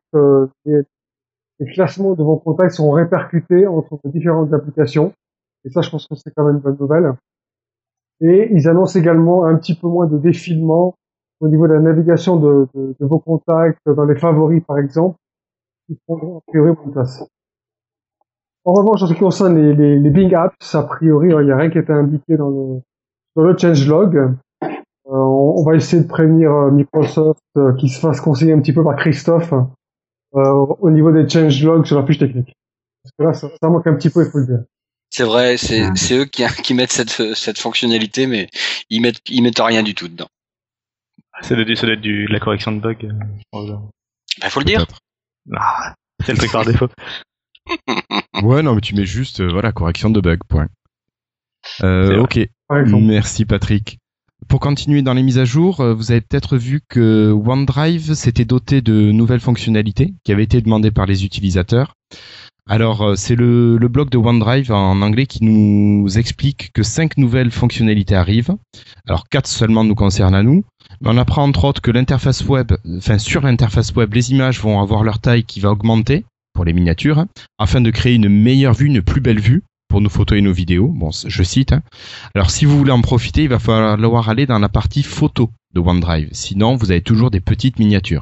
les classements de vos contacts seront répercutés entre différentes applications. Et ça, je pense que c'est quand même une bonne nouvelle. Et ils annoncent également un petit peu moins de défilement au niveau de la navigation de vos contacts dans les favoris, par exemple, qui prendront a priori moins de place. En revanche, en ce qui concerne les Bing Apps, a priori, il n'y a rien qui a été indiqué dans le changelog. On va essayer de prévenir Microsoft qui se fasse conseiller un petit peu par Christophe au niveau des changelogs sur la fiche technique. Parce que là, ça manque un petit peu, il faut le dire. C'est vrai, c'est eux qui mettent cette fonctionnalité, mais ils mettent rien du tout dedans. Ça doit être de la correction de bugs. Bah, faut le dire. Ah, c'est le truc par défaut. Ouais, non, mais tu mets juste, voilà, correction de bug, point. Ok. Merci Patrick. Pour continuer dans les mises à jour, vous avez peut-être vu que OneDrive s'était doté de nouvelles fonctionnalités qui avaient été demandées par les utilisateurs. Alors, c'est le blog de OneDrive en anglais qui nous explique que 5 nouvelles fonctionnalités arrivent. Alors, 4 seulement nous concernent à nous. Mais on apprend entre autres que l'interface web, sur l'interface web, les images vont avoir leur taille qui va augmenter pour les miniatures, afin de créer une meilleure vue, une plus belle vue pour nos photos et nos vidéos. Bon, je cite. Alors, si vous voulez en profiter, il va falloir aller dans la partie photo de OneDrive. Sinon, vous avez toujours des petites miniatures.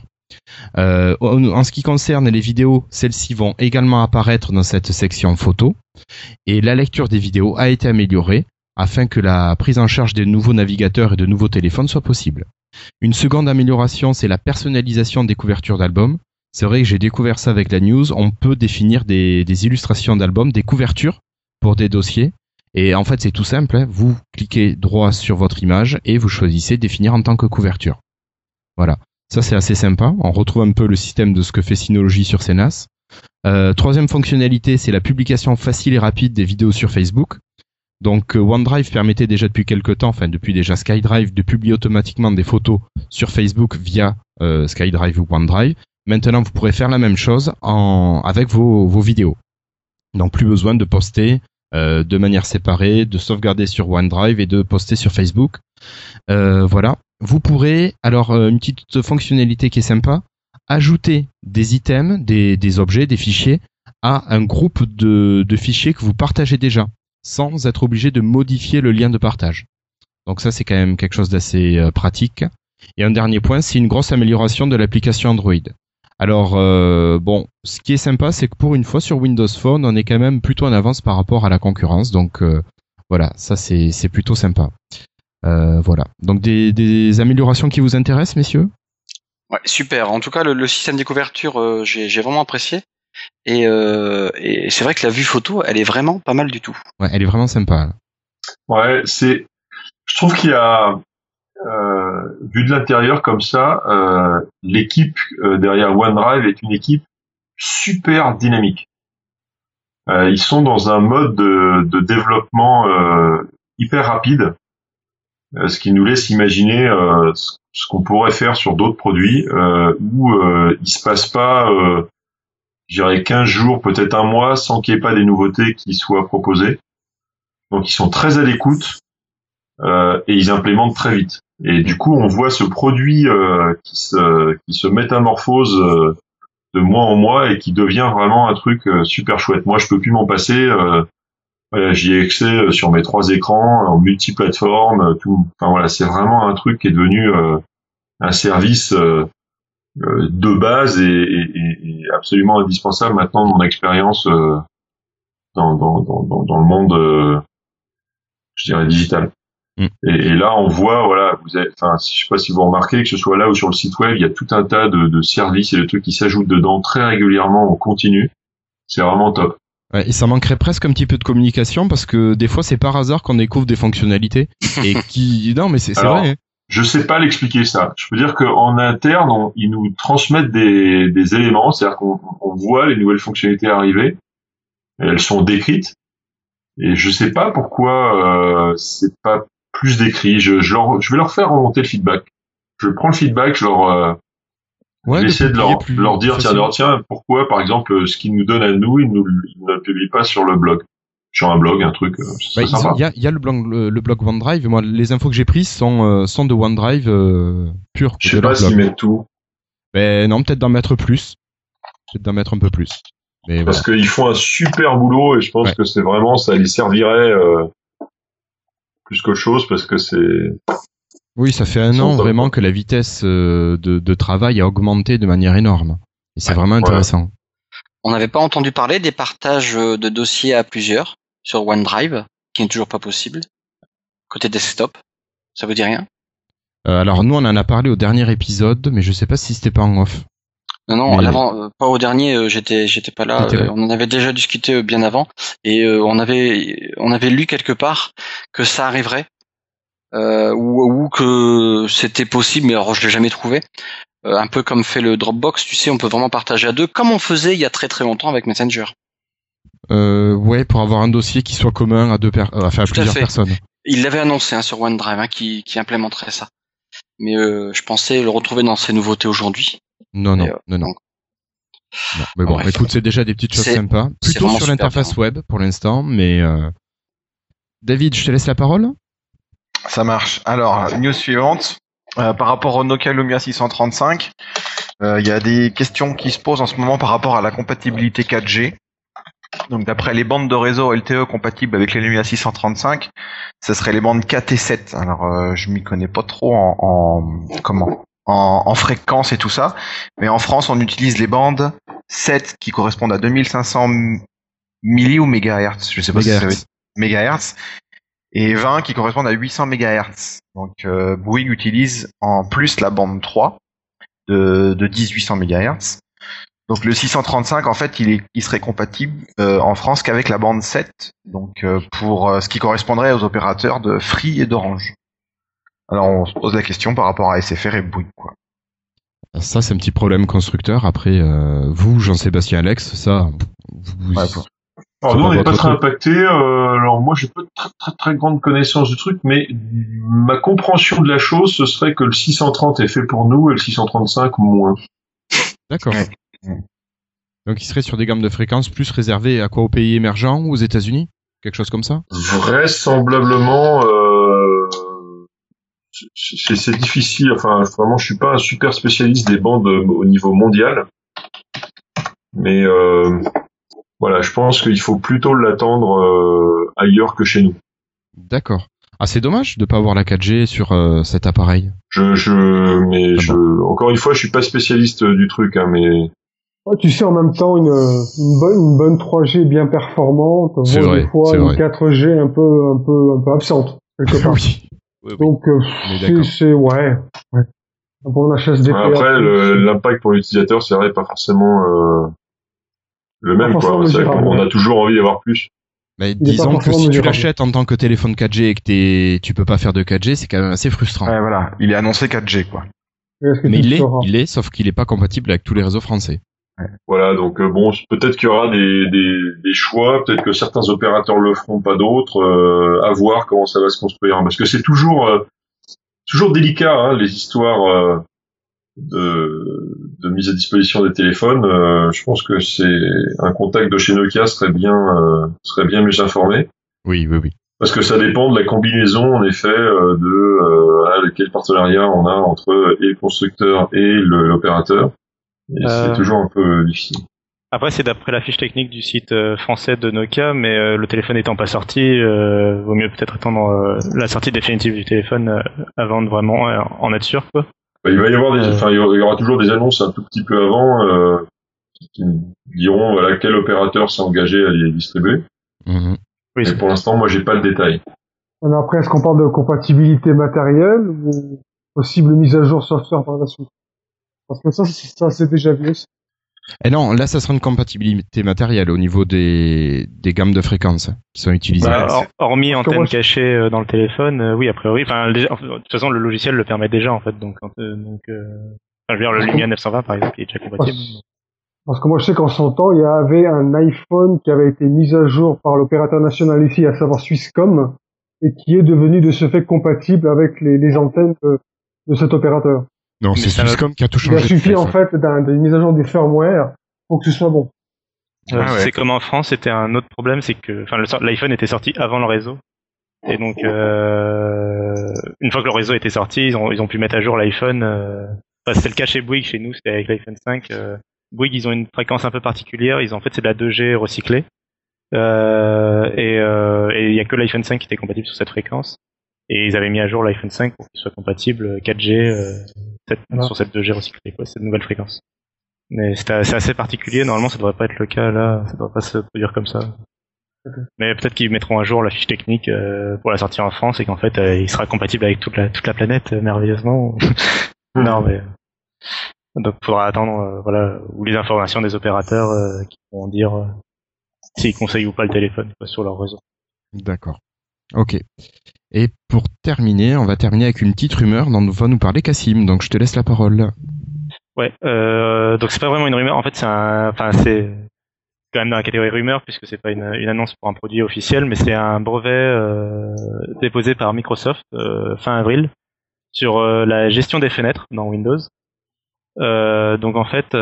En ce qui concerne les vidéos, celles-ci vont également apparaître dans cette section photo. Et la lecture des vidéos a été améliorée afin que la prise en charge des nouveaux navigateurs et de nouveaux téléphones soit possible. Une seconde amélioration, c'est la personnalisation des couvertures d'albums. C'est vrai que j'ai découvert ça avec la news. On peut définir des illustrations d'albums, des couvertures pour des dossiers. Et en fait, c'est tout simple. Vous cliquez droit sur votre image et vous choisissez définir en tant que couverture. Voilà. Ça, c'est assez sympa. On retrouve un peu le système de ce que fait Synology sur Cenas. Troisième fonctionnalité, c'est la publication facile et rapide des vidéos sur Facebook. Donc OneDrive permettait déjà depuis quelques temps, depuis déjà SkyDrive, de publier automatiquement des photos sur Facebook via SkyDrive ou OneDrive. Maintenant, vous pourrez faire la même chose avec vos vidéos. Donc plus besoin de poster de manière séparée, de sauvegarder sur OneDrive et de poster sur Facebook. Voilà. Vous pourrez, alors une petite fonctionnalité qui est sympa, ajouter des items, des objets, des fichiers à un groupe de fichiers que vous partagez déjà, sans être obligé de modifier le lien de partage. Donc ça, c'est quand même quelque chose d'assez pratique. Et un dernier point, c'est une grosse amélioration de l'application Android. Alors, ce qui est sympa, c'est que pour une fois, sur Windows Phone, on est quand même plutôt en avance par rapport à la concurrence. Donc voilà, ça c'est plutôt sympa. Voilà. Donc des améliorations qui vous intéressent, messieurs? Ouais, super. En tout cas, le système des couvertures, j'ai vraiment apprécié. Et c'est vrai que la vue photo, elle est vraiment pas mal du tout. Ouais, elle est vraiment sympa. Ouais, je trouve qu'il y a, vu de l'intérieur comme ça, l'équipe derrière OneDrive est une équipe super dynamique. Ils sont dans un mode de développement hyper rapide, ce qui nous laisse imaginer ce qu'on pourrait faire sur d'autres produits où il se passe pas, je dirais 15 jours, peut-être un mois, sans qu'il n'y ait pas des nouveautés qui soient proposées. Donc ils sont très à l'écoute et ils implémentent très vite. Et du coup, on voit ce produit qui se métamorphose de mois en mois et qui devient vraiment un truc super chouette. Moi, je peux plus m'en passer. J'y ai accès sur mes 3 écrans, en multiplateforme, tout. Enfin voilà, c'est vraiment un truc qui est devenu un service de base et absolument indispensable maintenant de mon expérience dans le monde, je dirais, digital. Et là, on voit, voilà, je sais pas si vous remarquez que ce soit là ou sur le site web, il y a tout un tas de services et de trucs qui s'ajoutent dedans très régulièrement en continu. C'est vraiment top. Ouais, et ça manquerait presque un petit peu de communication parce que des fois, c'est par hasard qu'on découvre des fonctionnalités et non, mais c'est vrai. Hein. Je sais pas l'expliquer ça. Je peux dire qu'en interne, ils nous transmettent des éléments, c'est-à-dire qu'on voit les nouvelles fonctionnalités arriver. Et elles sont décrites. Et je sais pas pourquoi c'est pas plus décrit. Je vais leur faire remonter le feedback. Je prends le feedback, je vais essayer de leur dire tiens, pourquoi par exemple ce qu'ils nous donnent à nous, ils ne le publient pas sur le blog. Sur un blog, un truc. Il y a le blog OneDrive. Moi, les infos que j'ai prises sont de OneDrive pur. Je sais pas s'ils mettent tout. Ben non, peut-être d'en mettre plus. Peut-être d'en mettre un peu plus. Mais parce qu'ils font un super boulot et je pense que c'est vraiment, ça les servirait plus qu'autre chose parce que c'est. Oui, ça fait un an vraiment que la vitesse de travail a augmenté de manière énorme. Et c'est vraiment intéressant. On n'avait pas entendu parler des partages de dossiers à plusieurs sur OneDrive, qui n'est toujours pas possible. Côté desktop, ça vous dit rien? Alors nous, on en a parlé au dernier épisode, mais je sais pas si c'était pas en off. Non, pas au dernier, j'étais pas là. On en avait déjà discuté bien avant, et on avait lu quelque part que ça arriverait, ou que c'était possible, mais alors je l'ai jamais trouvé. Un peu comme fait le Dropbox, tu sais, on peut vraiment partager à deux, comme on faisait il y a très très longtemps avec Messenger. Ouais, pour avoir un dossier qui soit commun à à plusieurs personnes. Il l'avait annoncé sur OneDrive, qui implémenterait ça. Mais je pensais le retrouver dans ces nouveautés aujourd'hui. Non. Mais bon, écoute, c'est déjà des petites choses sympas. Plutôt sur l'interface web pour l'instant, mais David, je te laisse la parole. Ça marche. Alors, news suivante. Par rapport au Nokia Lumia 635, il y a des questions qui se posent en ce moment par rapport à la compatibilité 4G. Donc d'après les bandes de réseau LTE compatibles avec les Lumia 635, ce serait les bandes 4 et 7. Alors je m'y connais pas trop en fréquence et tout ça, mais en France on utilise les bandes 7 qui correspondent à 2500 milli ou mégahertz, je sais pas si ça veut dire mégahertz, et 20 qui correspondent à 800 MHz. Donc Bouygues utilise en plus la bande 3 de 1800 MHz. Donc le 635 en fait il serait compatible en France qu'avec la bande 7, donc pour ce qui correspondrait aux opérateurs de Free et d'Orange. Alors on se pose la question par rapport à SFR et Bouygues, quoi. Ça c'est un petit problème constructeur. Après vous, Jean-Sébastien, Alex, ça alors nous on n'est pas très impacté. Alors moi j'ai pas de très grande connaissance du truc, mais ma compréhension de la chose ce serait que le 630 est fait pour nous et le 635 moins. D'accord. Donc il serait sur des gammes de fréquences plus réservées à quoi, aux pays émergents ou aux États-Unis, quelque chose comme ça? Vraisemblablement, c'est difficile. Enfin, vraiment, je suis pas un super spécialiste des bandes au niveau mondial, mais voilà, je pense qu'il faut plutôt l'attendre ailleurs que chez nous. D'accord. Ah, c'est dommage de pas avoir la 4G sur cet appareil. Encore une fois, je suis pas spécialiste du truc, hein, mais. Ouais, tu sais, en même temps, une bonne 3G bien performante, voire des fois une 4G un peu absente, quelque part. Oui. Donc, c'est ouais. Bon, la chasse des après, l'impact pour l'utilisateur, c'est vrai, pas forcément le même, quoi. On a toujours envie d'avoir plus. Mais disons que si tu l'achètes en tant que téléphone 4G et que tu peux pas faire de 4G, c'est quand même assez frustrant. Ouais, voilà. Il est annoncé 4G, quoi. Mais il est, sauf qu'il est pas compatible avec tous les réseaux français. Voilà, donc bon, peut-être qu'il y aura des choix, peut-être que certains opérateurs le feront, pas d'autres, à voir comment ça va se construire, parce que c'est toujours délicat, hein, les histoires de mise à disposition des téléphones. Je pense que c'est un contact de chez Nokia serait bien mieux informé. Oui. Parce que ça dépend de la combinaison, en effet, quel partenariat on a entre et le constructeur et l'opérateur. Et c'est toujours un peu difficile. Après, c'est d'après la fiche technique du site français de Nokia, mais le téléphone étant pas sorti, vaut mieux peut-être attendre la sortie définitive du téléphone avant de vraiment en être sûr, quoi. Il va y avoir il y aura toujours des annonces un tout petit peu avant qui diront voilà quel opérateur s'est engagé à les distribuer. Mm-hmm. Oui, mais pour l'instant, moi, j'ai pas le détail. Alors après, est-ce qu'on parle de compatibilité matérielle ou possible mise à jour software par la suite? Parce que ça c'est déjà vu aussi. Et non, là, ça sera une compatibilité matérielle au niveau des gammes de fréquences qui sont utilisées. Hormis antenne cachée dans le téléphone, oui, a priori. Enfin, de toute façon, le logiciel le permet déjà, en fait. Donc, je veux dire, le Lumia 920, par exemple, il est déjà compatible. Parce que moi, je sais qu'en son temps, il y avait un iPhone qui avait été mis à jour par l'opérateur national ici, à savoir Swisscom, et qui est devenu de ce fait compatible avec les antennes de cet opérateur. Non, c'est Swisscom qui a tout changé. Il a suffi, en fait, d'une mise à jour du firmware pour que ce soit bon. C'est comme en France, c'était un autre problème, c'est que l'iPhone était sorti avant le réseau. Et donc, une fois que le réseau était sorti, ils ont pu mettre à jour l'iPhone. C'était le cas chez Bouygues, chez nous, c'était avec l'iPhone 5. Bouygues, ils ont une fréquence un peu particulière. En fait, c'est de la 2G recyclée. Et il y a que l'iPhone 5 qui était compatible sur cette fréquence. Et ils avaient mis à jour l'iPhone 5 pour qu'il soit compatible 4G sur cette 2G recyclée, quoi, cette nouvelle fréquence. Mais c'est assez particulier. Normalement, ça devrait pas être le cas là. Ça devrait pas se produire comme ça. Okay. Mais peut-être qu'ils mettront à jour la fiche technique pour la sortie en France et qu'en fait, il sera compatible avec toute la planète merveilleusement. Non, mais donc faudra attendre, voilà, ou les informations des opérateurs qui vont dire s'ils conseillent ou pas le téléphone sur leur réseau. D'accord. Ok. Et pour terminer, on va terminer avec une petite rumeur dont va nous parler Cassim. Donc je te laisse la parole. Ouais. Donc c'est pas vraiment une rumeur. En fait, c'est quand même dans la catégorie rumeur puisque c'est pas une annonce pour un produit officiel, mais c'est un brevet déposé par Microsoft fin avril sur la gestion des fenêtres dans Windows. Donc en fait,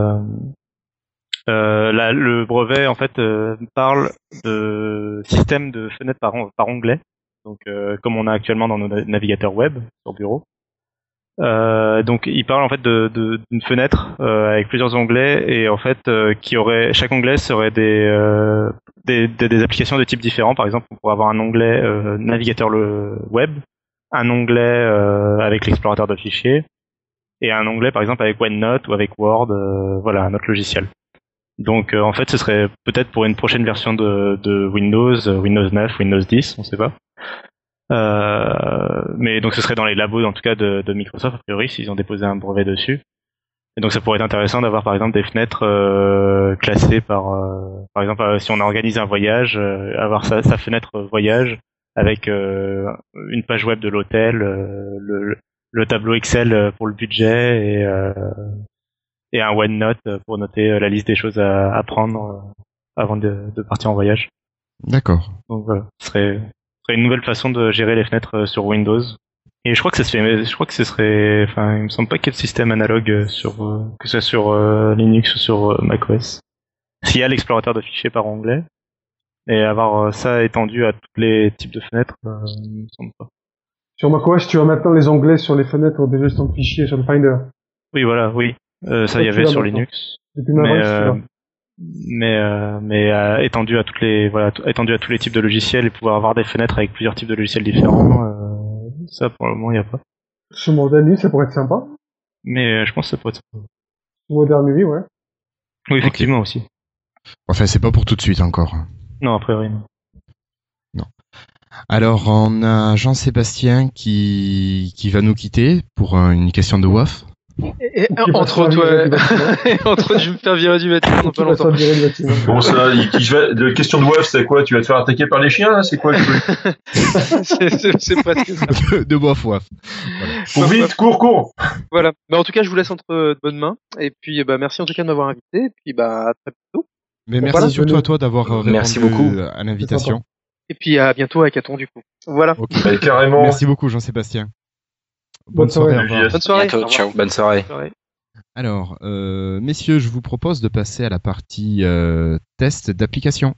le brevet en fait parle de système de fenêtres par onglet. Donc comme on a actuellement dans nos navigateurs web sur bureau. Donc il parle en fait d'une fenêtre avec plusieurs onglets et en fait chaque onglet serait des applications de type différent. Par exemple, on pourrait avoir un onglet navigateur web, un onglet avec l'explorateur de fichiers et un onglet par exemple avec OneNote ou avec Word, voilà, un autre logiciel. Donc en fait ce serait peut-être pour une prochaine version de Windows 9, Windows 10, on sait pas. Mais donc ce serait dans les labos en tout cas de Microsoft a priori s'ils ont déposé un brevet dessus. Et donc ça pourrait être intéressant d'avoir par exemple des fenêtres classées par exemple si on organise un voyage, avoir sa fenêtre voyage avec une page web de l'hôtel, le tableau Excel pour le budget et un OneNote pour noter la liste des choses à prendre avant de partir en voyage. D'accord. Donc voilà, ce serait une nouvelle façon de gérer les fenêtres sur Windows. Et je crois que ça se fait, je crois que ce serait, enfin, il me semble pas qu'il y ait de système analogue que ce soit sur Linux ou sur macOS. S'il y a l'explorateur de fichiers par onglet, et avoir ça étendu à tous les types de fenêtres, il me semble pas. Sur macOS, tu as maintenant les onglets sur les fenêtres de gestion de fichiers sur le Finder. Oui, voilà, oui. Ça, il y avait sur Linux. Mais étendu à étendu à tous les types de logiciels et pouvoir avoir des fenêtres avec plusieurs types de logiciels différents, ça pour le moment il n'y a pas. Sur Modern UI, ça pourrait être sympa. Mais je pense que ça pourrait être sympa. Sur Modern UI, ouais. Oui, effectivement aussi. Enfin, c'est pas pour tout de suite encore. Non, a priori non. Non. Alors, on a Jean-Sébastien qui va nous quitter pour une question de WAF. Et entre toi, je vais me faire virer du bâtiment dans pas longtemps. Bon, ça, de question de WAF, c'est quoi? Tu vas te faire attaquer par les chiens, là? C'est quoi le truc? C'est presque ça. De WAF. Voilà. Cours vite, cours! Voilà. En tout cas, je vous laisse entre de bonnes mains. Et puis, merci en tout cas de m'avoir invité. Et puis, à très bientôt. Mais merci surtout à toi d'avoir Merci répondu beaucoup à l'invitation. Et puis, à bientôt à Caton, du coup. Voilà. Okay. Bah, carrément. Merci beaucoup, Jean-Sébastien. Bonne soirée. Au revoir. Bonne soirée. Bientôt, ciao. Bonne soirée. Alors, messieurs, je vous propose de passer à la partie test d'application.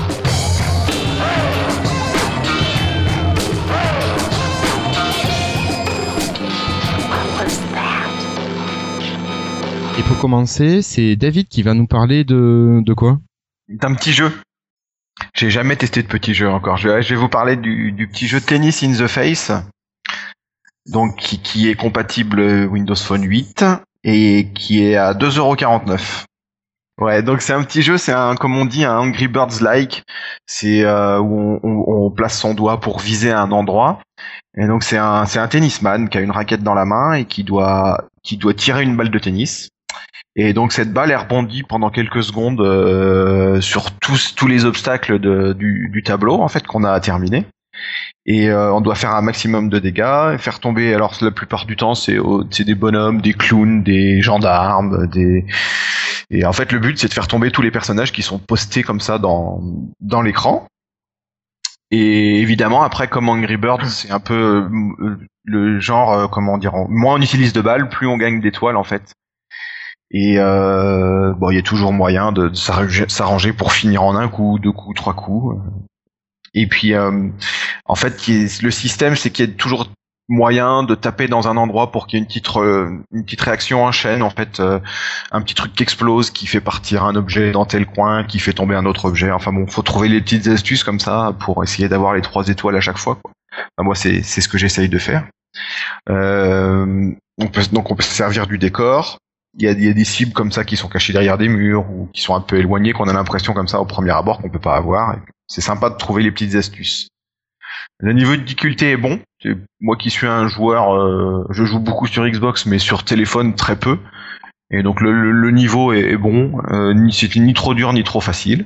Et pour commencer, c'est David qui va nous parler de quoi? D'un petit jeu. J'ai jamais testé de petit jeu encore. Je vais vous parler du petit jeu Tennis in the Face. Donc, qui est compatible Windows Phone 8 et qui est à 2,49€. Ouais, donc c'est un petit jeu, c'est comme on dit, un Angry Birds-like. C'est où on place son doigt pour viser un endroit. Et donc c'est un tennisman qui a une raquette dans la main et qui doit tirer une balle de tennis. Et donc cette balle elle rebondit pendant quelques secondes sur tous les obstacles du tableau en fait qu'on a terminé. Et on doit faire un maximum de dégâts, faire tomber. Alors la plupart du temps c'est des bonhommes, des clowns, des gendarmes, et en fait le but c'est de faire tomber tous les personnages qui sont postés comme ça dans l'écran. Et évidemment après comme Angry Birds c'est un peu le genre comment dire, moins on utilise de balles, plus on gagne d'étoiles en fait. Et il y a toujours moyen de s'arranger pour finir en un coup, 2 coups, 3 coups. Et puis en fait le système c'est qu'il y a toujours moyen de taper dans un endroit pour qu'il y ait une petite réaction en chaîne en fait, un petit truc qui explose, qui fait partir un objet dans tel coin, qui fait tomber un autre objet. Enfin bon, faut trouver les petites astuces comme ça pour essayer d'avoir les 3 étoiles à chaque fois, quoi. Enfin, moi c'est ce que j'essaye de faire. On peut se servir du décor. Il y a des cibles comme ça qui sont cachées derrière des murs ou qui sont un peu éloignées, qu'on a l'impression comme ça au premier abord qu'on peut pas avoir. Et c'est sympa de trouver les petites astuces. Le niveau de difficulté est bon. Moi qui suis un joueur, je joue beaucoup sur Xbox, mais sur téléphone très peu. Et donc le niveau est bon. C'était ni trop dur ni trop facile.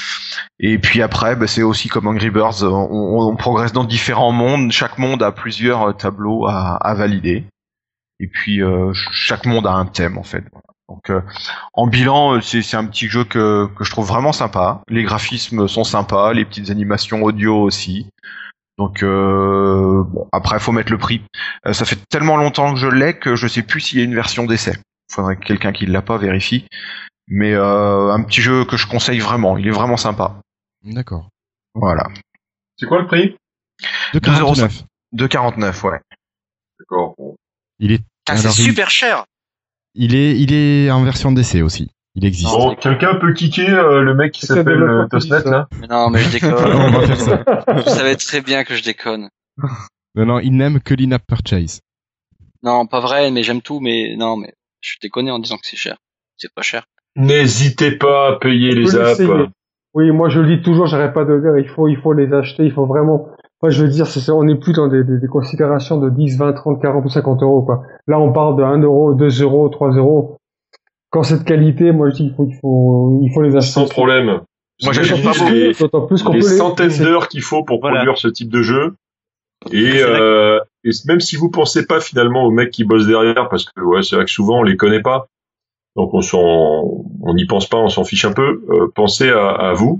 Et puis après, c'est aussi comme Angry Birds, on progresse dans différents mondes. Chaque monde a plusieurs tableaux à valider. Et puis chaque monde a un thème en fait. Donc en bilan, c'est un petit jeu que je trouve vraiment sympa. Les graphismes sont sympas, les petites animations audio aussi. Donc après faut mettre le prix. Ça fait tellement longtemps que je l'ai que je sais plus s'il y a une version d'essai. Faudrait que quelqu'un qui l'a pas vérifie. Mais un petit jeu que je conseille vraiment. Il est vraiment sympa. D'accord. Voilà. C'est quoi le prix? 2,49. 2,49, ouais. D'accord. Il est. C'est super cher. Il est en version d'essai aussi. Il existe. Bon, quelqu'un peut kicker le mec qui s'appelle Tosnet là? Mais non, mais je déconne. On va faire ça. Vous savez très bien que je déconne. Non, il n'aime que l'in-app purchase. Non, pas vrai, mais j'aime tout, mais non, mais je déconne en disant que c'est cher. C'est pas cher. N'hésitez pas à payer les apps. Oui, moi je le dis toujours, j'arrête pas de dire, il faut les acheter, il faut vraiment. Moi je veux dire, on n'est plus dans des considérations de 10, 20, 30, 40 ou 50 euros, quoi. Là on parle de 1 euro, 2 euros, 3 euros. Quand c'est de qualité, moi je dis il faut les acheter. Sans problème. Moi j'achète pas d'autant plus qu'on les peut centaines d'heures qu'il faut pour produire ce type de jeu. Et même si vous pensez pas finalement aux mecs qui bossent derrière, parce que ouais, c'est vrai que souvent on les connaît pas. Donc on n'y pense pas, on s'en fiche un peu. Pensez à vous.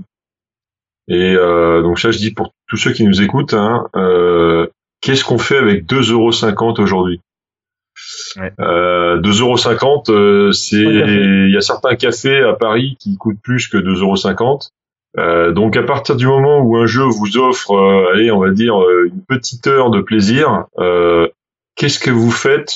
Et donc ça, je dis pour tous ceux qui nous écoutent, qu'est-ce qu'on fait avec 2,50€ aujourd'hui? Ouais. 2,50€, il y a certains cafés à Paris qui coûtent plus que 2,50€. Donc à partir du moment où un jeu vous offre, allez, on va dire une petite heure de plaisir, qu'est-ce que vous faites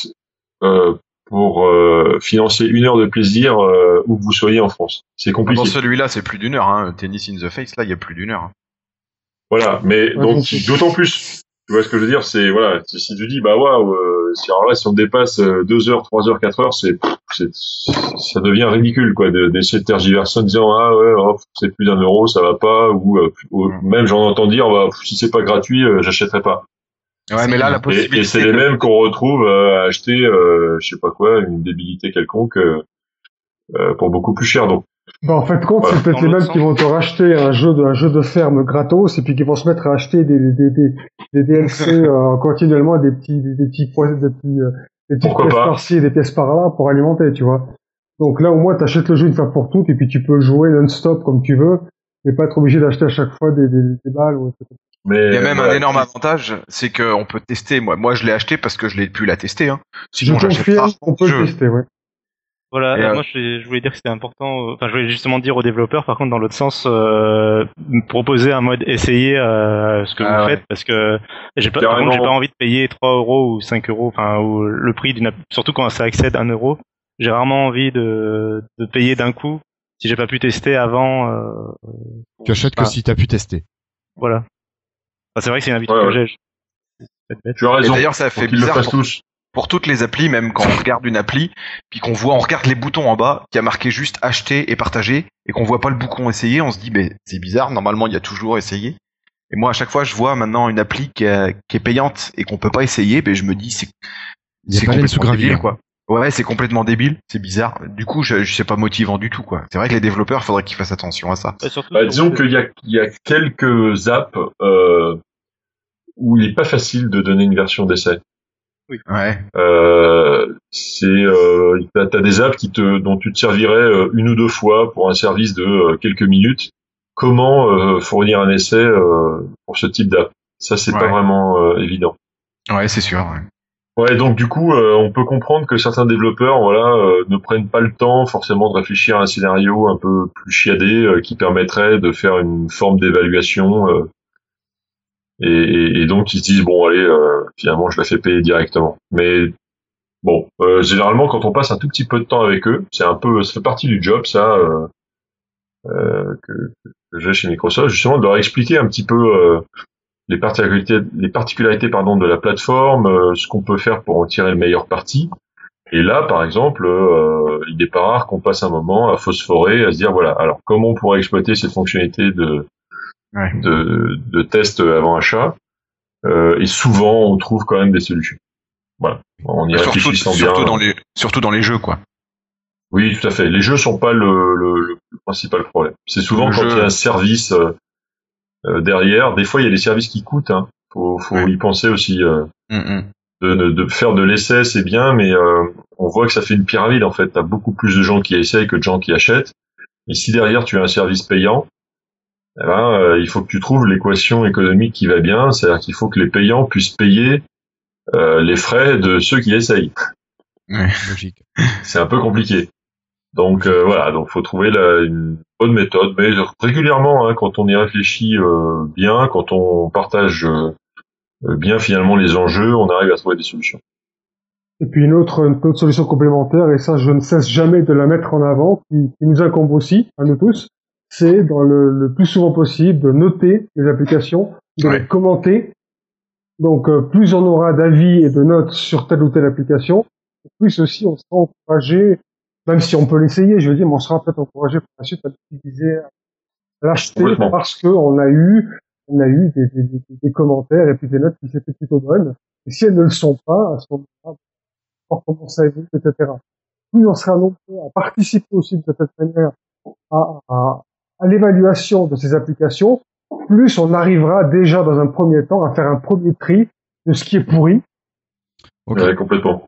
pour financer 1 heure de plaisir où que vous soyez en France? C'est compliqué. Dans celui-là, c'est plus d'1 heure. Hein. Tennis in the Face, là, il y a plus d'1 heure. Hein. Voilà, mais donc d'autant plus. Tu vois ce que je veux dire? C'est voilà, si tu dis bah waouh, si on dépasse 2 heures, 3 heures, 4 heures, ça devient ridicule quoi, d'essayer de tergiverser en disant ah ouais, c'est plus d'1 euro, ça va pas, ou même j'en entends dire bah si c'est pas gratuit, j'achèterai pas. Ouais, mais là, la possibilité. Et c'est les mêmes qu'on retrouve à acheter, je sais pas quoi, une débilité quelconque pour beaucoup plus cher. Donc, En fait, compte, Voilà. c'est peut-être Dans les l'autre mêmes qui vont te racheter un jeu de ferme gratos et puis qui vont se mettre à acheter des DLC continuellement, des petites Pourquoi pièces pas. par-ci et des pièces par-là pour alimenter, tu vois. Donc là, au moins, t'achètes le jeu une fois pour toutes et puis tu peux le jouer non-stop comme tu veux et pas être obligé d'acheter à chaque fois des balles ou etc. mais Il y a même un voilà. énorme avantage, c'est qu'on peut tester. Moi, je l'ai acheté parce que je l'ai pu la tester. Hein. Je Sinon, j'achète confirme rarement qu'on de peut jeux. le tester, ouais. Voilà, Et, moi je voulais dire que c'était important. Enfin, je voulais justement dire aux développeurs, par contre, dans l'autre sens, proposer un mode essayer ce que Ah vous ouais. faites, parce que par Carrément. contre, j'ai pas envie de payer 3 euros ou 5 euros, enfin, ou le prix surtout quand ça excède 1 euro. J'ai rarement envie de payer d'un coup si j'ai pas pu tester avant. Tu achètes que Ah. si t'as pu tester. Voilà. Enfin, c'est vrai que c'est une habitude Ouais, que ouais. j'ai. C'est bête. Tu as Et raison. d'ailleurs, ça Faut fait qu'ils le bizarre fassent tous. pour toutes les applis, même quand on regarde une appli, puis qu'on regarde les boutons en bas, qui a marqué juste acheter et partager, et qu'on voit pas le bouton essayer, on se dit, c'est bizarre, normalement, il y a toujours essayer. Et moi, à chaque fois, je vois maintenant une appli qui est payante et qu'on peut pas essayer, je me dis, Il y a c'est pas laine sous complètement gravire. débile, quoi. Ouais, c'est complètement débile, c'est bizarre. Du coup, je sais pas motivant du tout, quoi. C'est vrai que les développeurs, faudrait qu'ils fassent attention à ça. Et surtout Bah, sur- disons qu'il y a quelques apps où il est pas facile de donner une version d'essai. Ouais. T'as des apps dont tu te servirais une ou deux fois pour un service de quelques minutes. Comment fournir un essai pour ce type d'app? Ça, c'est pas Ouais. vraiment évident. Ouais, c'est sûr, ouais. Ouais, donc du coup, on peut comprendre que certains développeurs, ne prennent pas le temps forcément de réfléchir à un scénario un peu plus chiadé qui permettrait de faire une forme d'évaluation. Et donc ils se disent bon, allez, finalement, je la fais payer directement. Mais bon, généralement, quand on passe un tout petit peu de temps avec eux, ça fait partie du job, ça, que j'ai chez Microsoft, justement, de leur expliquer un petit peu les particularités de la plateforme, ce qu'on peut faire pour en tirer le meilleur parti. Et là, par exemple, il n'est pas rare qu'on passe un moment à phosphorer, à se dire voilà, alors comment on pourrait exploiter cette fonctionnalité de test avant achat, et souvent on trouve quand même des solutions. Voilà, en y réfléchissant bien. Surtout dans les jeux, quoi. Oui, tout à fait. Les jeux sont pas le principal problème. C'est souvent quand il y a un service derrière. Des fois, il y a des services qui coûtent. Hein. Faut y penser aussi. De faire de l'essai, c'est bien, mais on voit que ça fait une pyramide en fait. T'as beaucoup plus de gens qui essayent que de gens qui achètent. Et si derrière tu as un service payant, il faut que tu trouves l'équation économique qui va bien. C'est-à-dire qu'il faut que les payants puissent payer les frais de ceux qui essayent. Ouais. Logique. C'est un peu compliqué. Donc voilà, donc faut trouver une bonne méthode. Mais régulièrement, quand on y réfléchit bien, quand on partage bien finalement les enjeux, on arrive à trouver des solutions. Et puis une autre solution complémentaire, et ça je ne cesse jamais de la mettre en avant, qui nous incombe aussi, à nous tous, c'est dans le plus souvent possible de noter les applications, de les commenter. Donc plus on aura d'avis et de notes sur telle ou telle application, plus aussi on sera encouragé, même si on peut l'essayer, je veux dire, mais on sera peut-être encouragé pour la suite à l'utiliser, à l'acheter, parce que on a eu des commentaires et puis des notes qui étaient plutôt bonnes. Et si elles ne le sont pas, à ce moment-là, comment ça évolue, etc. Plus on sera nombreux à participer aussi de cette manière à l'évaluation de ces applications, plus on arrivera déjà dans un premier temps à faire un premier tri de ce qui est pourri. Ok. Ouais, complètement.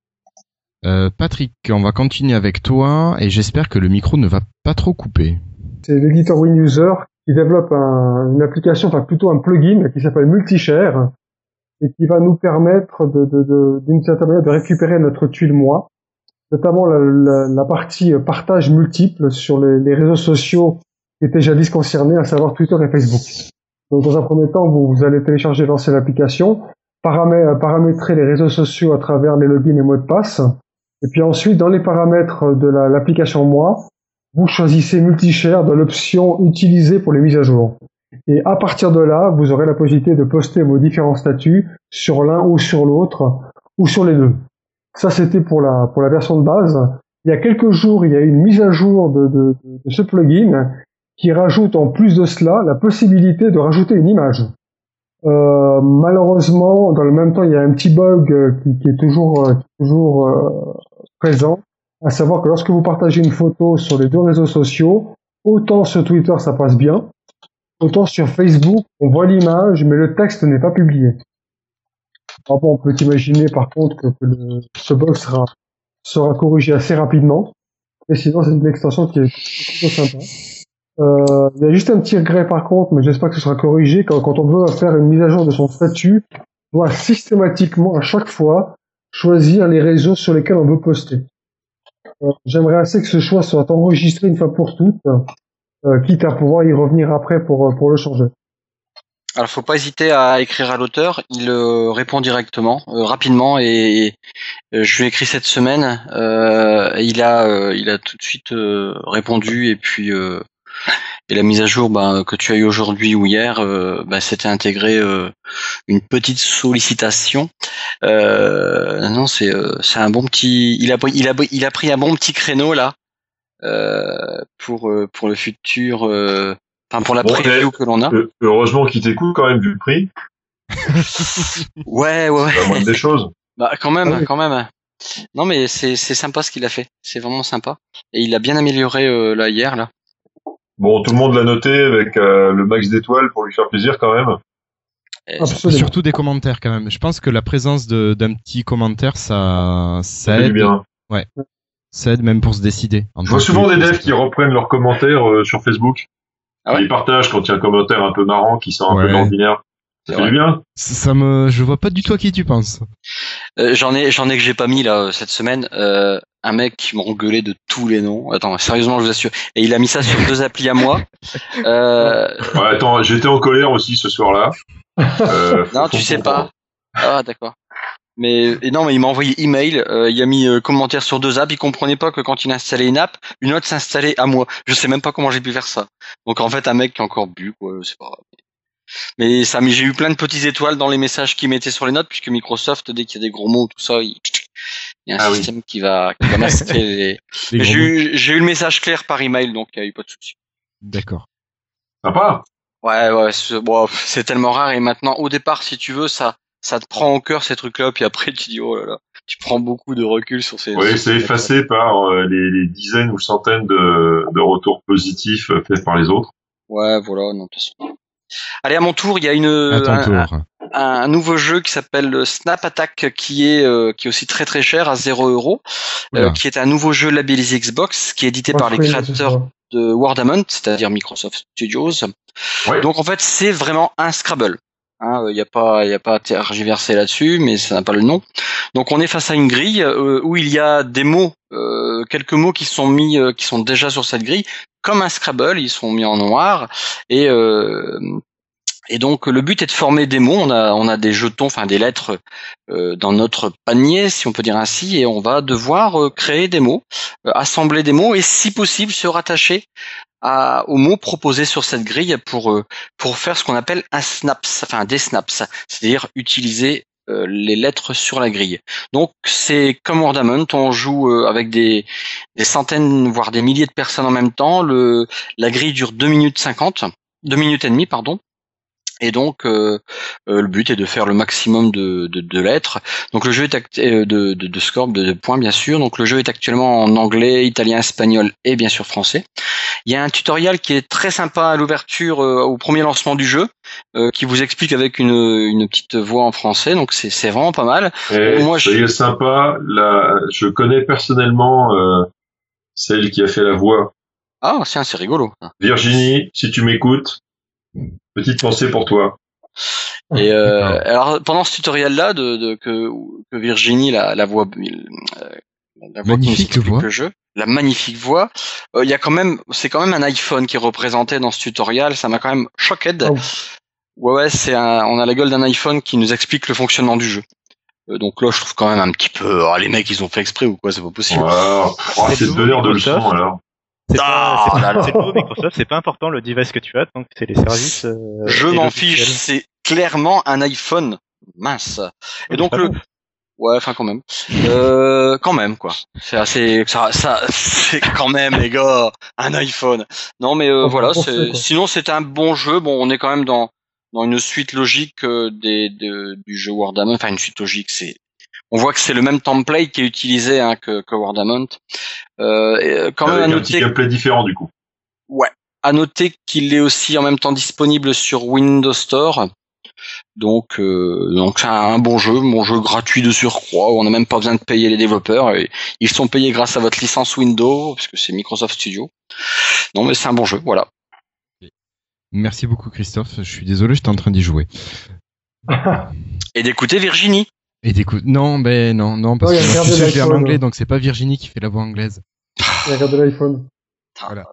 Patrick, on va continuer avec toi et j'espère que le micro ne va pas trop couper. C'est l'éditeur WinUser qui développe une application, enfin plutôt un plugin qui s'appelle Multishare et qui va nous permettre d'une certaine manière de récupérer notre tuile moi, notamment la partie partage multiple sur les réseaux sociaux qui étaient jadis concernés, à savoir Twitter et Facebook. Donc dans un premier temps, vous allez télécharger, lancer l'application, paramétrer les réseaux sociaux à travers les logins et mots de passe, et puis ensuite dans les paramètres de l'application moi, vous choisissez Multishare dans l'option utiliser pour les mises à jour. Et à partir de là, vous aurez la possibilité de poster vos différents statuts sur l'un ou sur l'autre, ou sur les deux. Ça, c'était pour la version de base. Il y a quelques jours, il y a eu une mise à jour de ce plugin qui rajoute en plus de cela la possibilité de rajouter une image. Malheureusement, dans le même temps, il y a un petit bug qui est toujours présent, à savoir que lorsque vous partagez une photo sur les deux réseaux sociaux, autant sur Twitter ça passe bien, autant sur Facebook on voit l'image mais le texte n'est pas publié. Alors bon, on peut imaginer par contre que ce bug sera corrigé assez rapidement, et sinon c'est une extension qui est plutôt sympa. Il y a juste un petit regret par contre, mais j'espère que ce sera corrigé. Quand on veut faire une mise à jour de son statut, on doit systématiquement, à chaque fois, choisir les réseaux sur lesquels on veut poster. J'aimerais assez que ce choix soit enregistré une fois pour toutes, quitte à pouvoir y revenir après pour le changer. Alors, faut pas hésiter à écrire à l'auteur. Il répond directement, rapidement, et je lui ai écrit cette semaine. Il a tout de suite répondu, et puis et la mise à jour que tu as eu aujourd'hui ou hier, c'était intégré une petite sollicitation. Non, c'est un bon petit. Il a pris un bon petit créneau là pour le futur. Pour la preview que l'on a. Heureusement qu'il t'écoute quand même vu le prix. Ouais. C'est la moindre des choses. Quand même. Non mais c'est sympa ce qu'il a fait. C'est vraiment sympa. Et il a bien amélioré hier là. Bon, tout le monde l'a noté avec le max d'étoiles pour lui faire plaisir quand même. Surtout des commentaires quand même. Je pense que la présence d'un petit commentaire, ça aide. Bien. Ouais. Ça aide même pour se décider. Je vois souvent des devs qui reprennent leurs commentaires sur Facebook. Ah ouais. Ils partagent quand il y a un commentaire un peu marrant qui sort un peu d'ordinaire. Ça fait du bien. Je vois pas du tout à qui tu penses. J'en ai que j'ai pas mis là cette semaine. Un mec qui m'a engueulé de tous les noms. Attends, sérieusement, je vous assure. Et il a mis ça sur 2 applis à moi. Ouais, attends, j'étais en colère aussi ce soir-là. Non, tu sais pas. Ah, d'accord. Mais il m'a envoyé email, il a mis commentaire sur 2 apps, il comprenait pas que quand il installait une app, une autre s'installait à moi. Je sais même pas comment j'ai pu faire ça. Donc en fait un mec qui a encore bu, quoi, c'est pas grave. Mais j'ai eu plein de petites étoiles dans les messages qu'il mettait sur les notes, puisque Microsoft, dès qu'il y a des gros mots, tout ça, il y a un système qui va masquer les j'ai eu le message clair par email, donc il n'y a eu pas de souci. D'accord. Sympa. Ouais, c'est tellement rare, et maintenant, au départ, si tu veux, ça te prend au cœur ces trucs-là, puis après tu dis oh là là, tu prends beaucoup de recul sur ces. Oui, c'est effacé par les dizaines ou centaines de retours positifs faits par les autres. Ouais, voilà, non, de toute façon. Allez, à mon tour, il y a un nouveau jeu qui s'appelle Snap Attack qui est aussi très très cher à 0€, qui est un nouveau jeu labellisé Xbox, qui est édité par les créateurs de Wardamont, c'est-à-dire Microsoft Studios. Ouais. Donc en fait, c'est vraiment un Scrabble. Il y a pas à tergiverser là-dessus, mais ça n'a pas le nom. Donc on est face à une grille où il y a des mots, quelques mots qui sont déjà sur cette grille, comme un Scrabble, ils sont mis en noir, et donc le but est de former des mots. On a des jetons, enfin des lettres dans notre panier, si on peut dire ainsi, et on va devoir créer des mots, assembler des mots, et si possible se rattacher aux mots proposés sur cette grille pour faire ce qu'on appelle un snaps, enfin des snaps, c'est-à-dire utiliser les lettres sur la grille. Donc c'est comme Wardamont, on joue avec des centaines voire des milliers de personnes en même temps. La grille dure 2 minutes et demie, pardon. Et donc le but est de faire le maximum de lettres. Donc le jeu est de score, de points bien sûr. Donc le jeu est actuellement en anglais, italien, espagnol et bien sûr français. Il y a un tutoriel qui est très sympa à l'ouverture, au premier lancement du jeu, qui vous explique avec une petite voix en français. Donc c'est vraiment pas mal. Moi, c'est sympa. Je connais personnellement celle qui a fait la voix. Ah, c'est rigolo. Virginie, si tu m'écoutes. Petite pensée pour toi. Et alors pendant ce tutoriel là que Virginie la voix magnifique voix, le jeu, la magnifique voix, il y a c'est quand même un iPhone qui est représenté dans ce tutoriel, ça m'a quand même choqué. Ouais, on a la gueule d'un iPhone qui nous explique le fonctionnement du jeu. Donc là je trouve quand même un petit peu les mecs ils ont fait exprès ou quoi, c'est pas possible. C'est de donneur de leçons alors. C'est le nouveau Microsoft, c'est pas important le device que tu as, donc c'est les services. Je m'en fiche, c'est clairement un iPhone mince. Et donc ouais, enfin quand même, quoi. C'est assez, c'est quand même les gars, un iPhone. Non mais voilà, sinon c'est un bon jeu. Bon, on est quand même dans dans une suite logique du jeu Wordamount. Enfin, une suite logique, on voit que c'est le même template qui est utilisé que Wordamount. Quand même à noter, un petit gameplay différent du coup. Ouais. À noter qu'il est aussi en même temps disponible sur Windows Store. Donc c'est un bon jeu gratuit de surcroît. On n'a même pas besoin de payer les développeurs. Ils sont payés grâce à votre licence Windows, puisque c'est Microsoft Studio. Non, mais c'est un bon jeu, voilà. Merci beaucoup Christophe. Je suis désolé, j'étais en train d'y jouer. Et d'écouter Virginie. Non, parce que je suis en anglais, donc c'est pas Virginie qui fait la voix anglaise. Il regarde l'iPhone. Voilà.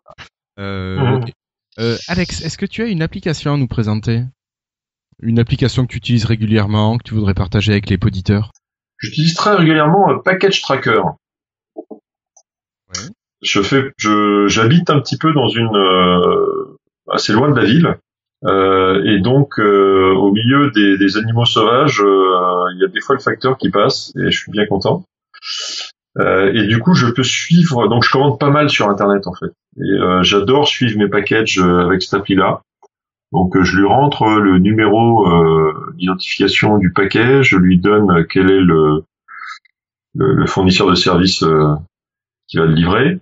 Alex, est-ce que tu as une application à nous présenter? Une application que tu utilises régulièrement, que tu voudrais partager avec les auditeurs? J'utilise très régulièrement Package Tracker. Ouais. J'habite un petit peu dans assez loin de la ville. Et donc, au milieu des animaux sauvages, il y a des fois le facteur qui passe, et je suis bien content. Et du coup, je peux suivre. Donc, je commande pas mal sur Internet en fait. Et j'adore suivre mes packages avec cette appli-là. Donc, je lui rentre le numéro d'identification du paquet, je lui donne quel est le fournisseur de service qui va le livrer.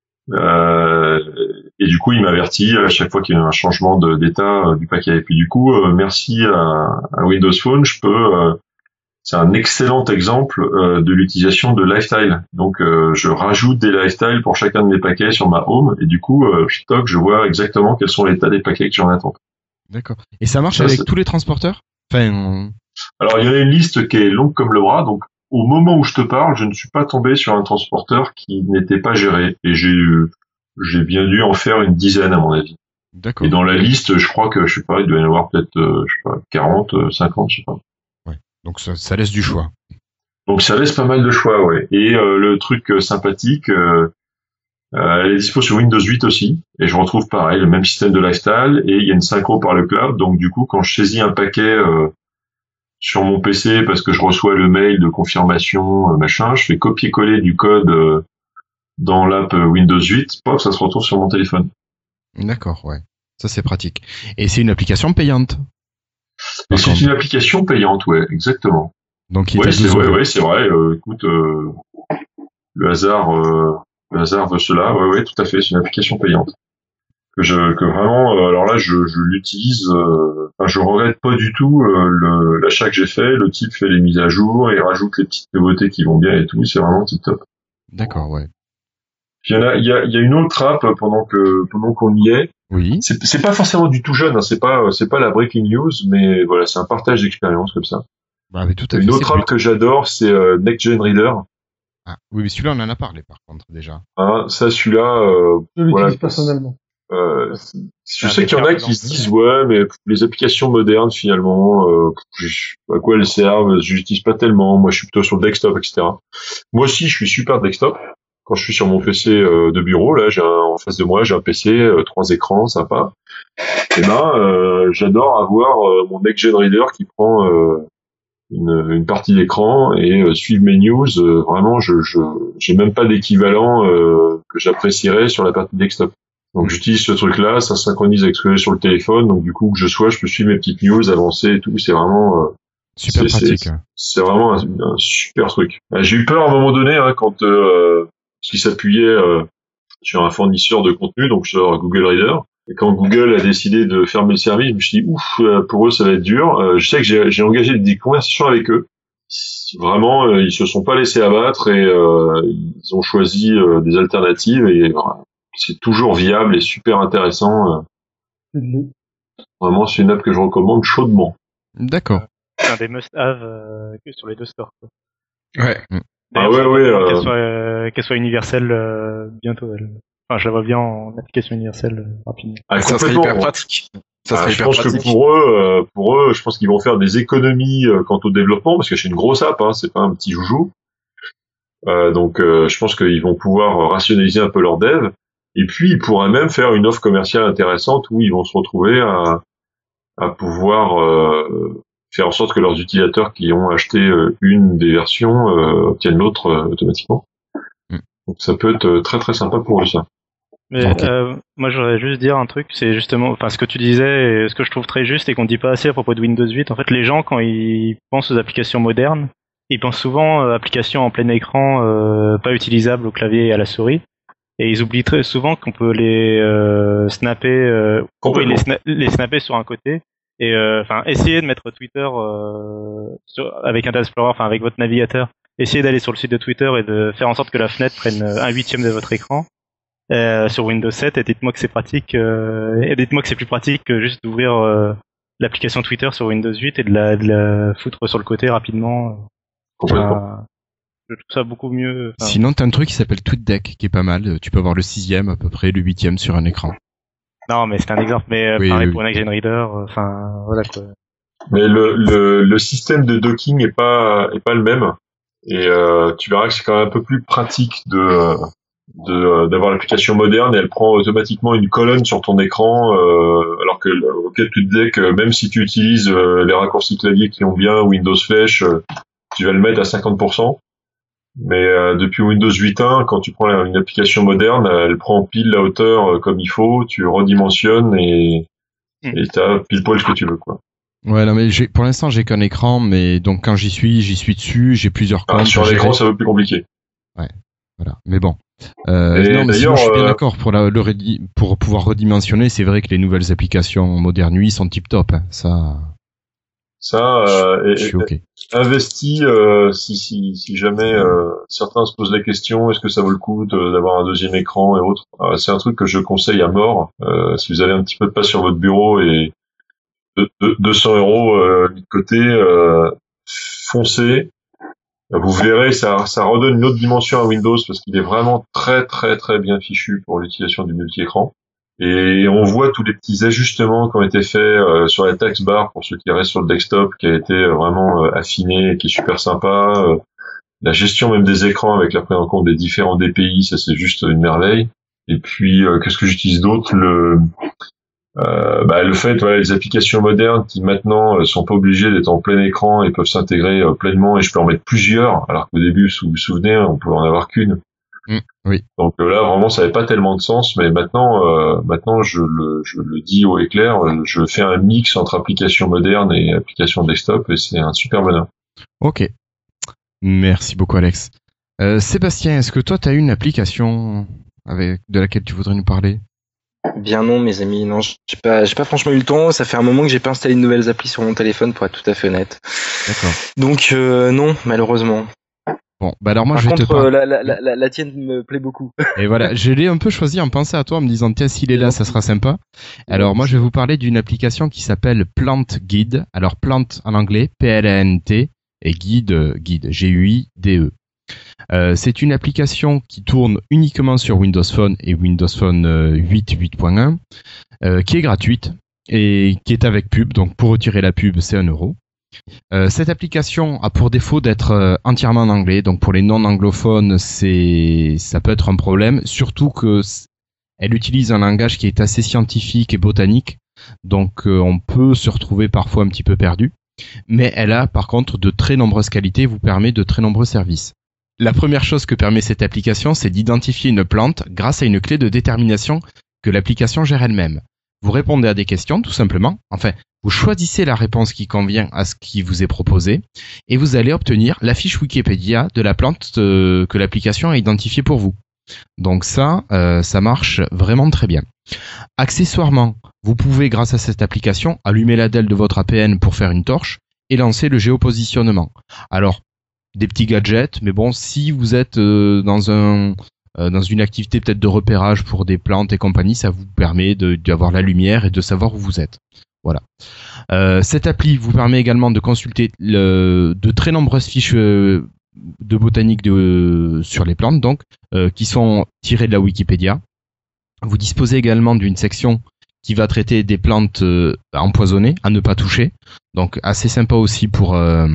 Et du coup, il m'avertit à chaque fois qu'il y a un changement d'état du paquet. Et puis du coup, merci à Windows Phone, c'est un excellent exemple de l'utilisation de Lifestyle. Donc, je rajoute des Lifestyle pour chacun de mes paquets sur ma home, et du coup, je vois exactement quels sont l'état des paquets que j'ai en attente. D'accord. Et ça marche avec tous les transporteurs? Alors, il y en a une liste qui est longue comme le bras, donc au moment où je te parle, je ne suis pas tombé sur un transporteur qui n'était pas géré, et j'ai bien dû en faire une dizaine à mon avis. D'accord. Et dans la liste, je crois que, il doit y en avoir peut-être, 40, 50, je sais pas. Ouais. Donc ça laisse du choix. Donc ça laisse pas mal de choix, ouais. Et le truc sympathique, elle est dispo sur Windows 8 aussi, et je retrouve pareil, le même système de lifestyle, et il y a une synchro par le cloud, donc du coup, quand je saisis un paquet sur mon PC parce que je reçois le mail de confirmation, machin, je fais copier-coller du code dans l'app Windows 8, pop, ça se retrouve sur mon téléphone. D'accord, ouais. Ça, c'est pratique. Et c'est une application payante. Et c'est une application payante, ouais, exactement. Donc, ouais, c'est vrai. Écoute, le hasard veut cela. Ouais, tout à fait. C'est une application payante que vraiment. Alors là, je l'utilise. Je regrette pas du tout l'achat que j'ai fait. Le type fait les mises à jour, il rajoute les petites nouveautés qui vont bien et tout. C'est vraiment tip top. D'accord, ouais. Puis il y a une autre app pendant qu'on y est. Oui. C'est pas forcément du tout jeune, hein, c'est pas la breaking news, mais voilà, c'est un partage d'expérience comme ça. Bah, mais tout à fait. Une autre app que j'adore, c'est Next Gen Reader. Ah, oui, mais celui-là on en a parlé par contre déjà. Ah, ça, celui-là, je l'utilise personnellement. Je sais qu'il y en a qui se disent ouais, mais les applications modernes finalement, à quoi elles servent? Je l'utilise pas tellement. Moi, je suis plutôt sur le desktop, etc. Moi aussi, je suis super desktop. Quand je suis sur mon PC de bureau, là, en face de moi, j'ai un PC, 3 écrans, sympa. Et j'adore avoir mon Next Gen Reader qui prend une partie d'écran et suivre mes news. Vraiment, j'ai même pas d'équivalent que j'apprécierais sur la partie desktop. Donc j'utilise ce truc-là, ça synchronise avec ce que j'ai sur le téléphone. Donc du coup, que je peux suivre mes petites news, avancer et tout. C'est vraiment super pratique. C'est vraiment un super truc. J'ai eu peur à un moment donné quand qui s'appuyait sur un fournisseur de contenu, donc sur Google Reader. Et quand Google a décidé de fermer le service, je me suis dit, pour eux, ça va être dur. Je sais que j'ai engagé des conversations avec eux. Vraiment, ils se sont pas laissés abattre et ils ont choisi des alternatives et c'est toujours viable et super intéressant. Vraiment, c'est une app que je recommande chaudement. D'accord. C'est un des must-have sur les deux stores, quoi. Ouais. Qu'elle soit universelle bientôt. Enfin, je la vois bien en application universelle rapidement. Ah, ça serait hyper pratique. Je pense que pour eux, je pense qu'ils vont faire des économies quant au développement parce que c'est une grosse app, hein, c'est pas un petit joujou. Donc, je pense qu'ils vont pouvoir rationaliser un peu leur dev. Et puis, ils pourraient même faire une offre commerciale intéressante où ils vont se retrouver à pouvoir faire en sorte que leurs utilisateurs qui ont acheté une des versions obtiennent l'autre automatiquement. Donc ça peut être très très sympa pour eux ça. Mais moi, je voudrais juste dire un truc, c'est justement, enfin, ce que tu disais, et ce que je trouve très juste et qu'on dit pas assez à propos de Windows 8. En fait, les gens, quand ils pensent aux applications modernes, ils pensent souvent applications en plein écran, pas utilisables au clavier et à la souris, et ils oublient très souvent qu'on peut les snapper, les snapper sur un côté. Et enfin, essayez de mettre Twitter avec Internet Explorer, enfin avec votre navigateur. Essayez d'aller sur le site de Twitter et de faire en sorte que la fenêtre prenne 1/8 de votre écran. Sur Windows 7, et dites-moi que c'est pratique, et dites-moi que c'est plus pratique que juste d'ouvrir l'application Twitter sur Windows 8 et de la foutre sur le côté rapidement. Complètement. Je trouve ça beaucoup mieux. Sinon, t'as un truc qui s'appelle TweetDeck, qui est pas mal. Tu peux avoir le 6e, à peu près, le 8e sur un écran. Non, mais c'est un exemple, mais pareil pour Next Gen Reader, enfin, voilà quoi. Mais le système de docking est pas le même. Et tu verras que c'est quand même un peu plus pratique d'avoir l'application moderne, et elle prend automatiquement une colonne sur ton écran, alors que TweetDeck, même si tu utilises les raccourcis clavier qui ont bien Windows Flash, tu vas le mettre à 50%. Mais depuis Windows 8.1, quand tu prends une application moderne, elle prend pile la hauteur comme il faut, tu redimensionnes et t'as pile poil ce que tu veux, quoi. Ouais, non, mais pour l'instant, j'ai qu'un écran, mais donc quand j'y suis dessus, j'ai plusieurs comptes. Sur l'écran, c'est un peu plus compliqué. Ouais. Voilà. Mais bon. Non, mais sinon, je suis bien d'accord pour pouvoir redimensionner. C'est vrai que les nouvelles applications modernes, nuit sont tip top, hein. Je suis ok. Investi, si jamais certains se posent la question, est-ce que ça vaut le coup d'avoir un deuxième écran et autres, c'est un truc que je conseille à mort. Si vous avez un petit peu de place sur votre bureau et 200 € mis de côté, foncez. Vous verrez, ça redonne une autre dimension à Windows, parce qu'il est vraiment très très très bien fichu pour l'utilisation du multi-écran. Et on voit tous les petits ajustements qui ont été faits sur la taskbar pour ceux qui restent sur le desktop, qui a été vraiment affiné et qui est super sympa. La gestion même des écrans avec la prise en compte des différents DPI, ça c'est juste une merveille. Et puis qu'est-ce que j'utilise d'autre? Le fait, voilà, les applications modernes qui maintenant sont pas obligées d'être en plein écran et peuvent s'intégrer pleinement, et je peux en mettre plusieurs, alors qu'au début, vous vous souvenez, on pouvait en avoir qu'une. Oui. Donc là, vraiment, ça n'avait pas tellement de sens, mais maintenant, je le dis haut et clair, je fais un mix entre applications modernes et applications desktop, et c'est un super bonheur. Ok. Merci beaucoup, Alex. Sébastien, est-ce que toi, tu as une application de laquelle tu voudrais nous parler? Bien non, mes amis, non, j'ai pas franchement eu le temps. Ça fait un moment que j'ai pas installé de nouvelles applis sur mon téléphone, pour être tout à fait honnête. D'accord. Donc non, malheureusement. Bon, bah alors moi Par je vais contre, te parler. la tienne me plaît beaucoup. Et voilà, je l'ai un peu choisi en pensant à toi, en me disant tiens, s'il est là, ça sera sympa. Alors moi je vais vous parler d'une application qui s'appelle Plant Guide. Alors Plant en anglais, P-L-A-N-T, et Guide, G-U-I-D-E. C'est une application qui tourne uniquement sur Windows Phone et Windows Phone 8, 8.1, qui est gratuite et qui est avec pub. Donc pour retirer la pub, c'est 1 €. Cette application a pour défaut d'être entièrement en anglais, donc pour les non-anglophones, ça peut être un problème, surtout que elle utilise un langage qui est assez scientifique et botanique, donc on peut se retrouver parfois un petit peu perdu, mais elle a par contre de très nombreuses qualités, vous permet de très nombreux services. La première chose que permet cette application, c'est d'identifier une plante grâce à une clé de détermination que l'application gère elle-même. Vous répondez à des questions, tout simplement. Enfin, vous choisissez la réponse qui convient à ce qui vous est proposé et vous allez obtenir la fiche Wikipédia de la plante que l'application a identifiée pour vous. Donc ça marche vraiment très bien. Accessoirement, vous pouvez, grâce à cette application, allumer la DEL de votre APN pour faire une torche et lancer le géopositionnement. Alors, des petits gadgets, mais bon, si vous êtes dans une activité peut-être de repérage pour des plantes et compagnie, ça vous permet d'avoir la lumière et de savoir où vous êtes. Voilà. Cette appli vous permet également de consulter de très nombreuses fiches de botanique sur les plantes, donc qui sont tirées de la Wikipédia. Vous disposez également d'une section qui va traiter des plantes empoisonnées, à ne pas toucher. Donc assez sympa aussi pour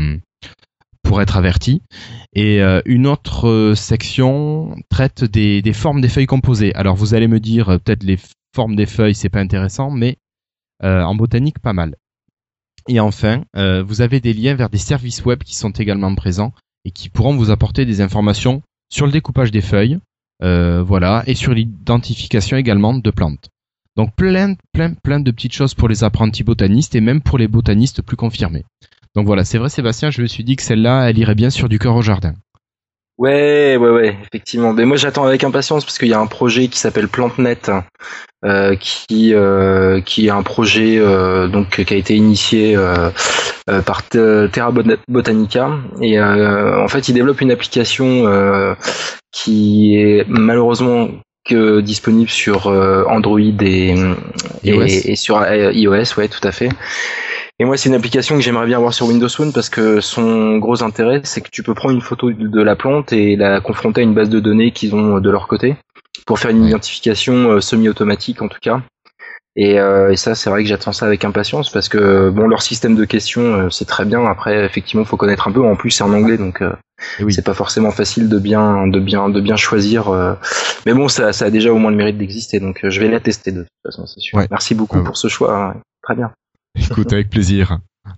être averti. Et une autre section traite des formes des feuilles composées. Alors vous allez me dire peut-être les formes des feuilles c'est pas intéressant, mais en botanique pas mal. Et enfin, vous avez des liens vers des services web qui sont également présents et qui pourront vous apporter des informations sur le découpage des feuilles, Voilà, et sur l'identification également de plantes. Donc plein de petites choses pour les apprentis botanistes et même pour les botanistes plus confirmés. Donc voilà, c'est vrai Sébastien, je me suis dit que celle-là, elle irait bien sur du cœur au jardin. Ouais, effectivement. Mais moi, j'attends avec impatience parce qu'il y a un projet qui s'appelle PlanteNet, qui est un projet donc qui a été initié par Terra Botanica et en fait, il développe une application qui est malheureusement que disponible sur Android et sur iOS, ouais, tout à fait. Et moi, c'est une application que j'aimerais bien avoir sur Windows Phone parce que son gros intérêt, c'est que tu peux prendre une photo de la plante et la confronter à une base de données qu'ils ont de leur côté pour faire une identification semi-automatique en tout cas. Et ça, c'est vrai que j'attends ça avec impatience parce que bon, leur système de questions, c'est très bien. Après, effectivement, faut connaître un peu. En plus, c'est en anglais, donc c'est pas forcément facile de bien choisir. Mais bon, ça a déjà au moins le mérite d'exister. Donc, je vais la tester de toute façon, c'est sûr. Ouais. Merci beaucoup pour ce choix. Hein. Très bien. Écoute, avec plaisir.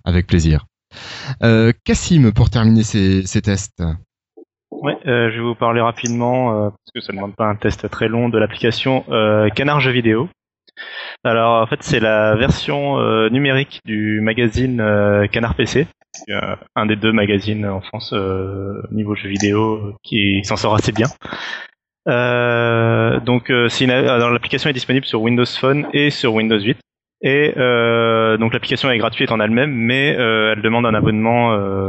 Cassim, pour terminer ces tests. Ouais, je vais vous parler rapidement parce que ça ne demande pas un test très long de l'application Canard Jeux Vidéo. Alors en fait c'est la version numérique du magazine Canard PC, un des deux magazines en France niveau jeux vidéo qui s'en sort assez bien. Donc alors, l'application est disponible sur Windows Phone et sur Windows 8. Et donc l'application est gratuite en elle-même, mais elle demande un abonnement.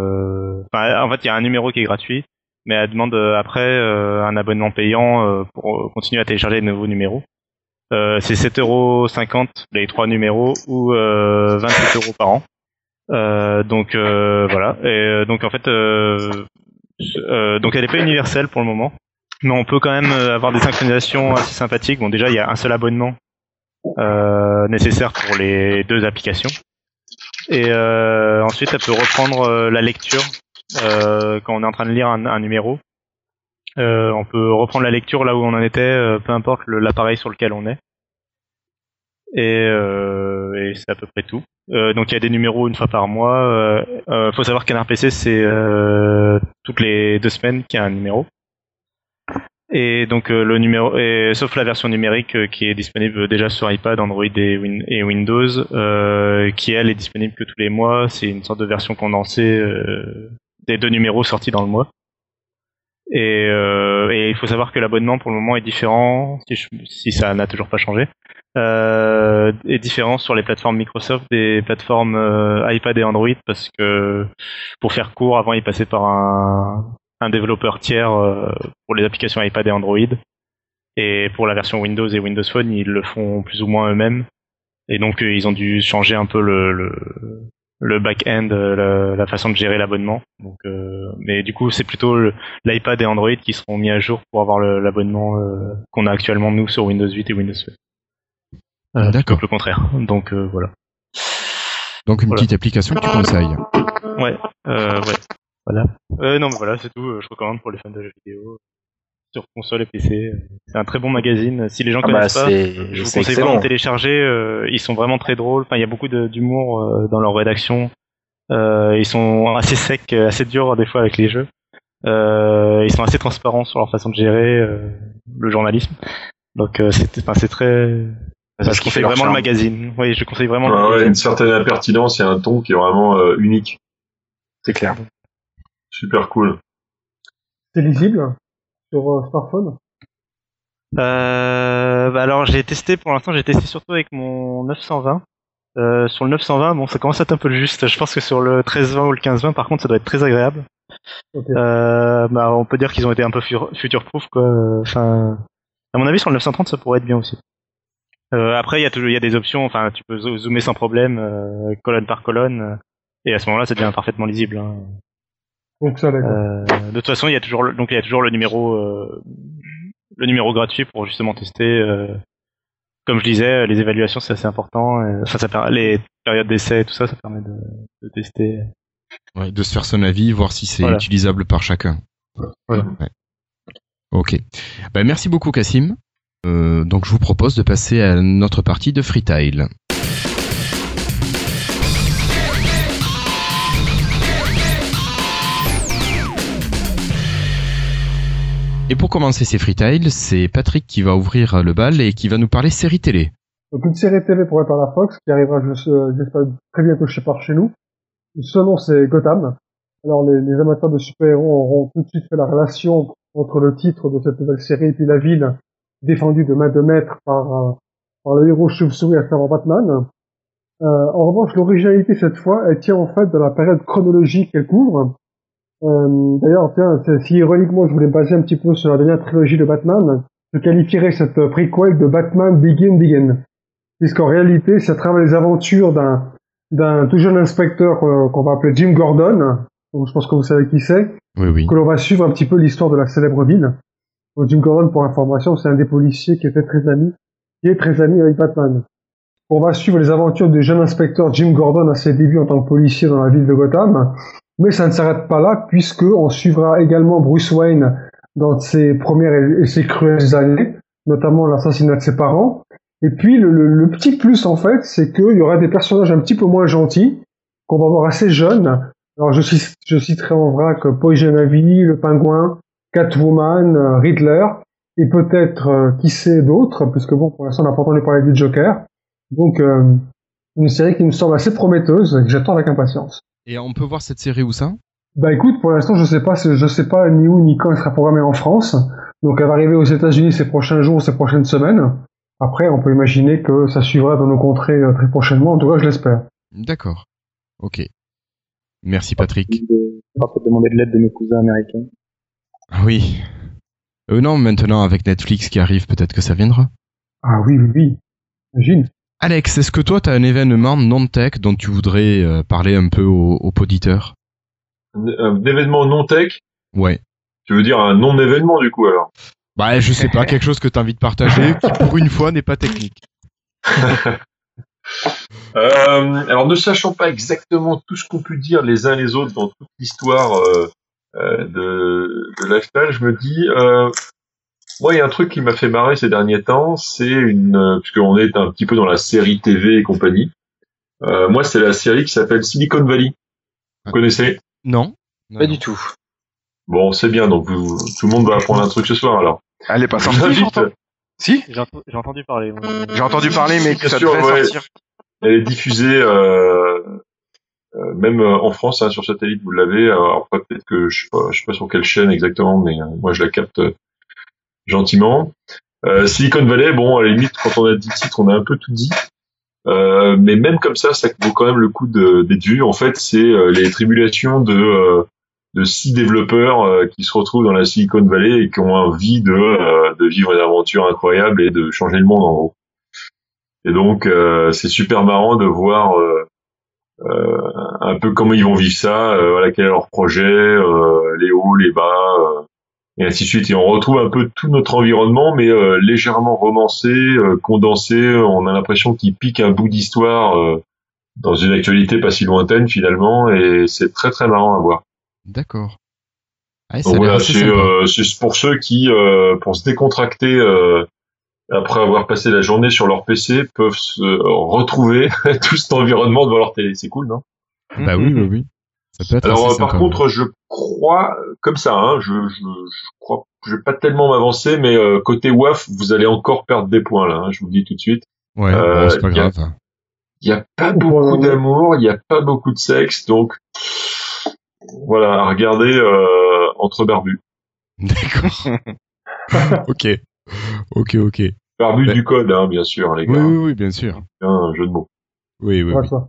En fait il y a un numéro qui est gratuit, mais elle demande après un abonnement payant pour continuer à télécharger de nouveaux numéros. C'est 7,50€ les 3 numéros ou 28€ par an. Donc voilà. Et donc en fait, donc elle est pas universelle pour le moment, mais on peut quand même avoir des synchronisations assez sympathiques. Bon, déjà il y a un seul abonnement nécessaire pour les deux applications. Et ensuite, elle peut reprendre la lecture quand on est en train de lire un numéro. On peut reprendre la lecture là où on en était, peu importe l'appareil sur lequel on est. Et c'est à peu près tout. Donc il y a des numéros une fois par mois. Faut savoir que Canard PC c'est toutes les 2 semaines qu'il y a un numéro. Et donc le numéro, sauf la version numérique qui est disponible déjà sur iPad, Android et Windows, qui elle est disponible que tous les mois. C'est une sorte de version condensée des 2 numéros sortis dans le mois. Et il faut savoir que l'abonnement pour le moment est différent, si ça n'a toujours pas changé, est différent sur les plateformes Microsoft des plateformes iPad et Android, parce que pour faire court, avant ils passaient par un développeur tiers pour les applications iPad et Android, et pour la version Windows et Windows Phone ils le font plus ou moins eux-mêmes, et donc ils ont dû changer un peu le back-end, la façon de gérer l'abonnement. Donc, mais du coup, c'est plutôt l'iPad et Android qui seront mis à jour pour avoir l'abonnement qu'on a actuellement nous sur Windows 8 et Windows 7. D'accord. Le contraire. Donc voilà. Donc une petite application que tu conseilles. Ouais. Voilà. Non, mais voilà, c'est tout. Je recommande pour les fans de jeux vidéo sur console et PC. C'est un très bon magazine. Si les gens connaissent pas, je vous conseille vraiment de télécharger. Ils sont vraiment très drôles. Enfin, il y a beaucoup d'humour dans leur rédaction. Ils sont assez secs, assez durs des fois avec les jeux. Ils sont assez transparents sur leur façon de gérer le journalisme. Donc c'est très. Je conseille vraiment le magazine. Oui, je conseille vraiment. le magazine. Une certaine impertinence et un ton qui est vraiment unique. C'est clair. Super cool. C'est lisible sur smartphone? Alors j'ai testé surtout avec mon 920. Sur le 920, bon, ça commence à être un peu le juste. Je pense que sur le 1320 ou le 1520, par contre, ça doit être très agréable. Okay. On peut dire qu'ils ont été un peu future-proof, quoi. Enfin, à mon avis, sur le 930, ça pourrait être bien aussi. Après, il y a des options. Enfin, tu peux zoomer sans problème, colonne par colonne, et à ce moment-là, ça devient parfaitement lisible. Hein. Donc ça, de toute façon, il y a toujours le numéro gratuit pour justement tester. Comme je disais, les évaluations c'est assez important. Les périodes d'essai et tout ça, ça permet de tester. Ouais, de se faire son avis, voir si c'est utilisable par chacun. Voilà. Ouais. Ok. Merci beaucoup Cassim. Donc je vous propose de passer à notre partie de Freetile. Et pour commencer ces Freetiles, c'est Patrick qui va ouvrir le bal et qui va nous parler série télé. Donc une série télé pourrait par la Fox qui arrivera j'espère très bientôt chez nous. Ce nom c'est Gotham. Alors les amateurs de super-héros auront tout de suite fait la relation entre le titre de cette nouvelle série et puis la ville défendue de main de maître par le héros chauve-souris à savoir Batman. En revanche, l'originalité cette fois, elle tient en fait de la période chronologique qu'elle couvre. D'ailleurs, tiens, si ironiquement je voulais me baser un petit peu sur la dernière trilogie de Batman, je qualifierais cette prequel de Batman Begin. Puisqu'en réalité, c'est à travers les aventures d'un tout jeune inspecteur qu'on va appeler Jim Gordon, donc je pense que vous savez qui c'est, oui. que l'on va suivre un petit peu l'histoire de la célèbre ville. Donc Jim Gordon, pour information, c'est un des policiers qui est très ami avec Batman. On va suivre les aventures du jeune inspecteur Jim Gordon à ses débuts en tant que policier dans la ville de Gotham, mais ça ne s'arrête pas là, puisque on suivra également Bruce Wayne dans ses premières et ses cruelles années, notamment l'assassinat de ses parents. Et puis le petit plus en fait, c'est qu'il y aura des personnages un petit peu moins gentils, qu'on va voir assez jeunes. Alors je citerai en vrac Poison Ivy, le Pingouin, Catwoman, Riddler, et peut-être qui sait d'autres, puisque bon, pour l'instant on n'a pas entendu parler du Joker. Donc une série qui me semble assez prometteuse et que j'attends avec impatience. Et on peut voir cette série où ça ? Bah écoute, pour l'instant je sais pas ni où ni quand elle sera programmée en France. Donc elle va arriver aux États-Unis ces prochains jours, ces prochaines semaines. Après, on peut imaginer que ça suivra dans nos contrées très prochainement. En tout cas, je l'espère. D'accord. Ok. Merci Patrick. On va peut-être demander de l'aide de nos cousins américains. Oui. Non, maintenant avec Netflix qui arrive, peut-être que ça viendra. Ah oui. Imagine. Alex, est-ce que toi, tu as un événement non-tech dont tu voudrais parler un peu aux auditeurs ? Un événement non-tech ? Ouais. Tu veux dire un non-événement du coup alors ? Bah, je sais pas, quelque chose que t'as envie de partager, qui pour une fois n'est pas technique. Alors, ne sachant pas exactement tout ce qu'on peut dire les uns les autres dans toute l'histoire de Lifestyle, je me dis, moi, il y a un truc qui m'a fait marrer ces derniers temps, c'est puisqu'on est un petit peu dans la série TV et compagnie. Moi, c'est la série qui s'appelle Silicon Valley. Vous connaissez ? Non. Pas du tout. Bon, c'est bien, donc tout le monde va apprendre un truc ce soir alors. Elle est pas sortie pourtant. Si ? J'ai entendu parler. J'ai entendu parler, mais que ça sûr, devait sortir. Elle est diffusée même en France sur satellite, vous l'avez. Après peut-être que je sais pas sur quelle chaîne exactement, mais moi je la capte gentiment. Silicon Valley, bon à la limite quand on a 10 titres, on a un peu tout dit. Mais même comme ça vaut quand même le coup d'être vu. En fait, c'est les tribulations de 6 développeurs qui se retrouvent dans la Silicon Valley et qui ont envie de vivre une aventure incroyable et de changer le monde en gros. Et donc c'est super marrant de voir un peu comment ils vont vivre ça, voilà quel est leur projet, les hauts, les bas, et ainsi de suite. Et on retrouve un peu tout notre environnement, mais légèrement romancé, condensé. On a l'impression qu'il pique un bout d'histoire dans une actualité pas si lointaine finalement, et c'est très très marrant à voir. D'accord. Ah, donc voilà, c'est pour ceux qui, pour se décontracter après avoir passé la journée sur leur PC, peuvent se retrouver tout cet environnement devant leur télé. C'est cool, non ? Bah oui. Ça peut être alors assez par sympa, contre, je crois, comme ça, je crois, je vais pas tellement m'avancer, mais côté WAF, vous allez encore perdre des points là. Je vous le dis tout de suite. Ouais, bon, c'est pas grave. Il y a pas beaucoup d'amour, il y a pas beaucoup de sexe, donc. Voilà, à regarder entre barbus. D'accord. Ok. Barbus du code, hein, bien sûr, les gars. Oui, bien sûr. Un jeu de mots. Oui.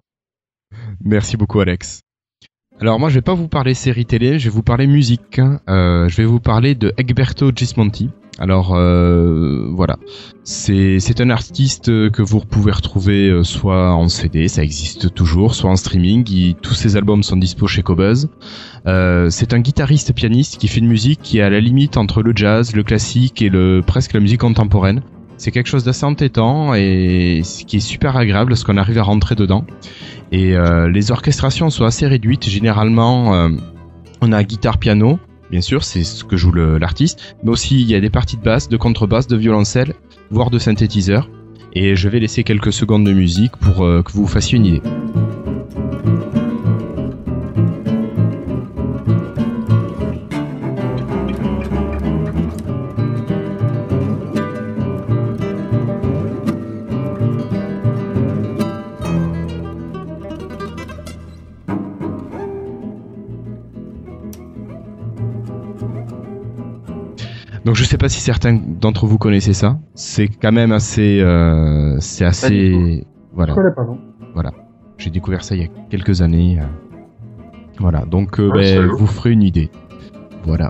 Merci beaucoup, Alex. Alors moi, je vais pas vous parler série télé, je vais vous parler musique. Je vais vous parler de Egberto Gismonti. Alors voilà, c'est un artiste que vous pouvez retrouver soit en CD, ça existe toujours, soit en streaming. Tous ses albums sont dispo chez Qobuz. C'est un guitariste pianiste qui fait une musique qui est à la limite entre le jazz, le classique et presque la musique contemporaine. C'est quelque chose d'assez entêtant et qui est super agréable parce qu'on arrive à rentrer dedans. Et les orchestrations sont assez réduites. Généralement, on a guitare-piano. Bien sûr, c'est ce que joue l'artiste, mais aussi il y a des parties de basse, de contrebasse, de violoncelle, voire de synthétiseur. Et je vais laisser quelques secondes de musique pour que vous vous fassiez une idée. Donc je sais pas si certains d'entre vous connaissaient ça. C'est quand même assez, c'est assez, voilà. Je connais pas, non. Voilà. J'ai découvert ça il y a quelques années. Voilà. Donc salut. vous ferez une idée. Voilà.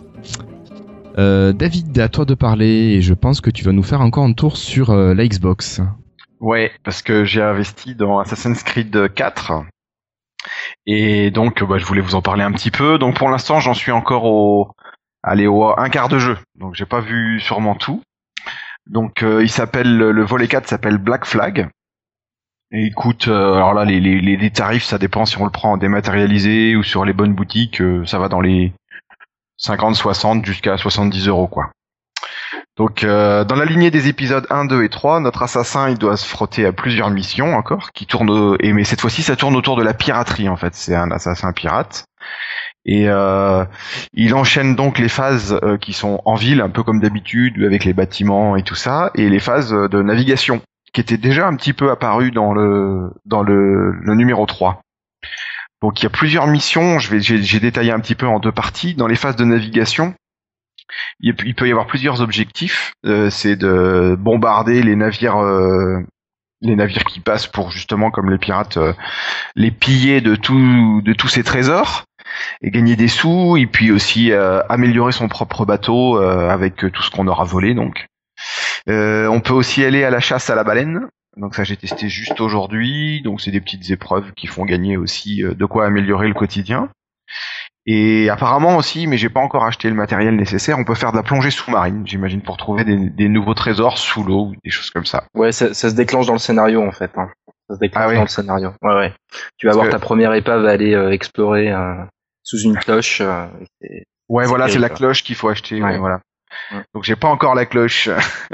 David, à toi de parler et je pense que tu vas nous faire encore un tour sur la Xbox. Ouais, parce que j'ai investi dans Assassin's Creed 4. Et donc, je voulais vous en parler un petit peu. Donc, pour l'instant, j'en suis encore au un quart de jeu. Donc, j'ai pas vu sûrement tout. Donc, le volet 4 s'appelle Black Flag. Et il coûte, alors là, les tarifs, ça dépend si on le prend en dématérialisé ou sur les bonnes boutiques, ça va dans les 50, 60 jusqu'à 70 €, quoi. Donc, dans la lignée des épisodes 1, 2 et 3, notre assassin, il doit se frotter à plusieurs missions encore, qui tournent, mais cette fois-ci, ça tourne autour de la piraterie, en fait. C'est un assassin pirate. Et il enchaîne donc les phases qui sont en ville, un peu comme d'habitude, avec les bâtiments et tout ça, et les phases de navigation, qui étaient déjà un petit peu apparues dans le numéro 3. Donc il y a plusieurs missions, j'ai détaillé un petit peu en deux parties. Dans les phases de navigation, il peut y avoir plusieurs objectifs. C'est de bombarder les navires qui passent pour justement, comme les pirates, les piller de tous ces trésors et gagner des sous, et puis aussi améliorer son propre bateau avec tout ce qu'on aura volé. Donc, on peut aussi aller à la chasse à la baleine. Donc ça, j'ai testé juste aujourd'hui. Donc c'est des petites épreuves qui font gagner aussi de quoi améliorer le quotidien. Et apparemment aussi, mais j'ai pas encore acheté le matériel nécessaire, on peut faire de la plongée sous-marine, j'imagine, pour trouver des nouveaux trésors sous l'eau ou des choses comme ça. Ouais, ça se déclenche dans le scénario en fait. Hein. Ça se déclenche dans le scénario. Ouais. Tu vas voir ta première épave aller explorer sous une cloche. C'est la cloche qu'il faut acheter. Ouais, voilà. Ouais. Donc j'ai pas encore la cloche.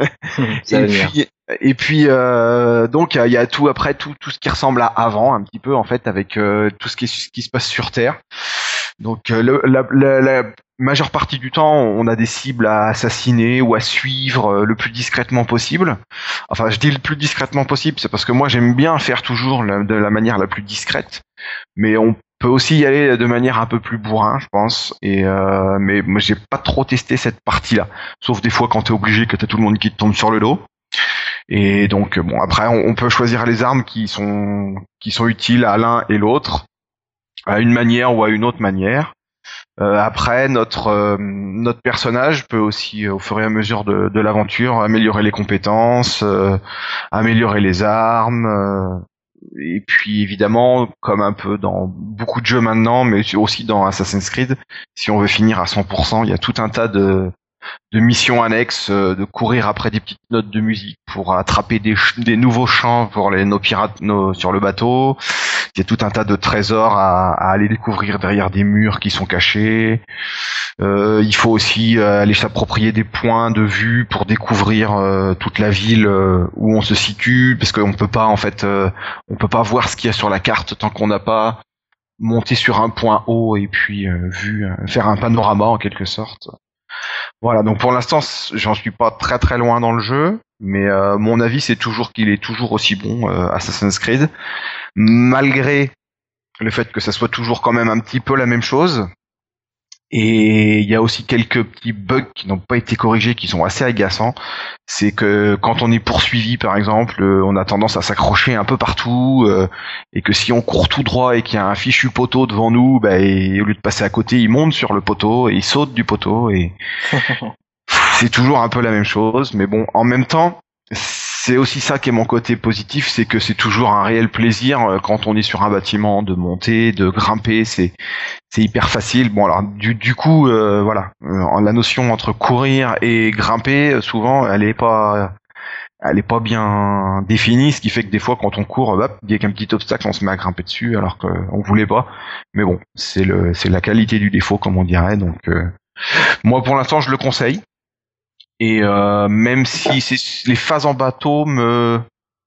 Et puis donc il y a tout après tout ce qui ressemble à avant un petit peu en fait, avec tout ce qui se passe sur Terre. Donc la majeure partie du temps, on a des cibles à assassiner ou à suivre le plus discrètement possible. Enfin, je dis le plus discrètement possible, c'est parce que moi j'aime bien faire toujours de la manière la plus discrète, mais on peut aussi y aller de manière un peu plus bourrin, je pense. Et mais moi j'ai pas trop testé cette partie-là, sauf des fois quand t'es obligé, que t'as tout le monde qui te tombe sur le dos. Et donc bon, après on peut choisir les armes qui sont utiles à l'un et l'autre, à une manière ou à une autre manière. Après, notre personnage peut aussi, au fur et à mesure de l'aventure, améliorer les compétences, améliorer les armes, et puis évidemment, comme un peu dans beaucoup de jeux maintenant, mais aussi dans Assassin's Creed, si on veut finir à 100%, il y a tout un tas de missions annexes, de courir après des petites notes de musique pour attraper des nouveaux chants pour nos pirates sur le bateau. Il y a tout un tas de trésors à aller découvrir derrière des murs qui sont cachés. Il faut aussi aller s'approprier des points de vue pour découvrir toute la ville où on se situe, parce qu'on peut pas on peut pas voir ce qu'il y a sur la carte tant qu'on n'a pas monté sur un point haut et puis faire un panorama en quelque sorte. Voilà, donc pour l'instant, j'en suis pas très très loin dans le jeu, mais mon avis c'est toujours qu'il est toujours aussi bon, Assassin's Creed, malgré le fait que ça soit toujours quand même un petit peu la même chose. Et il y a aussi quelques petits bugs qui n'ont pas été corrigés, qui sont assez agaçants. C'est que quand on est poursuivi, par exemple, on a tendance à s'accrocher un peu partout, et que si on court tout droit et qu'il y a un fichu poteau devant nous, et au lieu de passer à côté, il monte sur le poteau et il saute du poteau, et c'est toujours un peu la même chose. Mais bon, en même temps, c'est aussi ça qui est mon côté positif, c'est que c'est toujours un réel plaisir quand on est sur un bâtiment de monter, de grimper, c'est hyper facile. Bon alors du coup la notion entre courir et grimper, souvent elle est pas bien définie, ce qui fait que des fois quand on court, il y a qu'un petit obstacle, on se met à grimper dessus alors qu'on voulait pas. Mais bon, c'est la qualité du défaut, comme on dirait. Donc moi pour l'instant je le conseille. Et même si les phases en bateau me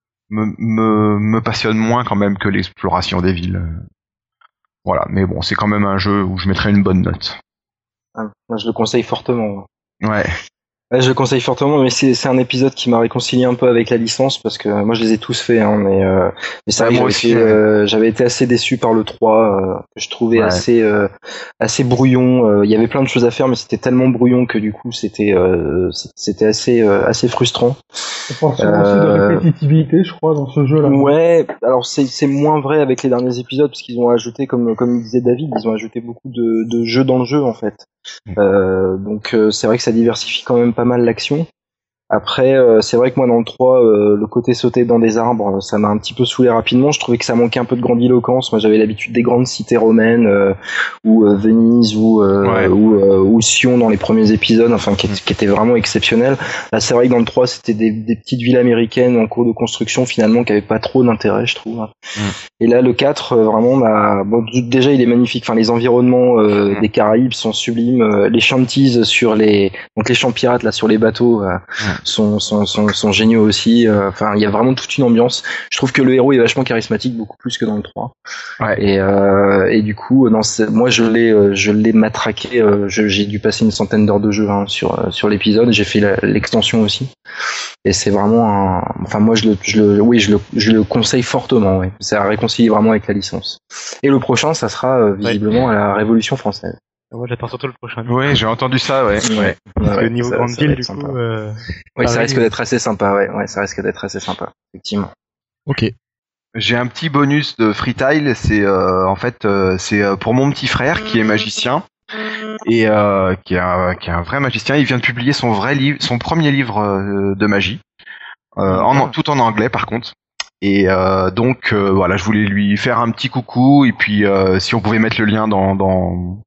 passionnent moins quand même que l'exploration des villes. Voilà, mais bon, c'est quand même un jeu où je mettrais une bonne note. Moi, je le conseille fortement. Ouais. Ouais, je le conseille fortement, mais c'est un épisode qui m'a réconcilié un peu avec la licence parce que moi je les ai tous faits, hein, mais c'est vrai que j'avais été assez déçu par le 3, que je trouvais assez brouillon. Il y avait plein de choses à faire, mais c'était tellement brouillon que du coup c'était assez frustrant. Ça forcément aussi de répétitivité, je crois, dans ce jeu-là. Ouais, alors c'est moins vrai avec les derniers épisodes parce qu'ils ont ajouté, comme disait David, ils ont ajouté beaucoup de jeux dans le jeu en fait. Donc c'est vrai que ça diversifie quand même pas mal l'action. Après, c'est vrai que moi dans le 3, le côté sauter dans des arbres, ça m'a un petit peu saoulé rapidement. Je trouvais que ça manquait un peu de grandiloquence. Moi j'avais l'habitude des grandes cités romaines, ou Venise, ou Sion dans les premiers épisodes, enfin qui étaient vraiment exceptionnels. Là c'est vrai que dans le 3 c'était des petites villes américaines en cours de construction finalement qui avaient pas trop d'intérêt, je trouve. Et là le 4 vraiment déjà il est magnifique. Enfin les environnements des Caraïbes sont sublimes. Les shanties sur les champs pirates là sur les bateaux. Sont géniaux aussi. Enfin, il y a vraiment toute une ambiance. Je trouve que le héros est vachement charismatique, beaucoup plus que dans le 3. Et du coup, moi je l'ai matraqué. J'ai dû passer une centaine d'heures de jeu sur l'épisode. J'ai fait l'extension aussi. Et c'est vraiment enfin moi je le conseille fortement. Ouais. Ça réconcilie vraiment avec la licence. Et le prochain, ça sera visiblement à la Révolution française. Moi j'attends surtout le prochain. Ouais, j'ai entendu ça, ouais. Parce que niveau grande ville, du coup. Oui, ça risque d'être assez sympa, ouais, ça risque d'être assez sympa, effectivement. Ok. J'ai un petit bonus de Freetile, c'est c'est pour mon petit frère qui est magicien et qui est un vrai magicien. Il vient de publier son premier livre de magie, tout en anglais par contre. Et donc voilà, je voulais lui faire un petit coucou et puis si on pouvait mettre le lien dans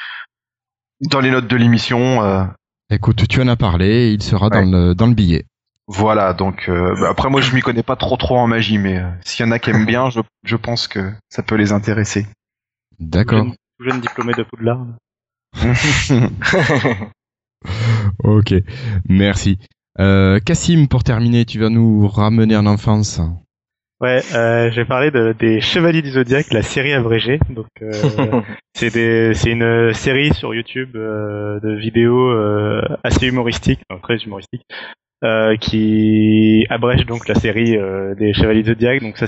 les notes de l'émission. Écoute, tu en as parlé, il sera dans le billet. Voilà, donc après moi je m'y connais pas trop en magie, mais s'il y en a qui aiment bien, je pense que ça peut les intéresser. D'accord. Tout jeune diplômé de Poudlard. Ok, merci. Cassim, pour terminer, tu vas nous ramener en enfance. Ouais, je vais parler des Chevaliers du Zodiaque, la série abrégée. Donc, c'est une série sur YouTube de vidéos assez humoristiques, très humoristiques, qui abrège donc la série des Chevaliers du Zodiaque. Donc ça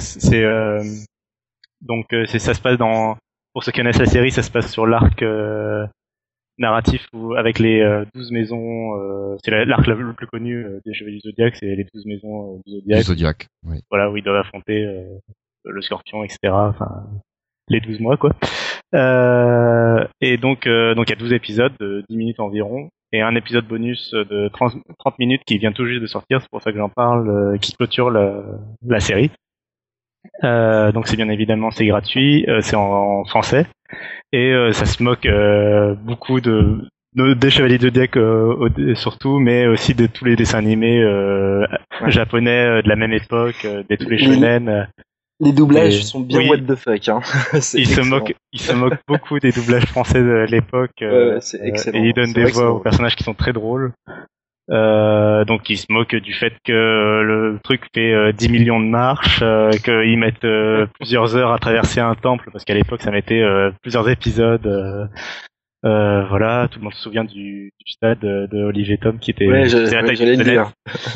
se passe pour ceux qui connaissent la série, ça se passe sur l'arc narratif avec les 12 maisons, c'est l'arc le plus connu des Chevaliers du Zodiaque, c'est les 12 maisons du Zodiaque. Oui. Voilà, où ils doivent affronter le Scorpion, etc. Enfin, les 12 mois, quoi. Et donc il y a 12 épisodes de 10 minutes environ, et un épisode bonus de 30 minutes qui vient tout juste de sortir, c'est pour ça que j'en parle, qui clôture la série. Donc c'est bien évidemment, c'est gratuit, c'est en français, et ça se moque beaucoup des Chevaliers de Zodiac surtout, mais aussi de tous les dessins animés japonais de la même époque, de tous les shonen. Les doublages sont bien what the fuck. Hein. Ils se moquent beaucoup des doublages français de l'époque, c'est excellent. Et ils donnent des voix aux personnages qui sont très drôles. Donc ils se moquent du fait que le truc fait 10 millions de marches, qu'ils mettent plusieurs heures à traverser un temple, parce qu'à l'époque ça mettait plusieurs épisodes. Voilà, tout le monde se souvient du stade de Olivier Tom qui était j'allais le dire.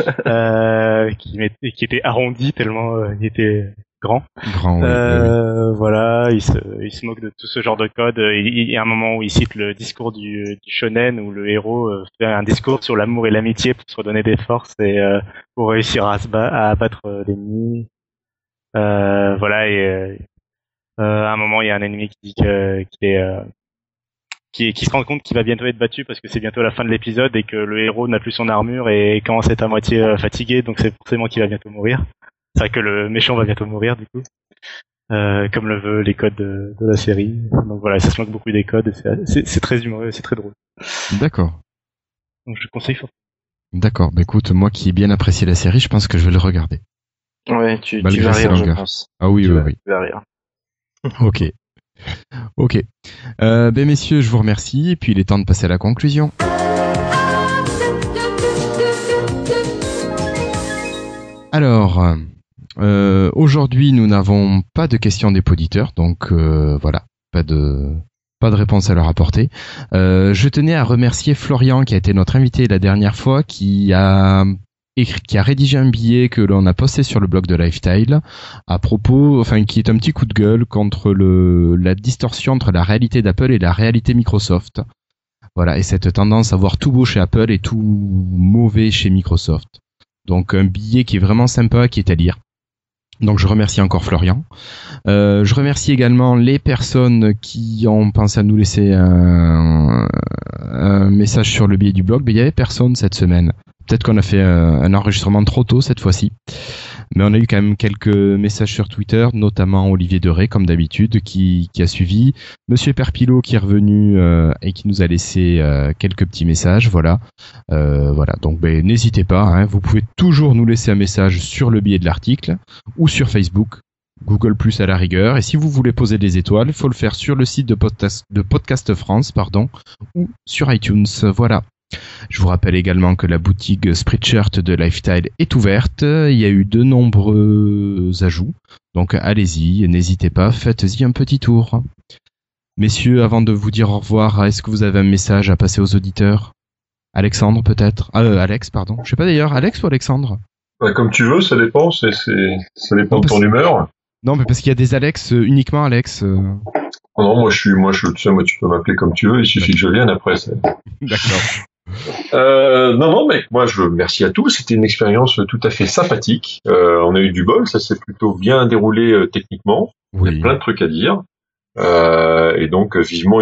qui était arrondi tellement il était grand. Oui. Voilà, il se moque de tout ce genre de code. Il y a un moment où il cite le discours du shonen, où le héros fait un discours sur l'amour et l'amitié pour se redonner des forces et pour réussir à abattre l'ennemi. Voilà, et à un moment il y a un ennemi qui dit qui se rend compte qu'il va bientôt être battu parce que c'est bientôt la fin de l'épisode et que le héros n'a plus son armure et commence à être à moitié fatigué, donc c'est forcément qu'il va bientôt mourir. C'est vrai que le méchant va bientôt mourir du coup, comme le veut les codes de la série. Donc voilà, ça se moque beaucoup des codes, c'est très humoreux, c'est très drôle. D'accord. Donc je conseille fort. D'accord, bah écoute, moi qui ai bien apprécié la série, je pense que je vais le regarder. Ouais, tu vas rire, je pense. Ah oui, oui. Tu vas rire. Ok. Ben messieurs, je vous remercie, et puis il est temps de passer à la conclusion. Alors, aujourd'hui, nous n'avons pas de questions des auditeurs, donc voilà, pas de pas de réponse à leur apporter. Je tenais à remercier Florian qui a été notre invité la dernière fois, qui a rédigé un billet que l'on a posté sur le blog de Lifestyle à propos, qui est un petit coup de gueule contre la distorsion entre la réalité d'Apple et la réalité Microsoft. Voilà, et cette tendance à voir tout beau chez Apple et tout mauvais chez Microsoft. Donc un billet qui est vraiment sympa, qui est à lire. Donc je remercie encore Florian. Je remercie également les personnes qui ont pensé à nous laisser un message sur le billet du blog. Mais il y avait personne cette semaine. Peut-être qu'on a fait un enregistrement trop tôt cette fois-ci. Mais on a eu quand même quelques messages sur Twitter, notamment Olivier Deray, comme d'habitude, qui a suivi. Monsieur Perpilot qui est revenu et qui nous a laissé quelques petits messages. Voilà. Donc n'hésitez pas. Hein, vous pouvez toujours nous laisser un message sur le billet de l'article ou sur Facebook, Google+ à la rigueur. Et si vous voulez poser des étoiles, il faut le faire sur le site de Podcast France, ou sur iTunes. Voilà. Je vous rappelle également que la boutique Spreadshirt de Lifestyle est ouverte. Il y a eu de nombreux ajouts. Donc allez-y, n'hésitez pas, faites-y un petit tour. Messieurs, avant de vous dire au revoir, est-ce que vous avez un message à passer aux auditeurs ? Alexandre peut-être ? Alex, pardon. Je sais pas d'ailleurs, Alex ou Alexandre ? Comme tu veux, ça dépend, ça dépend de ton humeur. Non, mais parce qu'il y a des Alex, uniquement Alex. Non, moi tu peux m'appeler comme tu veux, il suffit que je vienne après. D'accord. Mais moi merci à tous, c'était une expérience tout à fait sympathique. On a eu du bol, ça s'est plutôt bien déroulé techniquement. Oui. Il y a plein de trucs à dire. Et donc vivement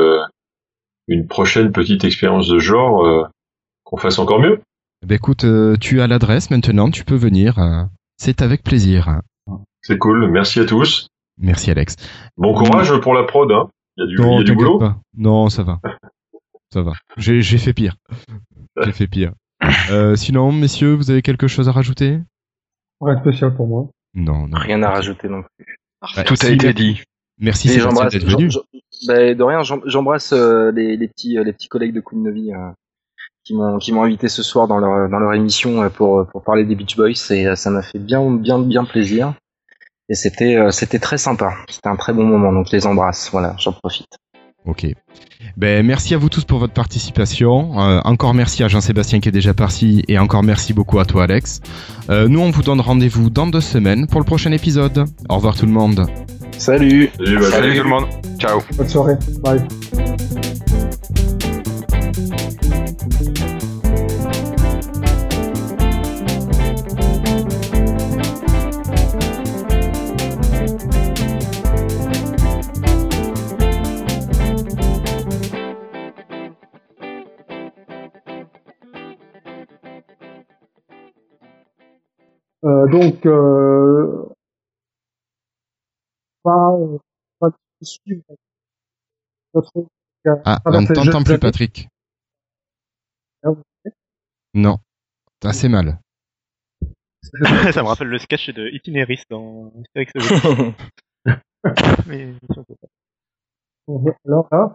une prochaine petite expérience de genre qu'on fasse encore mieux. Écoute, tu as l'adresse maintenant, tu peux venir. C'est avec plaisir. C'est cool, merci à tous. Merci Alex. Bon courage pour la prod, hein. Il y a du boulot. Pas. Non, ça va. Ça va. J'ai fait pire. Sinon, messieurs, vous avez quelque chose à rajouter ? Rien de spécial pour moi. Non. Rien à rajouter non plus. Tout a été dit. Merci Sébastien d'être venu. De rien, j'embrasse les petits collègues de Queen Novi qui m'ont invité ce soir dans leur émission pour parler des Beach Boys, et ça m'a fait bien plaisir. Et c'était très sympa. C'était un très bon moment, donc je les embrasse. Voilà, j'en profite. Ok. Merci à vous tous pour votre participation. Encore merci à Jean-Sébastien qui est déjà parti, et encore merci beaucoup à toi Alex. Nous on vous donne rendez-vous dans 2 semaines pour le prochain épisode. Au revoir tout le monde. Salut tout le monde. Ciao. Bonne soirée. Bye. Pas de suivre on ne t'entend plus Patrick. Non, c'est assez mal. Ça me rappelle le sketch de Itinéris dans Astérix. Mais alors là,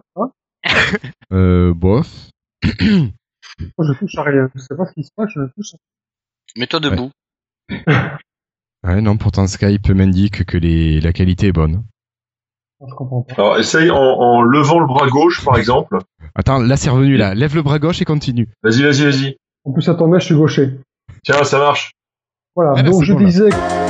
bof. Moi, je touche à rien. Je sais pas ce qui se passe, je ne touche à rien. Mets-toi debout. Ouais, non, pourtant Skype m'indique que la qualité est bonne. Je comprends pas. Alors, essaye en levant le bras gauche, par exemple. Attends, là, c'est revenu, là. Lève le bras gauche et continue. Vas-y. En plus, à ton âge, je suis gaucher. Tiens, ça marche. Voilà, là, donc je bon, disais...